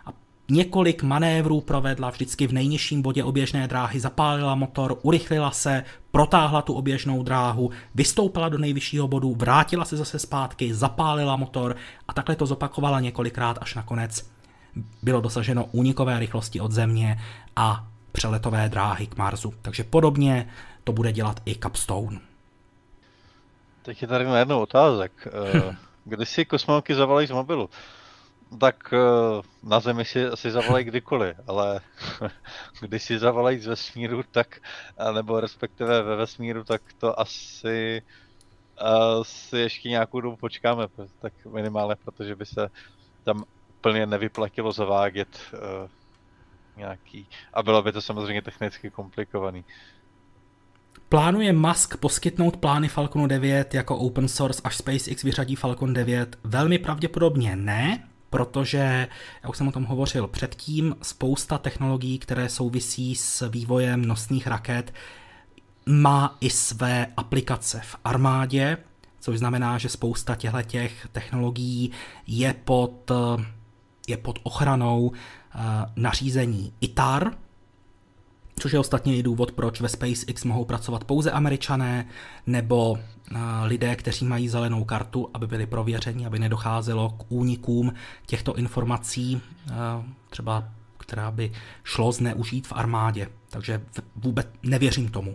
několik manévrů provedla vždycky v nejnižším bodě oběžné dráhy, zapálila motor, urychlila se, protáhla tu oběžnou dráhu, vystoupila do nejvyššího bodu, vrátila se zase zpátky, zapálila motor a takhle to zopakovala několikrát, až nakonec bylo dosaženo únikové rychlosti od Země a přeletové dráhy k Marsu. Takže podobně to bude dělat i Capstone. Teď je tady najednou otázek. Kdy si kosmonauti zavolají z mobilu? Tak na Zemi si asi zavolají kdykoliv, ale když si zavolají z vesmíru, tak, nebo respektive ve vesmíru, tak to asi, asi ještě nějakou dobu počkáme, tak minimálně, protože by se tam úplně nevyplatilo zavádět uh, nějaký, a bylo by to samozřejmě technicky komplikovaný. Plánuje Musk poskytnout plány Falconu devět jako open source, až SpaceX vyřadí Falcon devět? Velmi pravděpodobně ne, protože, já už jsem o tom hovořil předtím, spousta technologií, které souvisí s vývojem nosných raket, má i své aplikace v armádě, což znamená, že spousta těchto technologií je pod, je pod ochranou uh, nařízení I T A R, což je ostatně i důvod, proč ve SpaceX mohou pracovat pouze Američané nebo uh, lidé, kteří mají zelenou kartu, aby byli prověřeni, aby nedocházelo k únikům těchto informací, uh, třeba která by šlo zneužít v armádě. Takže vůbec nevěřím tomu.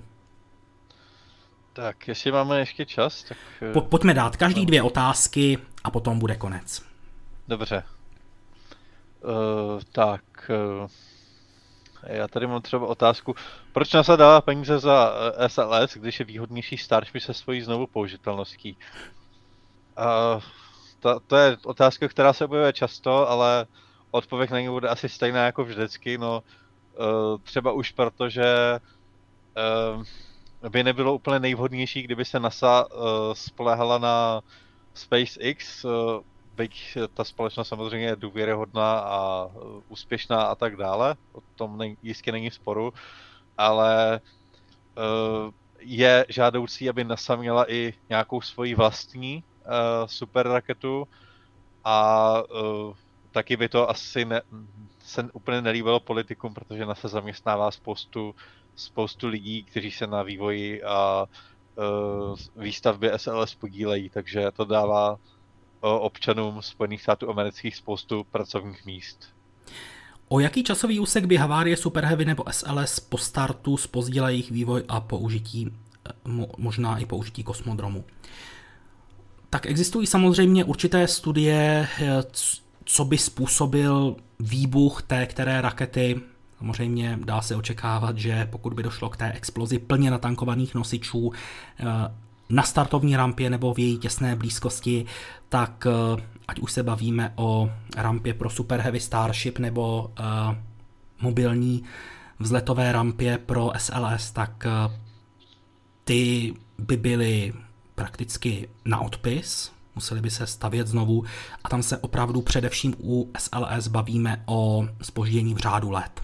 Tak, jestli máme ještě čas, tak... Po, pojďme dát každý dvě otázky a potom bude konec. Dobře. Uh, tak... Uh... Já tady mám třeba otázku, proč NASA dává peníze za S L S, když je výhodnější Starship se svojí znovu použitelností? Uh, to, to je otázka, která se objevuje často, ale odpověď na ní bude asi stejná jako vždycky. No, uh, třeba už proto, že uh, by nebylo úplně nejvhodnější, kdyby se NASA uh, spoléhala na SpaceX, uh, byť ta společnost samozřejmě je důvěryhodná a úspěšná a tak dále, o tom nej, jistě není sporu, ale uh, je žádoucí, aby NASA měla i nějakou svoji vlastní uh, super raketu a uh, taky by to asi ne, se úplně nelíbilo politikům, protože NASA zaměstnává spoustu, spoustu lidí, kteří se na vývoji a uh, výstavbě S L S podílejí, takže to dává občanům Spojených států amerických spoustu pracovních míst. O jaký časový úsek by havárie Super Heavy nebo S L S po startu zpozdila jejich vývoj a použití, možná i použití kosmodromu? Tak existují samozřejmě určité studie, co by způsobil výbuch té které rakety. Samozřejmě dá se očekávat, že pokud by došlo k té explozi plně natankovaných nosičů na startovní rampě nebo v její těsné blízkosti, tak ať už se bavíme o rampě pro Super Heavy Starship nebo uh, mobilní vzletové rampě pro S L S, tak uh, ty by byly prakticky na odpis, museli by se stavět znovu a tam se opravdu především u S L S bavíme o zpoždění v řádu let.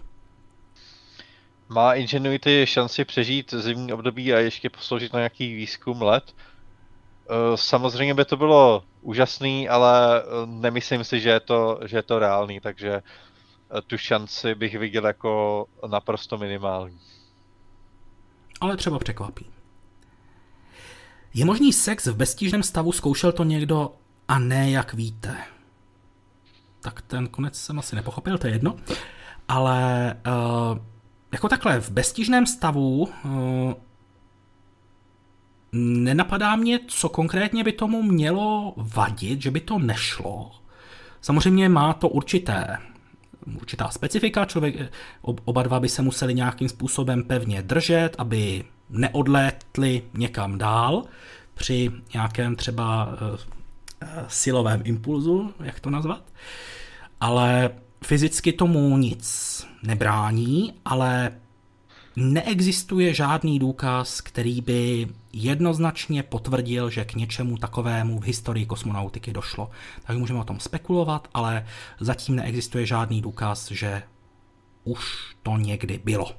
Má Ingenuity šanci přežít zimní období a ještě posloužit na nějaký výzkum let? Samozřejmě by to bylo úžasný, ale nemyslím si, že je to, že je to reálný, takže tu šanci bych viděl jako naprosto minimální. Ale třeba překvapí. Je možný sex v beztížném stavu, zkoušel to někdo a ne jak víte? Tak ten konec jsem asi nepochopil, to je jedno. Ale uh, jako takhle, v beztížném stavu uh, nenapadá mě, co konkrétně by tomu mělo vadit, že by to nešlo. Samozřejmě má to určité, určitá specifika, člověk, oba dva by se museli nějakým způsobem pevně držet, aby neodlétli někam dál při nějakém třeba uh, silovém impulzu, jak to nazvat. Ale fyzicky tomu nic nebrání, ale neexistuje žádný důkaz, který by jednoznačně potvrdil, že k něčemu takovému v historii kosmonautiky došlo. Tak můžeme o tom spekulovat, ale zatím neexistuje žádný důkaz, že už to někdy bylo.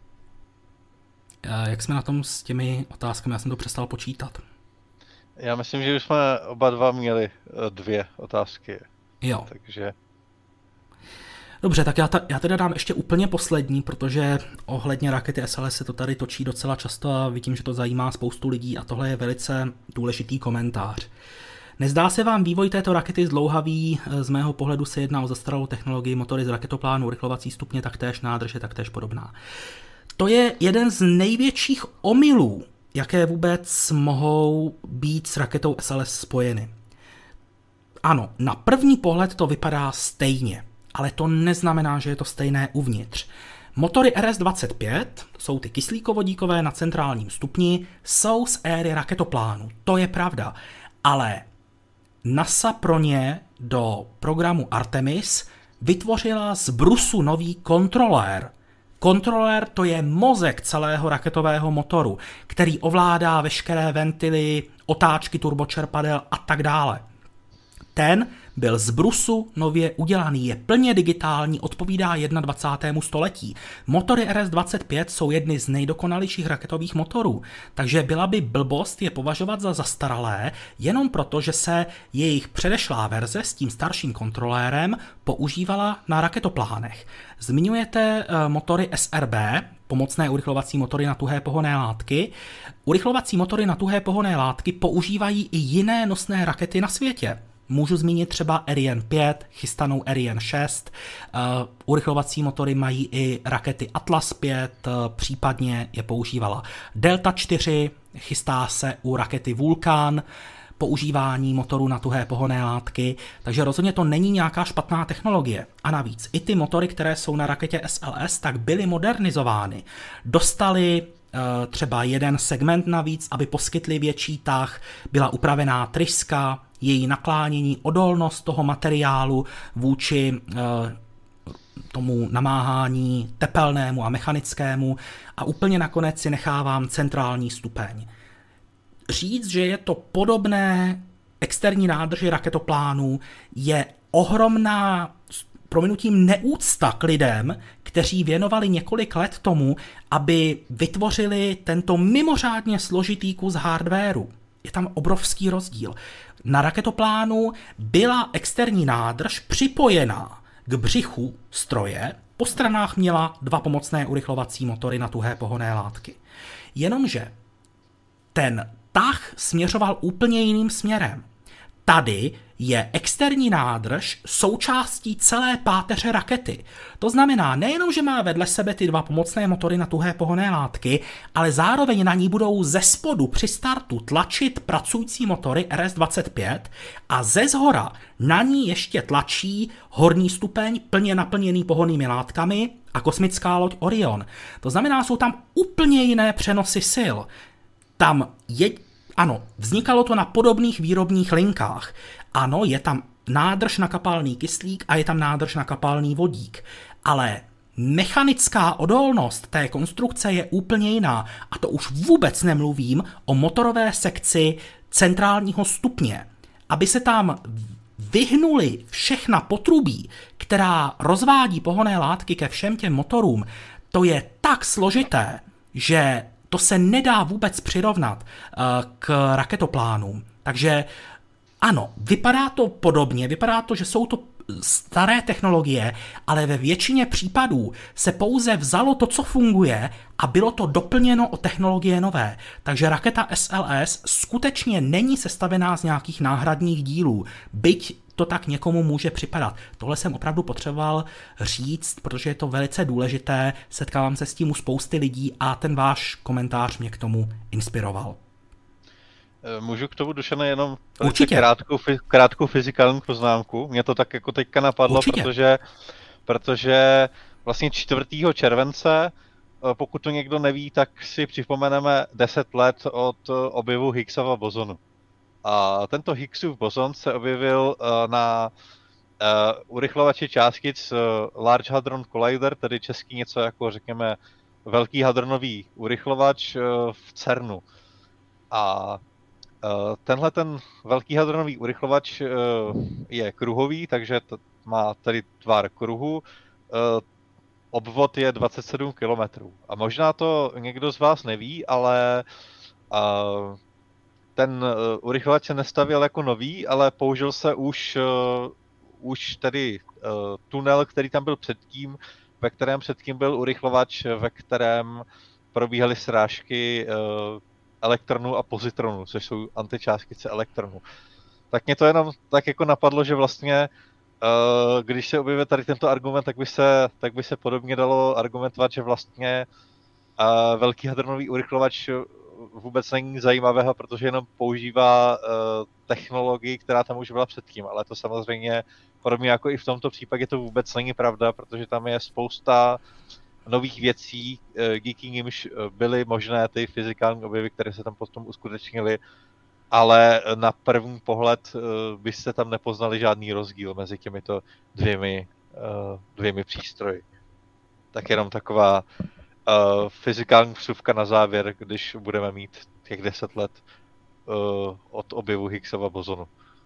Jak jsme na tom s těmi otázkami? Já jsem to přestal počítat. Já myslím, že už jsme oba dva měli dvě otázky. Jo. Takže... Dobře, tak já, ta, já teda dám ještě úplně poslední, protože ohledně rakety S L S se to tady točí docela často a vidím, že to zajímá spoustu lidí a tohle je velice důležitý komentář. Nezdá se vám vývoj této rakety zdlouhavý? Z mého pohledu se jedná o zastaralou technologii, motory z raketoplánu, urychlovací stupně, taktéž nádrž je taktéž podobná. To je jeden z největších omylů, jaké vůbec mohou být s raketou S L S spojeny. Ano, na první pohled to vypadá stejně, ale to neznamená, že je to stejné uvnitř. Motory R S dvacet pět, to jsou ty kyslíkovodíkové na centrálním stupni, jsou z éry raketoplánu, to je pravda, ale NASA pro ně do programu Artemis vytvořila z brusu nový kontrolér. Kontrolér to je mozek celého raketového motoru, který ovládá veškeré ventily, otáčky turbočerpadel a tak dále. Ten byl z brusu nově udělaný, je plně digitální, odpovídá dvacátému prvnímu století. Motory R S dvacet pět jsou jedny z nejdokonalejších raketových motorů, takže byla by blbost je považovat za zastaralé, jenom proto, že se jejich předešlá verze s tím starším kontrolérem používala na raketoplánech. Zmiňujete motory S R B, pomocné urychlovací motory na tuhé pohonné látky. Urychlovací motory na tuhé pohonné látky používají i jiné nosné rakety na světě. Můžu zmínit třeba Ariane pět, chystanou Ariane šest, uh, urychlovací motory mají i rakety Atlas pět, uh, případně je používala Delta čtyři, chystá se u rakety Vulcan, používání motorů na tuhé pohonné látky, takže rozhodně to není nějaká špatná technologie. A navíc i ty motory, které jsou na raketě S L S, tak byly modernizovány. Dostali uh, třeba jeden segment navíc, aby poskytli větší tah, byla upravená tryska, její naklánění, odolnost toho materiálu vůči e, tomu namáhání tepelnému a mechanickému a úplně nakonec si nechávám centrální stupeň. Říct, že je to podobné externí nádrži raketoplánu, je ohromná prominutím neúcta k lidem, kteří věnovali několik let tomu, aby vytvořili tento mimořádně složitý kus hardwaru. Je tam obrovský rozdíl. Na raketoplánu byla externí nádrž připojená k břichu stroje, po stranách měla dva pomocné urychlovací motory na tuhé pohonné látky. Jenomže ten tah směřoval úplně jiným směrem. Tady je externí nádrž součástí celé páteře rakety. To znamená nejenom, že má vedle sebe ty dva pomocné motory na tuhé pohonné látky, ale zároveň na ní budou ze spodu při startu tlačit pracující motory R S dvacet pět a ze zhora na ní ještě tlačí horní stupeň plně naplněný pohonnými látkami a kosmická loď Orion. To znamená, jsou tam úplně jiné přenosy sil. Tam je... Ano, vznikalo to na podobných výrobních linkách. Ano, je tam nádrž na kapalný kyslík a je tam nádrž na kapalný vodík. Ale mechanická odolnost té konstrukce je úplně jiná. A to už vůbec nemluvím o motorové sekci centrálního stupně. Aby se tam vyhnuli všechna potrubí, která rozvádí pohonné látky ke všem těm motorům, to je tak složité, že to se nedá vůbec přirovnat uh, k raketoplánům. Takže ano, vypadá to podobně, vypadá to, že jsou to staré technologie, ale ve většině případů se pouze vzalo to, co funguje a bylo to doplněno o technologie nové. Takže raketa S L S skutečně není sestavená z nějakých náhradních dílů, byť to tak někomu může připadat. Tohle jsem opravdu potřeboval říct, protože je to velice důležité, setkávám se s tím u spousty lidí a ten váš komentář mě k tomu inspiroval. Můžu k tomu, Dušane, jenom krátkou, krátkou fyzikální poznámku. Mě to tak jako teďka napadlo, protože, protože vlastně čtvrtého července, pokud to někdo neví, tak si připomeneme deset let od objevu Higgsova bozonu. A tento Higgsův bozon se objevil na urychlovači částic Large Hadron Collider, tedy český něco jako, řekněme, velký hadronový urychlovač v CERNu. A tenhle ten velký hadronový urychlovač je kruhový, takže má tady tvar kruhu. Obvod je dvacet sedm kilometrů. A možná to někdo z vás neví, ale ten urychlovač se nestavěl jako nový, ale použil se už, už tedy uh, tunel, který tam byl předtím, ve kterém předtím byl urychlovač, ve kterém probíhaly srážky uh, elektronů a pozitronů, což jsou antičástice elektronů. Tak mě to jenom tak jako napadlo, že vlastně uh, když se objevil tady tento argument, tak by se, tak by se podobně dalo argumentovat, že vlastně uh, velký hadronový urychlovač vůbec není zajímavého, protože jenom používá uh, technologii, která tam už byla předtím, ale to samozřejmě podobně jako i v tomto případě to vůbec není pravda, protože tam je spousta nových věcí, uh, díky nimž byly možné ty fyzikální objevy, které se tam potom uskutečnily, ale na první pohled uh, byste tam nepoznali žádný rozdíl mezi těmito dvěmi, uh, dvěmi přístroji. Tak jenom taková Uh, fyzikální vsuvka na závěr, když budeme mít těch deset let uh, od objevu Higgsova bozonu.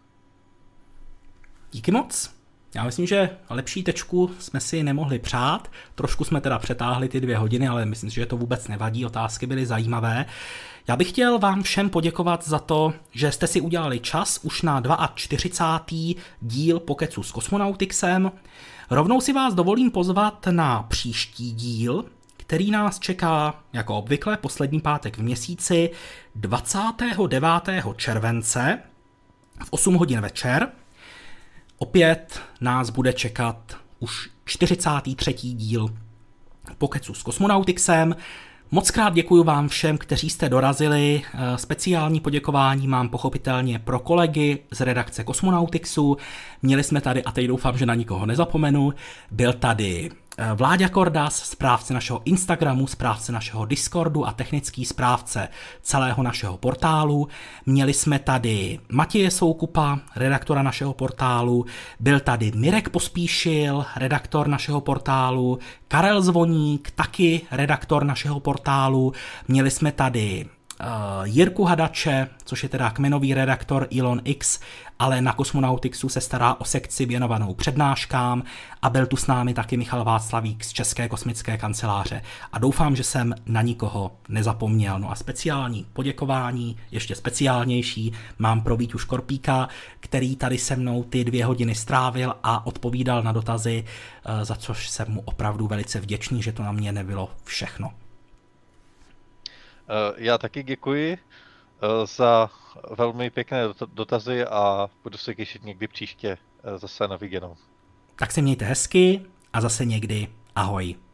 Díky moc. Já myslím, že lepší tečku jsme si nemohli přát. Trošku jsme teda přetáhli ty dvě hodiny, ale myslím si, že to vůbec nevadí. Otázky byly zajímavé. Já bych chtěl vám všem poděkovat za to, že jste si udělali čas už na čtyřicátý druhý díl Pokecu s Cosmonauticsem. Rovnou si vás dovolím pozvat na příští díl, který nás čeká, jako obvykle, poslední pátek v měsíci, dvacátého devátého července v osm hodin večer. Opět nás bude čekat už čtyřicátý třetí díl Pokecu s Cosmonauticsem. Moc krát děkuji vám všem, kteří jste dorazili. Speciální poděkování mám pochopitelně pro kolegy z redakce Cosmonautixu. Měli jsme tady, a teď doufám, že na nikoho nezapomenu, byl tady Vláďa Kordas, správce našeho Instagramu, správce našeho Discordu a technický správce celého našeho portálu. Měli jsme tady Matěje Soukupa, redaktora našeho portálu, byl tady Mirek Pospíšil, redaktor našeho portálu, Karel Zvoník, taky redaktor našeho portálu. Měli jsme tady uh, Jirku Hadače, což je teda kmenový redaktor Elon X, ale na Cosmonautixu se stará o sekci věnovanou přednáškám a byl tu s námi taky Michal Václavík z České kosmické kanceláře. A doufám, že jsem na nikoho nezapomněl. No a speciální poděkování, ještě speciálnější, mám pro Víťu Škorpíka, který tady se mnou ty dvě hodiny strávil a odpovídal na dotazy, za což jsem mu opravdu velice vděčný, že to na mě nebylo všechno. Já taky děkuji za velmi pěkné dotazy a budu se těšit někdy příště zase na viděnou. Tak se mějte hezky a zase někdy ahoj.